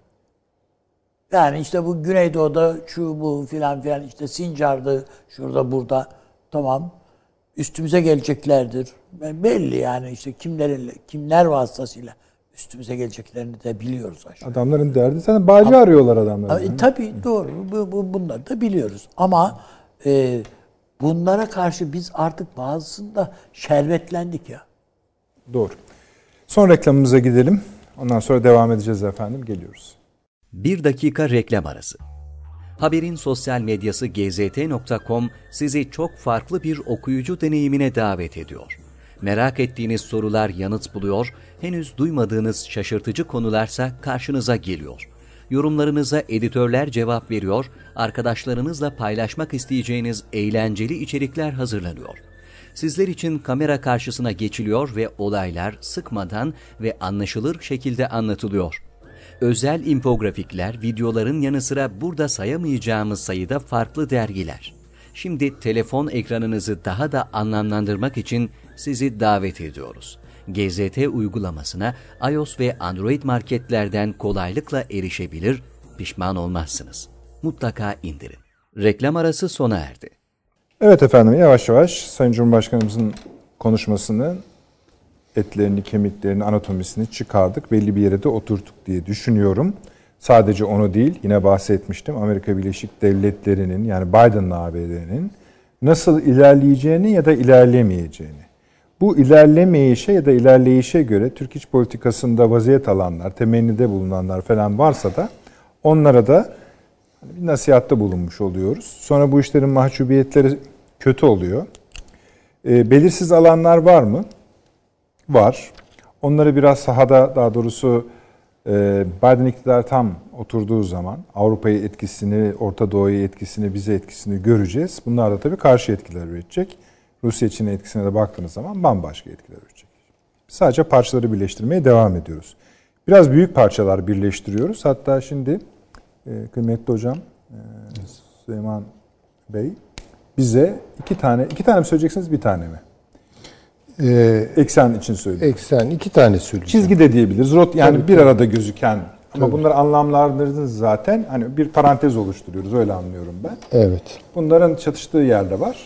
Speaker 5: Yani işte bu Güneydoğu'da şu bu filan filan işte Sincar'da şurada burada tamam üstümüze geleceklerdir. Belli yani işte kimlerin kimler vasıtasıyla üstümüze geleceklerini de biliyoruz aşağı.
Speaker 1: Adamların derdi sana bağcı arıyorlar adamlar.
Speaker 5: E, tabii doğru. Bu, bu, bunları da biliyoruz. Ama e, bunlara karşı biz artık bazısında şerbetlendik ya.
Speaker 1: Doğru. Son reklamımıza gidelim. Ondan sonra devam edeceğiz efendim. Geliyoruz.
Speaker 4: Bir dakika reklam arası. Haberin sosyal medyası gezet nokta com sizi çok farklı bir okuyucu deneyimine davet ediyor. Merak ettiğiniz sorular yanıt buluyor, henüz duymadığınız şaşırtıcı konularsa karşınıza geliyor. Yorumlarınıza editörler cevap veriyor, arkadaşlarınızla paylaşmak isteyeceğiniz eğlenceli içerikler hazırlanıyor. Sizler için kamera karşısına geçiliyor ve olaylar sıkmadan ve anlaşılır şekilde anlatılıyor. Özel infografikler, videoların yanı sıra burada sayamayacağımız sayıda farklı dergiler. Şimdi telefon ekranınızı daha da anlamlandırmak için sizi davet ediyoruz. G Z T uygulamasına iOS ve Android marketlerden kolaylıkla erişebilir, pişman olmazsınız. Mutlaka indirin. Reklam arası sona erdi.
Speaker 1: Evet efendim, yavaş yavaş Sayın Cumhurbaşkanımızın konuşmasını, etlerini, kemiklerini, anatomisini çıkardık. Belli bir yere de oturttuk diye düşünüyorum. Sadece onu değil, yine bahsetmiştim. Amerika Birleşik Devletleri'nin yani Biden'la A B D'nin nasıl ilerleyeceğini ya da ilerlemeyeceğini. Bu ilerlemeyişe ya da ilerleyişe göre Türk iç politikasında vaziyet alanlar, temennide bulunanlar falan varsa da onlara da bir nasihatte bulunmuş oluyoruz. Sonra bu işlerin mahcubiyetleri kötü oluyor. E, belirsiz alanlar var mı? Var. Onları biraz sahada, daha doğrusu e, Biden iktidarı tam oturduğu zaman Avrupa'yı etkisini, Orta Doğu'yu etkisini, bize etkisini göreceğiz. Bunlar da tabii karşı etkiler üretecek. Rusya Çin etkisine de baktığınız zaman bambaşka etkiler üretecek. Sadece parçaları birleştirmeye devam ediyoruz. Biraz büyük parçalar birleştiriyoruz. Hatta şimdi e, kıymetli hocam e, Süleyman Bey bize iki tane, iki tane mi söyleyeceksiniz, bir tane mi?
Speaker 3: Ee,
Speaker 1: Eksen için söylüyorum.
Speaker 3: eksen iki tane söyleyeceğim.
Speaker 1: Çizgi de diyebiliriz. Rot yani
Speaker 3: Tabii,
Speaker 1: bir
Speaker 3: tabii.
Speaker 1: arada gözüken. Ama bunları anlamlandırdınız zaten. Hani bir parantez oluşturuyoruz. Öyle anlıyorum ben.
Speaker 3: Evet.
Speaker 1: Bunların çatıştığı yerde var.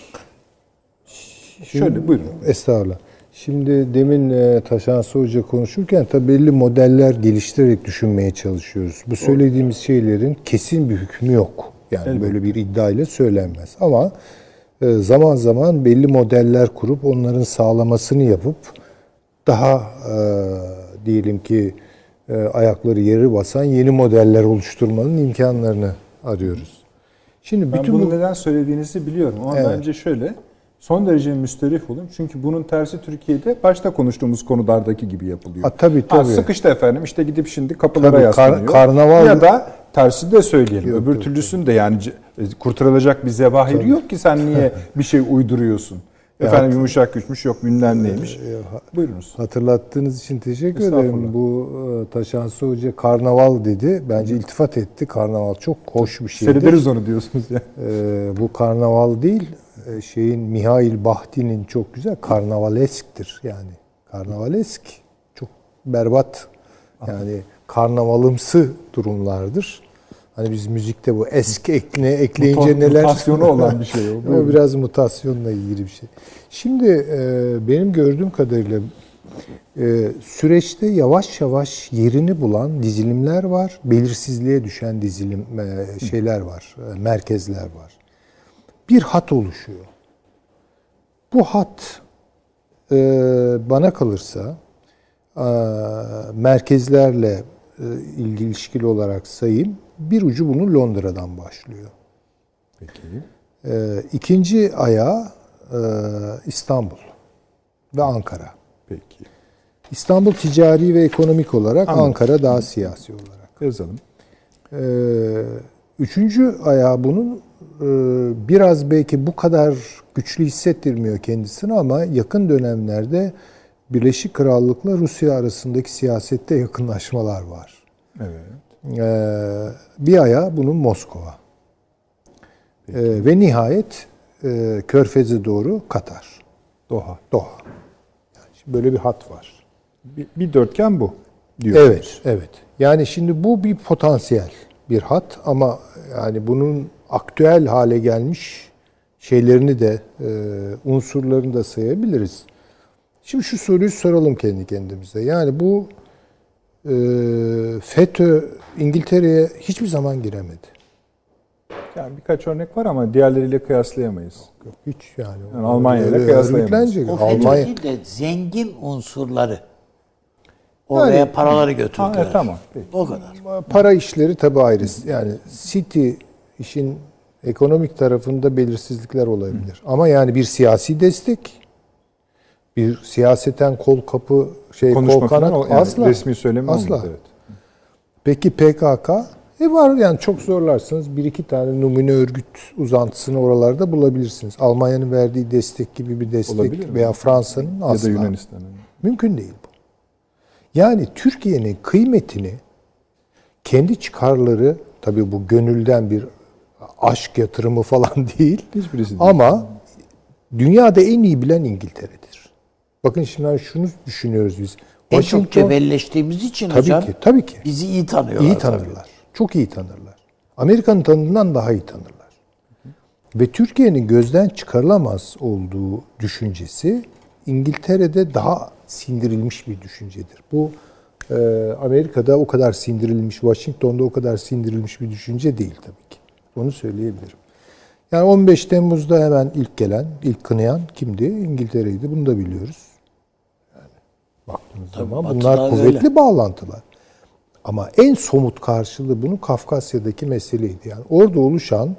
Speaker 1: Şöyle buyurun.
Speaker 3: Estağfurullah. Şimdi demin e, Taşansı Hoca konuşurken tabii belli modeller geliştirerek düşünmeye çalışıyoruz. Bu söylediğimiz şeylerin kesin bir hükmü yok. Yani
Speaker 1: Elbette.
Speaker 3: böyle bir iddiayla söylenmez. Ama e, zaman zaman belli modeller kurup onların sağlamasını yapıp daha e, diyelim ki e, ayakları yeri basan yeni modeller oluşturmanın imkanlarını arıyoruz. Şimdi
Speaker 1: Ben
Speaker 3: bütün
Speaker 1: bunu
Speaker 3: bu
Speaker 1: neden söylediğinizi biliyorum ama
Speaker 3: Evet.
Speaker 1: bence şöyle, son derece müsterih olun. Çünkü bunun tersi Türkiye'de başta konuştuğumuz konulardaki gibi yapılıyor.
Speaker 3: Ha, tabii,
Speaker 1: Ha,
Speaker 3: tabii.
Speaker 1: sıkıştı efendim, işte gidip şimdi kapılara
Speaker 3: Tabii, kar-
Speaker 1: yaslanıyor.
Speaker 3: karnaval-
Speaker 1: Ya da tersi de söyleyelim.
Speaker 3: Yok,
Speaker 1: Öbür
Speaker 3: yok,
Speaker 1: türlüsünde yani c- kurtarılacak bir zevahir yok ki sen niye bir şey uyduruyorsun. Efendim yumuşak güçmüş, yok bilmem neymiş. Buyurunuz.
Speaker 3: Hatırlattığınız için teşekkür
Speaker 1: Estağfurullah.
Speaker 3: ederim. Bu e, Taşansı Hoca karnaval dedi. Bence iltifat etti. Karnaval çok hoş bir şeydir.
Speaker 1: Seyrederiz onu diyorsunuz ya.
Speaker 3: E, bu karnaval değil, e, şeyin Mihail Bahti'nin çok güzel karnavalesktir yani. Karnavalesk çok berbat. Yani karnavalımsı durumlardır. Hani biz müzikte bu esk ekline ekleyince
Speaker 1: Muta-
Speaker 3: neler...
Speaker 1: mutasyonu olan bir şey o.
Speaker 3: O
Speaker 1: Buyurun.
Speaker 3: biraz mutasyonla ilgili bir şey. Şimdi e, benim gördüğüm kadarıyla e, süreçte yavaş yavaş yerini bulan dizilimler var. Belirsizliğe düşen dizilim e, şeyler var, e, merkezler var. Bir hat oluşuyor. Bu hat e, bana kalırsa e, merkezlerle e, ilgili ilişkili olarak sayayım. Bir ucu bunun Londra'dan başlıyor.
Speaker 1: Peki.
Speaker 3: Ee, ikinci ayağı e, İstanbul ve Ankara.
Speaker 1: Peki.
Speaker 3: İstanbul ticari ve ekonomik olarak,
Speaker 1: Anladım.
Speaker 3: Ankara daha siyasi olarak.
Speaker 1: Yazalım.
Speaker 3: Ee, üçüncü ayağı bunun e, biraz belki bu kadar güçlü hissettirmiyor kendisini ama yakın dönemlerde Birleşik Krallık'la Rusya arasındaki siyasette yakınlaşmalar var.
Speaker 1: Evet.
Speaker 3: Ee, bir ayağı bunun Moskova. Ee, ve nihayet e, Körfez'e doğru Katar.
Speaker 1: Doha.
Speaker 3: Doha. Yani şimdi böyle bir hat var.
Speaker 1: Bir, bir dörtgen bu diyor.
Speaker 3: Evet, evet. Yani şimdi bu bir potansiyel bir hat ama yani bunun aktüel hale gelmiş şeylerini de e, unsurlarını da sayabiliriz. Şimdi şu soruyu soralım kendi kendimize. Yani bu e, FETÖ İngiltere'ye hiçbir zaman giremedi.
Speaker 1: Yani birkaç örnek var ama diğerleriyle kıyaslayamayız.
Speaker 3: Yok, hiç yani.
Speaker 1: Yani Almanya ile
Speaker 3: Öyle
Speaker 1: kıyaslayamayız.
Speaker 3: örgütlenecek.
Speaker 5: O FETÖ
Speaker 3: Almanya.
Speaker 5: değil de zengin unsurları oraya
Speaker 3: Yani-
Speaker 5: paraları
Speaker 1: Ha,
Speaker 5: götürdüler.
Speaker 1: evet, tamam. Peki.
Speaker 5: O kadar.
Speaker 3: Para işleri tabii ayrı. Yani City işin ekonomik tarafında belirsizlikler olabilir. Ama yani bir siyasi destek, bir siyaseten kol kapı şey
Speaker 1: Konuşma
Speaker 3: kol
Speaker 1: falan
Speaker 3: kanat
Speaker 1: o- yani
Speaker 3: asla.
Speaker 1: resmi söylemi
Speaker 3: asla.
Speaker 1: olmadı, evet.
Speaker 3: Peki P K K? E var yani çok zorlarsanız bir iki tane numune örgüt uzantısını oralarda bulabilirsiniz. Almanya'nın verdiği destek gibi bir destek
Speaker 1: Olabilir mi?
Speaker 3: veya Fransa'nın
Speaker 1: Ya
Speaker 3: asla.
Speaker 1: da Yunanistan'ın.
Speaker 3: Mümkün değil bu. Yani Türkiye'nin kıymetini kendi çıkarları, tabii bu gönülden bir aşk yatırımı falan değil.
Speaker 1: Hiçbirisi değil.
Speaker 3: Ama dünyada en iyi bilen İngiltere'dir. Bakın şimdi şunu düşünüyoruz biz.
Speaker 5: En çok
Speaker 3: Washington
Speaker 5: cebelleştiğimiz için
Speaker 3: tabii
Speaker 5: hocam
Speaker 3: ki, tabii ki.
Speaker 5: bizi iyi tanıyorlar.
Speaker 3: İyi tanırlar. Çok iyi tanırlar. Amerika'nın tanıdığından daha iyi tanırlar. Ve Türkiye'nin gözden çıkarılamaz olduğu düşüncesi İngiltere'de daha sindirilmiş bir düşüncedir. Bu e, Amerika'da o kadar sindirilmiş, Washington'da o kadar sindirilmiş bir düşünce değil tabii ki. Onu söyleyebilirim. Yani on beş Temmuz'da hemen ilk gelen, ilk kınayan kimdi? İngiltere'ydi. Bunu da biliyoruz. Yani baktığınız zaman bunlar
Speaker 5: Batı'da
Speaker 3: kuvvetli
Speaker 5: öyle.
Speaker 3: bağlantılar. Ama en somut karşılığı bunu Kafkasya'daki meseleydi. Yani orada oluşan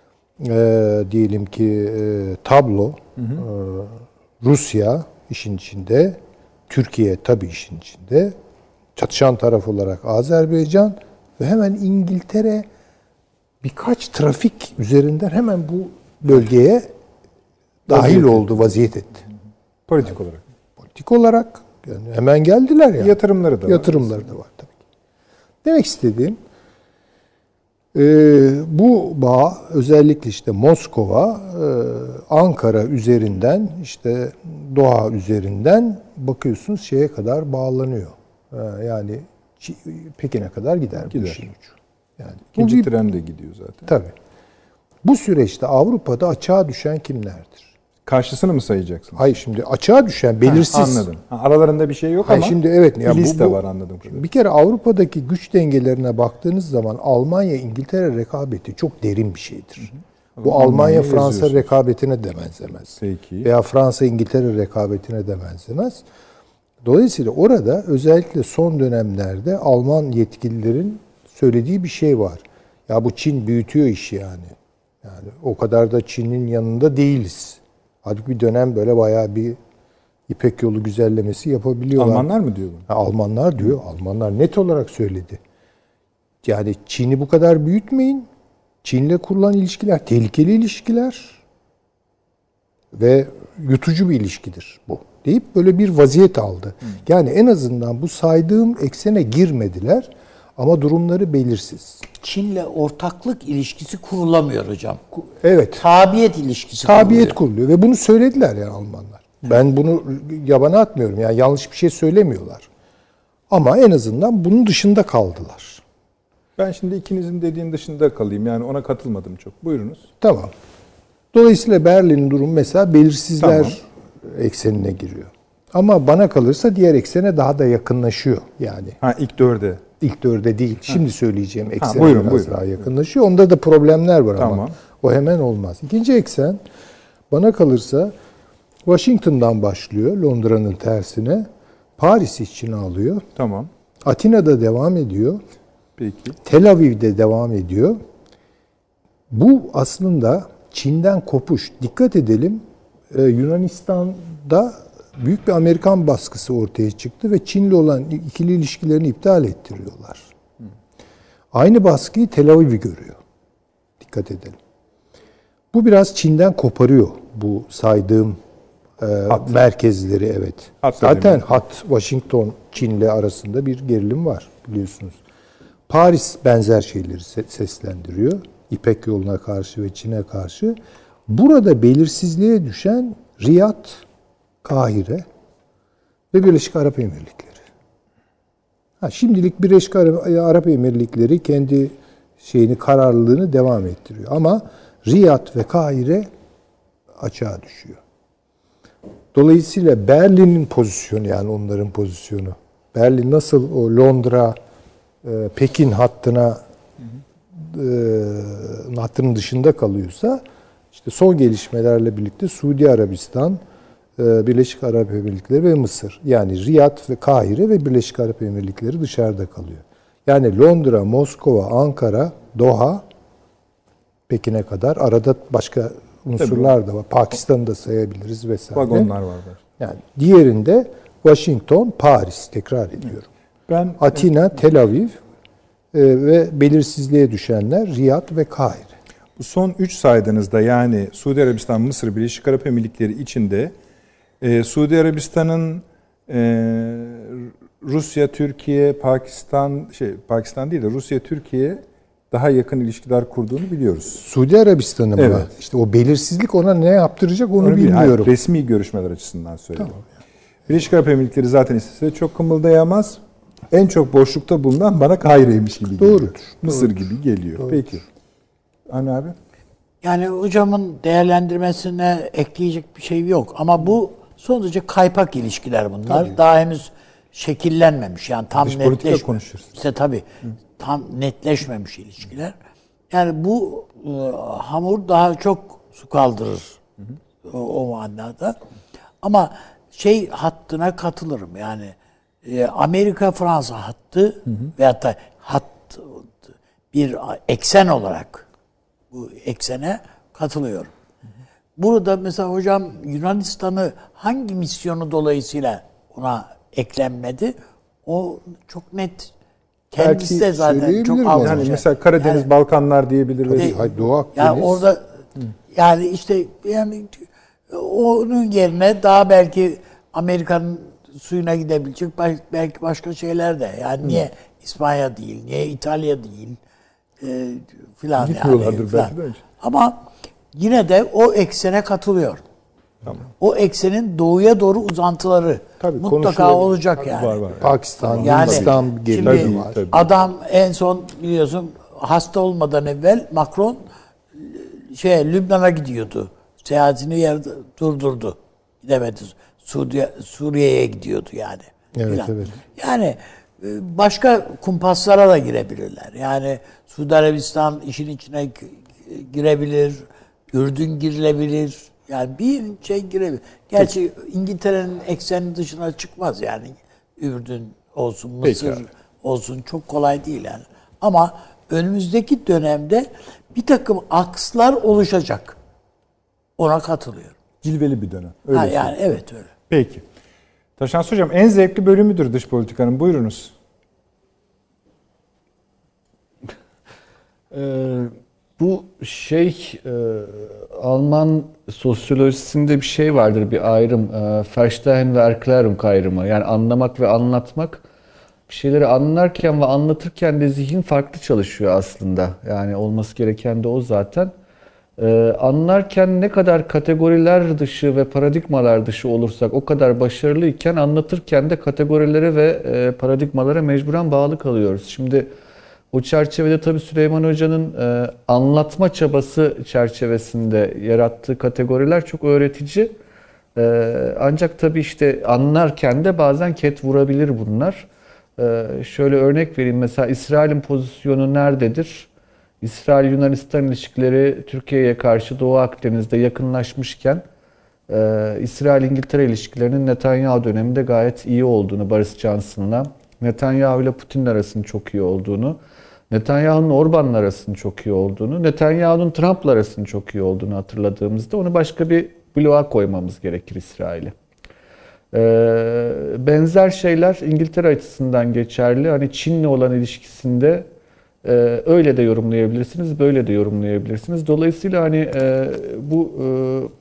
Speaker 3: e, diyelim ki e, tablo, hı hı. E, Rusya işin içinde, Türkiye tabii işin içinde, çatışan taraf olarak Azerbaycan ve hemen İngiltere birkaç trafik üzerinden hemen bu bölgeye dahil oldu, vaziyet etti.
Speaker 1: Politik olarak.
Speaker 3: Politik olarak Yani hemen geldiler ya.
Speaker 1: Yatırımları da var.
Speaker 3: Yatırımları da var tabii. Demek istediğim e, bu bağ özellikle işte Moskova, e, Ankara üzerinden işte Doha üzerinden bakıyorsunuz şeye kadar bağlanıyor. E, yani Pekin'e kadar gider, gider. bu işin ucu. Yani
Speaker 1: İkinci
Speaker 3: bir,
Speaker 1: tren de gidiyor zaten.
Speaker 3: Tabii. Bu süreçte Avrupa'da açığa düşen kimlerdir?
Speaker 1: Karşısını mı sayacaksın?
Speaker 3: Hayır, şimdi açığa düşen belirsiz.
Speaker 1: Ha, anladım. Ha, aralarında bir şey yok
Speaker 3: Hayır,
Speaker 1: ama
Speaker 3: şimdi evet,
Speaker 1: bir
Speaker 3: ya
Speaker 1: liste
Speaker 3: bu, bu,
Speaker 1: var anladım.
Speaker 3: Bir kere Avrupa'daki güç dengelerine baktığınız zaman Almanya İngiltere rekabeti çok derin bir şeydir. Hı hı. Bu Almanya Fransa rekabetine de benzemez.
Speaker 1: Peki.
Speaker 3: Veya Fransa İngiltere rekabetine de benzemez. Dolayısıyla orada özellikle son dönemlerde Alman yetkililerin söylediği bir şey var. Ya bu Çin büyütüyor işi yani. Yani o kadar da Çin'in yanında değiliz. Halbuki bir dönem böyle bayağı bir İpek yolu güzellemesi yapabiliyorlar.
Speaker 1: Almanlar mı diyor bunu?
Speaker 3: Ha, Almanlar diyor. Almanlar net olarak söyledi. Yani Çin'i bu kadar büyütmeyin. Çin'le kurulan ilişkiler tehlikeli ilişkiler ve yutucu bir ilişkidir bu deyip böyle bir vaziyet aldı. Hı. Yani en azından bu saydığım eksene girmediler ama durumları belirsiz.
Speaker 5: Çin'le ortaklık ilişkisi kurulamıyor hocam.
Speaker 3: Evet.
Speaker 5: Tabiyet ilişkisi
Speaker 3: Tabiyet
Speaker 5: kuruluyor.
Speaker 3: kuruluyor ve bunu söylediler yani Almanlar. Ben bunu yabana atmıyorum. Yani yanlış bir şey söylemiyorlar. Ama en azından bunun dışında kaldılar.
Speaker 1: Ben şimdi ikinizin dediğin dışında kalayım. Yani ona katılmadım çok. Buyurunuz.
Speaker 3: Tamam. Dolayısıyla Berlin'in durumu mesela belirsizler tamam. eksenine giriyor. Ama bana kalırsa diğer eksene daha da yakınlaşıyor yani.
Speaker 1: Ha ilk dörde.
Speaker 3: İlk dörde değil. Şimdi ha. söyleyeceğim eksene
Speaker 1: ha, buyurun,
Speaker 3: biraz
Speaker 1: buyurun.
Speaker 3: daha yakınlaşıyor. Onda da problemler var
Speaker 1: tamam.
Speaker 3: ama o hemen olmaz. İkinci eksen bana kalırsa Washington'dan başlıyor Londra'nın tersine. Paris'i içine alıyor.
Speaker 1: Tamam.
Speaker 3: Atina'da devam ediyor.
Speaker 1: Peki.
Speaker 3: Tel Aviv'de devam ediyor. Bu aslında Çin'den kopuş. Dikkat edelim. Ee, Yunanistan'da büyük bir Amerikan baskısı ortaya çıktı ve Çin'le olan ikili ilişkilerini iptal ettiriyorlar. Hı. Aynı baskıyı Tel Aviv'i görüyor. Dikkat edelim. Bu biraz Çin'den koparıyor bu saydığım e, merkezleri evet. Hat Zaten hat Washington Çin'le arasında bir gerilim var biliyorsunuz. Paris benzer şeyleri seslendiriyor. İpek yoluna karşı ve Çin'e karşı. Burada belirsizliğe düşen Riyad, Kahire ve Birleşik Arap Emirlikleri. Ha, şimdilik Birleşik Arap Emirlikleri kendi şeyini, kararlılığını devam ettiriyor. Ama Riyad ve Kahire açığa düşüyor. Dolayısıyla Berlin'in pozisyonu yani onların pozisyonu. Berlin nasıl o Londra, Pekin hattına e, hattının dışında kalıyorsa işte son gelişmelerle birlikte Suudi Arabistan, e, Birleşik Arap Emirlikleri ve Mısır. Yani Riyad ve Kahire ve Birleşik Arap Emirlikleri dışarıda kalıyor. Yani Londra, Moskova, Ankara, Doha, Pekin'e kadar arada başka unsurlar Tabii. da var. Pakistan'ı da sayabiliriz vesaire.
Speaker 1: Vagonlar var.
Speaker 3: Yani diğerinde Washington, Paris tekrar ediyorum. Ben Atina, Tel Aviv e, ve belirsizliğe düşenler Riyad ve Kahire.
Speaker 1: Bu son üç saydığınızda yani Suudi Arabistan, Mısır, Birleşik Arap Emirlikleri içinde e, Suudi Arabistan'ın e, Rusya, Türkiye, Pakistan şey Pakistan değil de Rusya, Türkiye daha yakın ilişkiler kurduğunu biliyoruz.
Speaker 3: Suudi Arabistan'ın
Speaker 1: evet.
Speaker 3: mı? İşte o belirsizlik ona ne yaptıracak onu, onu bilmiyorum.
Speaker 1: Hayır, resmi görüşmeler açısından söylüyorum. Tamam. Birleşik Arap Emirlikleri zaten istese çok kımıldayamaz. En çok boşlukta bulunan bana Kahire'ymiş gibi geliyor.
Speaker 3: Doğrudur.
Speaker 1: Mısır
Speaker 3: doğrudur.
Speaker 1: gibi geliyor. Doğrudur. Peki. Hani abi?
Speaker 5: Yani hocamın değerlendirmesine ekleyecek bir şey yok. Ama bu son kaypak ilişkiler bunlar. Tabii. Daha henüz şekillenmemiş. Yani tam
Speaker 1: Dış
Speaker 5: netleşmemiş. İşte tabii. Hı. Tam netleşmemiş ilişkiler. Yani bu e, hamur daha çok su kaldırır. Hı hı. O, o manada. Ama şey hattına katılırım. Yani e, Amerika-Fransa hattı hı hı. veyahut da hat bir eksen olarak bu eksene katılıyorum. Hı hı. Burada mesela hocam Yunanistan'ı hangi misyonu dolayısıyla ona eklenmedi? O çok net. Kendisi de zaten çok az.
Speaker 1: Yani mesela Karadeniz, yani, Balkanlar diyebilir.
Speaker 3: Tabii, hayır, Doğu Akdeniz.
Speaker 5: Yani orada Hı. yani işte yani onun yerine daha belki Amerika'nın suyuna gidebilecek belki başka şeyler de. Yani niye İspanya değil, niye İtalya değil e, filan
Speaker 3: Gitmiyorlardır
Speaker 5: yani.
Speaker 3: belki
Speaker 5: Falan.
Speaker 3: de.
Speaker 5: Ama yine de o eksene katılıyor.
Speaker 3: Tamam.
Speaker 5: O eksenin doğuya doğru uzantıları
Speaker 3: Tabii,
Speaker 5: mutlaka
Speaker 3: konuşuyor.
Speaker 5: olacak yani.
Speaker 3: Var var. Pakistan,
Speaker 5: Yani
Speaker 3: Hindistan geliyor
Speaker 5: şimdi
Speaker 3: var.
Speaker 1: tabii.
Speaker 5: adam en son biliyorsun hasta olmadan evvel Macron şey Lübnan'a gidiyordu. Seyahatini yerde durdurdu. Gidemedi. Suriye, Suriye'ye gidiyordu yani.
Speaker 3: Evet,
Speaker 5: Falan.
Speaker 3: evet.
Speaker 5: Yani e, başka kumpaslara da girebilirler. Yani Suudi Arabistan işin içine g- girebilir. Ürdün girilebilir. Yani bir şey girebilir. Gerçi İngiltere'nin eksenin dışına çıkmaz yani. Ürdün olsun, Mısır
Speaker 1: Peki.
Speaker 5: olsun çok kolay değil yani. Ama önümüzdeki dönemde bir takım akslar oluşacak. Ona katılıyorum.
Speaker 1: Cilveli bir dönem. Öyle
Speaker 5: Ha,
Speaker 1: söyleyeyim.
Speaker 5: yani evet öyle.
Speaker 1: Peki. Taşans Hocam en zevkli bölümüdür dış politikanın. Buyurunuz.
Speaker 2: Ee, bu şey e, Alman sosyolojisinde bir şey vardır, bir ayrım. E, Verstehen ve Erklärung ayrımı. Yani anlamak ve anlatmak. Bir şeyleri anlarken ve anlatırken de zihin farklı çalışıyor aslında. Yani olması gereken de o zaten. Ee, anlarken ne kadar kategoriler dışı ve paradigmalar dışı olursak o kadar başarılıyken anlatırken de kategorilere ve e, paradigmalara mecburen bağlı kalıyoruz. Şimdi o çerçevede tabii Süleyman Hoca'nın e, anlatma çabası çerçevesinde yarattığı kategoriler çok öğretici. E, ancak tabii işte anlarken de bazen ket vurabilir bunlar. E, şöyle örnek vereyim, mesela İsrail'in pozisyonu nerededir? İsrail-Yunanistan ilişkileri Türkiye'ye karşı Doğu Akdeniz'de yakınlaşmışken e, İsrail-İngiltere ilişkilerinin Netanyahu döneminde gayet iyi olduğunu, Boris Johnson'la, Netanyahu ile Putin'in arasının çok iyi olduğunu, Netanyahu'nun Orban'la arasının çok iyi olduğunu, Netanyahu'nun Trump'la arasının çok iyi olduğunu hatırladığımızda onu başka bir bloğa koymamız gerekir İsrail'i. Ee, benzer şeyler İngiltere açısından geçerli. Hani Çin'le olan ilişkisinde e, öyle de yorumlayabilirsiniz, böyle de yorumlayabilirsiniz. Dolayısıyla hani e, bu e,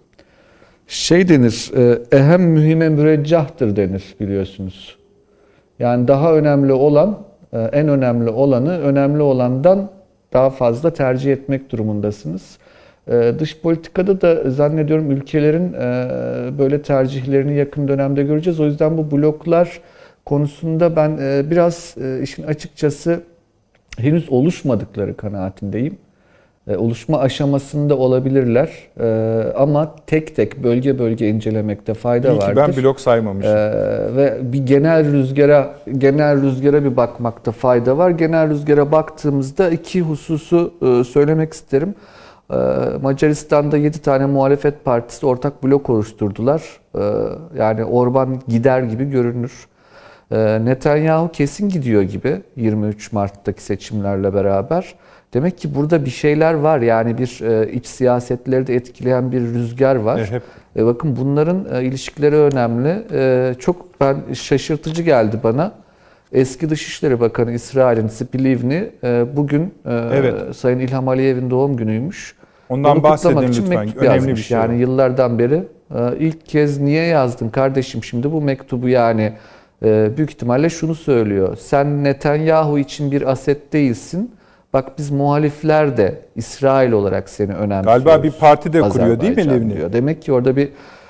Speaker 2: şey denir, e, ehem mühime müreccahtır denir biliyorsunuz. Yani daha önemli olan, e, en önemli olanı önemli olandan daha fazla tercih etmek durumundasınız. Ee, dış politikada da zannediyorum ülkelerin e, böyle tercihlerini yakın dönemde göreceğiz. O yüzden bu bloklar konusunda ben e, biraz e, işin açıkçası henüz oluşmadıkları kanaatindeyim. E, oluşma aşamasında olabilirler. E, ama tek tek bölge bölge incelemekte fayda
Speaker 1: İyi ki
Speaker 2: vardır.
Speaker 1: ben blok saymamışım.
Speaker 2: Ee, ve bir genel rüzgara genel rüzgara bir bakmakta fayda var. Genel rüzgara baktığımızda iki hususu e, söylemek isterim. Ee, Macaristan'da yedi tane muhalefet partisi ortak blok oluşturdular. Ee, yani Orban gider gibi görünür. Ee, Netanyahu kesin gidiyor gibi yirmi üç Mart'taki seçimlerle beraber. Demek ki burada bir şeyler var. Yani bir e, iç siyasetleri de etkileyen bir rüzgar var.
Speaker 1: E, hep.
Speaker 2: E, bakın bunların e, ilişkileri önemli. E, çok ben şaşırtıcı geldi bana. Eski Dışişleri Bakanı İsrail'in Tzipi Livni e, bugün e,
Speaker 1: Evet.
Speaker 2: Sayın İlham Aliyev'in doğum günüymüş.
Speaker 1: Ondan
Speaker 2: Onu
Speaker 1: bahsedin
Speaker 2: kutlamak için
Speaker 1: lütfen.
Speaker 2: mektup
Speaker 1: Önemli
Speaker 2: yazmış.
Speaker 1: bir şey
Speaker 2: Yani
Speaker 1: o.
Speaker 2: yıllardan beri e, ilk kez niye yazdın kardeşim şimdi bu mektubu, yani e, büyük ihtimalle şunu söylüyor. Sen Netanyahu için bir aset değilsin. Bak biz muhalifler de İsrail olarak seni önemsiyoruz.
Speaker 1: Galiba bir parti de kuruyor değil mi
Speaker 2: Azerbaycan
Speaker 1: Livni?
Speaker 2: diyor. Demek ki orada bir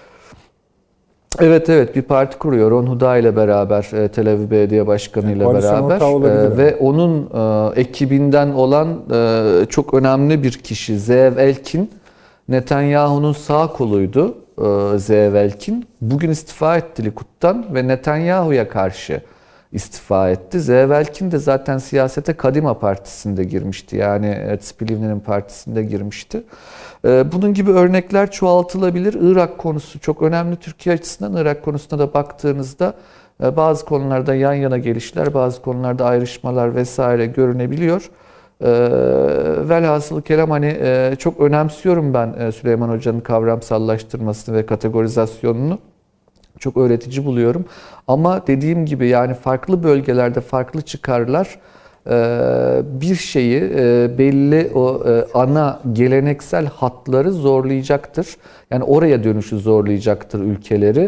Speaker 2: Evet evet bir parti kuruyor. Ron Huda ile beraber, e, Tel Aviv Belediye Başkanı ile
Speaker 1: koalisyon
Speaker 2: beraber
Speaker 1: ortağı olabilir
Speaker 2: e,
Speaker 1: yani.
Speaker 2: ve onun e, ekibinden olan e, çok önemli bir kişi Zeev Elkin, Netanyahu'nun sağ koluydu. e, Zeev Elkin bugün istifa etti Likud'dan ve Netanyahu'ya karşı istifa etti. Zeev Elkin de zaten siyasete Kadima Partisi'nde girmişti. Yani Tzipi Livni'nin partisinde girmişti. Bunun gibi örnekler çoğaltılabilir. Irak konusu çok önemli Türkiye açısından. Irak konusuna da baktığınızda bazı konularda yan yana gelişler, bazı konularda ayrışmalar vesaire görünebiliyor. Velhasılı kelam hani çok önemsiyorum ben Süleyman Hoca'nın kavramsallaştırmasını ve kategorizasyonunu. Çok öğretici buluyorum. Ama dediğim gibi yani farklı bölgelerde farklı çıkarlar bir şeyi belli o ana geleneksel hatları zorlayacaktır. Yani oraya dönüşü zorlayacaktır ülkeleri.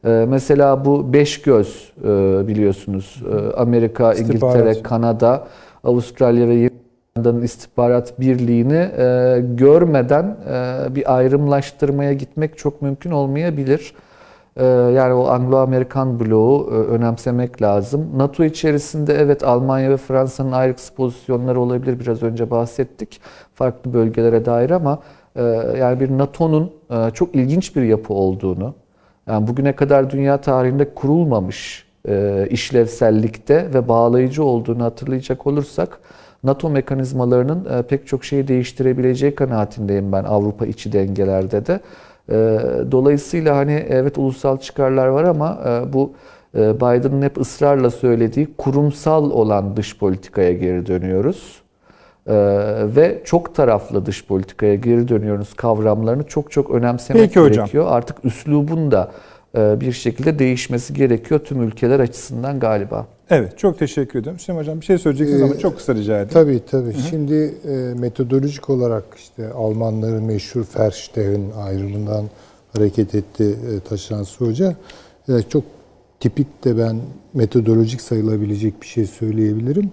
Speaker 2: Ee, mesela bu beş göz e, biliyorsunuz e, Amerika,
Speaker 1: İstihbarat.
Speaker 2: İngiltere, Kanada, Avustralya ve Yeni Zelanda'nın istihbarat birliğini e, görmeden e, bir ayrımlaştırmaya gitmek çok mümkün olmayabilir. E, yani o Anglo-Amerikan bloğu e, önemsemek lazım. NATO içerisinde evet Almanya ve Fransa'nın ayrıksız pozisyonları olabilir. Biraz önce bahsettik farklı bölgelere dair ama e, yani bir NATO'nun e, çok ilginç bir yapı olduğunu, yani bugüne kadar dünya tarihinde kurulmamış e, işlevsellikte ve bağlayıcı olduğunu hatırlayacak olursak NATO mekanizmalarının e, pek çok şeyi değiştirebileceği kanaatindeyim ben Avrupa içi dengelerde de. E, dolayısıyla hani evet ulusal çıkarlar var ama e, bu e, Biden'ın hep ısrarla söylediği kurumsal olan dış politikaya geri dönüyoruz. Ee, ve çok taraflı dış politikaya geri dönüyoruz kavramlarını çok çok önemsemek
Speaker 1: Peki hocam.
Speaker 2: gerekiyor. Artık üslubun da e, bir şekilde değişmesi gerekiyor tüm ülkeler açısından galiba.
Speaker 1: Evet, çok teşekkür ediyorum. Süleyman Hocam bir şey söyleyeceksiniz
Speaker 3: Ee,
Speaker 1: ama çok kısa rica edeyim.
Speaker 3: Tabii tabii. Hı-hı. Şimdi e, metodolojik olarak işte Almanların meşhur Verstehen ayrımından hareket etti e, Taşansı Hoca. E, çok tipik de ben metodolojik sayılabilecek bir şey söyleyebilirim.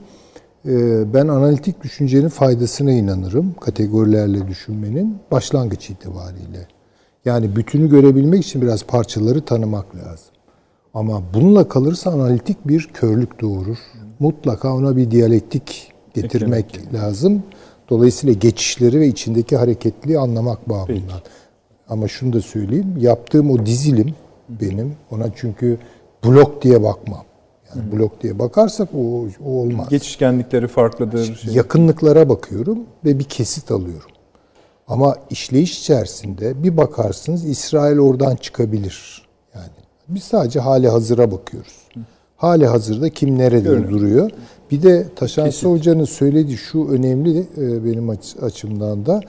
Speaker 3: Ben analitik düşüncenin faydasına inanırım. Kategorilerle düşünmenin başlangıç itibariyle. Yani bütünü görebilmek için biraz parçaları tanımak lazım. Ama bununla kalırsa analitik bir körlük doğurur. Mutlaka ona bir diyalektik getirmek Eklemek. lazım. Dolayısıyla geçişleri ve içindeki hareketliği anlamak babından. Peki. Ama şunu da söyleyeyim. Yaptığım o dizilim benim. Ona çünkü blok diye bakmam. Yani blok diye bakarsak o, o olmaz.
Speaker 1: Geçişkenlikleri farklıdır. Şey.
Speaker 3: Yakınlıklara bakıyorum ve bir kesit alıyorum. Ama işleyiş içerisinde bir bakarsınız İsrail oradan çıkabilir. Yani biz sadece hali hazıra bakıyoruz. Hali hazırda kim nerede Görünüm. duruyor. Bir de Taşansı Hoca'nın söylediği şu önemli benim açımdan da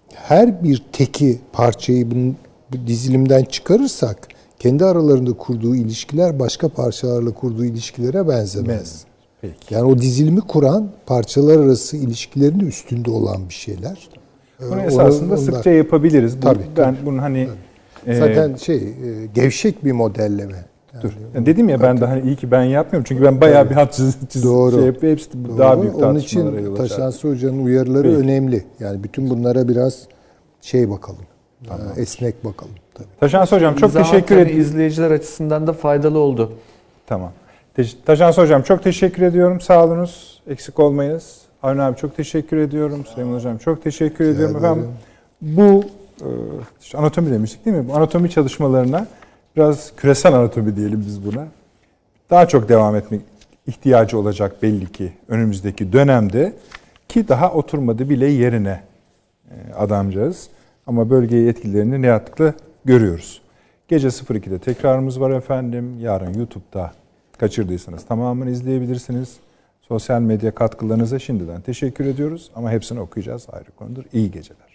Speaker 3: her bir teki parçayı bunun dizilimden çıkarırsak kendi aralarında kurduğu ilişkiler başka parçalarla kurduğu ilişkilere benzemez. Peki. Yani o dizilimi kuran parçalar arası ilişkilerin üstünde olan bir şeyler.
Speaker 1: Bunu esasında onlar, sıkça yapabiliriz. Bu, tabii, ben tabii, bunun hani
Speaker 3: tabii. E, zaten şey e, gevşek bir modelleme.
Speaker 1: Yani dur. Yani dedim ya ben tabii. de hani iyi ki ben yapmıyorum çünkü ben bayağı tabii. bir hat çiz, çiz Doğru. şey yapıyor. Hepsi Doğru. daha büyük tartışmalara yol açar.
Speaker 3: Onun için Taşansı Hoca'nın uyarıları Peki. önemli. Yani bütün bunlara biraz şey bakalım. Tamam. Esnek bakalım. Tabii.
Speaker 1: Taşansı Hocam çok
Speaker 2: Zaten
Speaker 1: teşekkür ederim.
Speaker 2: İzleyiciler açısından da faydalı oldu.
Speaker 1: Tamam. Taşansı Hocam çok teşekkür ediyorum. Sağ olunuz. Eksik olmayınız. Avni abi çok teşekkür ediyorum. Süleyman Hocam çok teşekkür Rica ediyorum. Efendim, bu işte anatomi demiştik değil mi? Bu anatomi çalışmalarına biraz küresel anatomi diyelim biz buna. Daha çok devam etmek ihtiyacı olacak belli ki önümüzdeki dönemde ki daha oturmadı bile yerine adamcağız. Ama bölgeye etkilerini ne rahatlıkla görüyoruz. Gece sıfır ikide tekrarımız var efendim. Yarın YouTube'da kaçırdıysanız tamamını izleyebilirsiniz. Sosyal medya katkılarınıza şimdiden teşekkür ediyoruz. Ama hepsini okuyacağız, ayrı konudur. İyi geceler.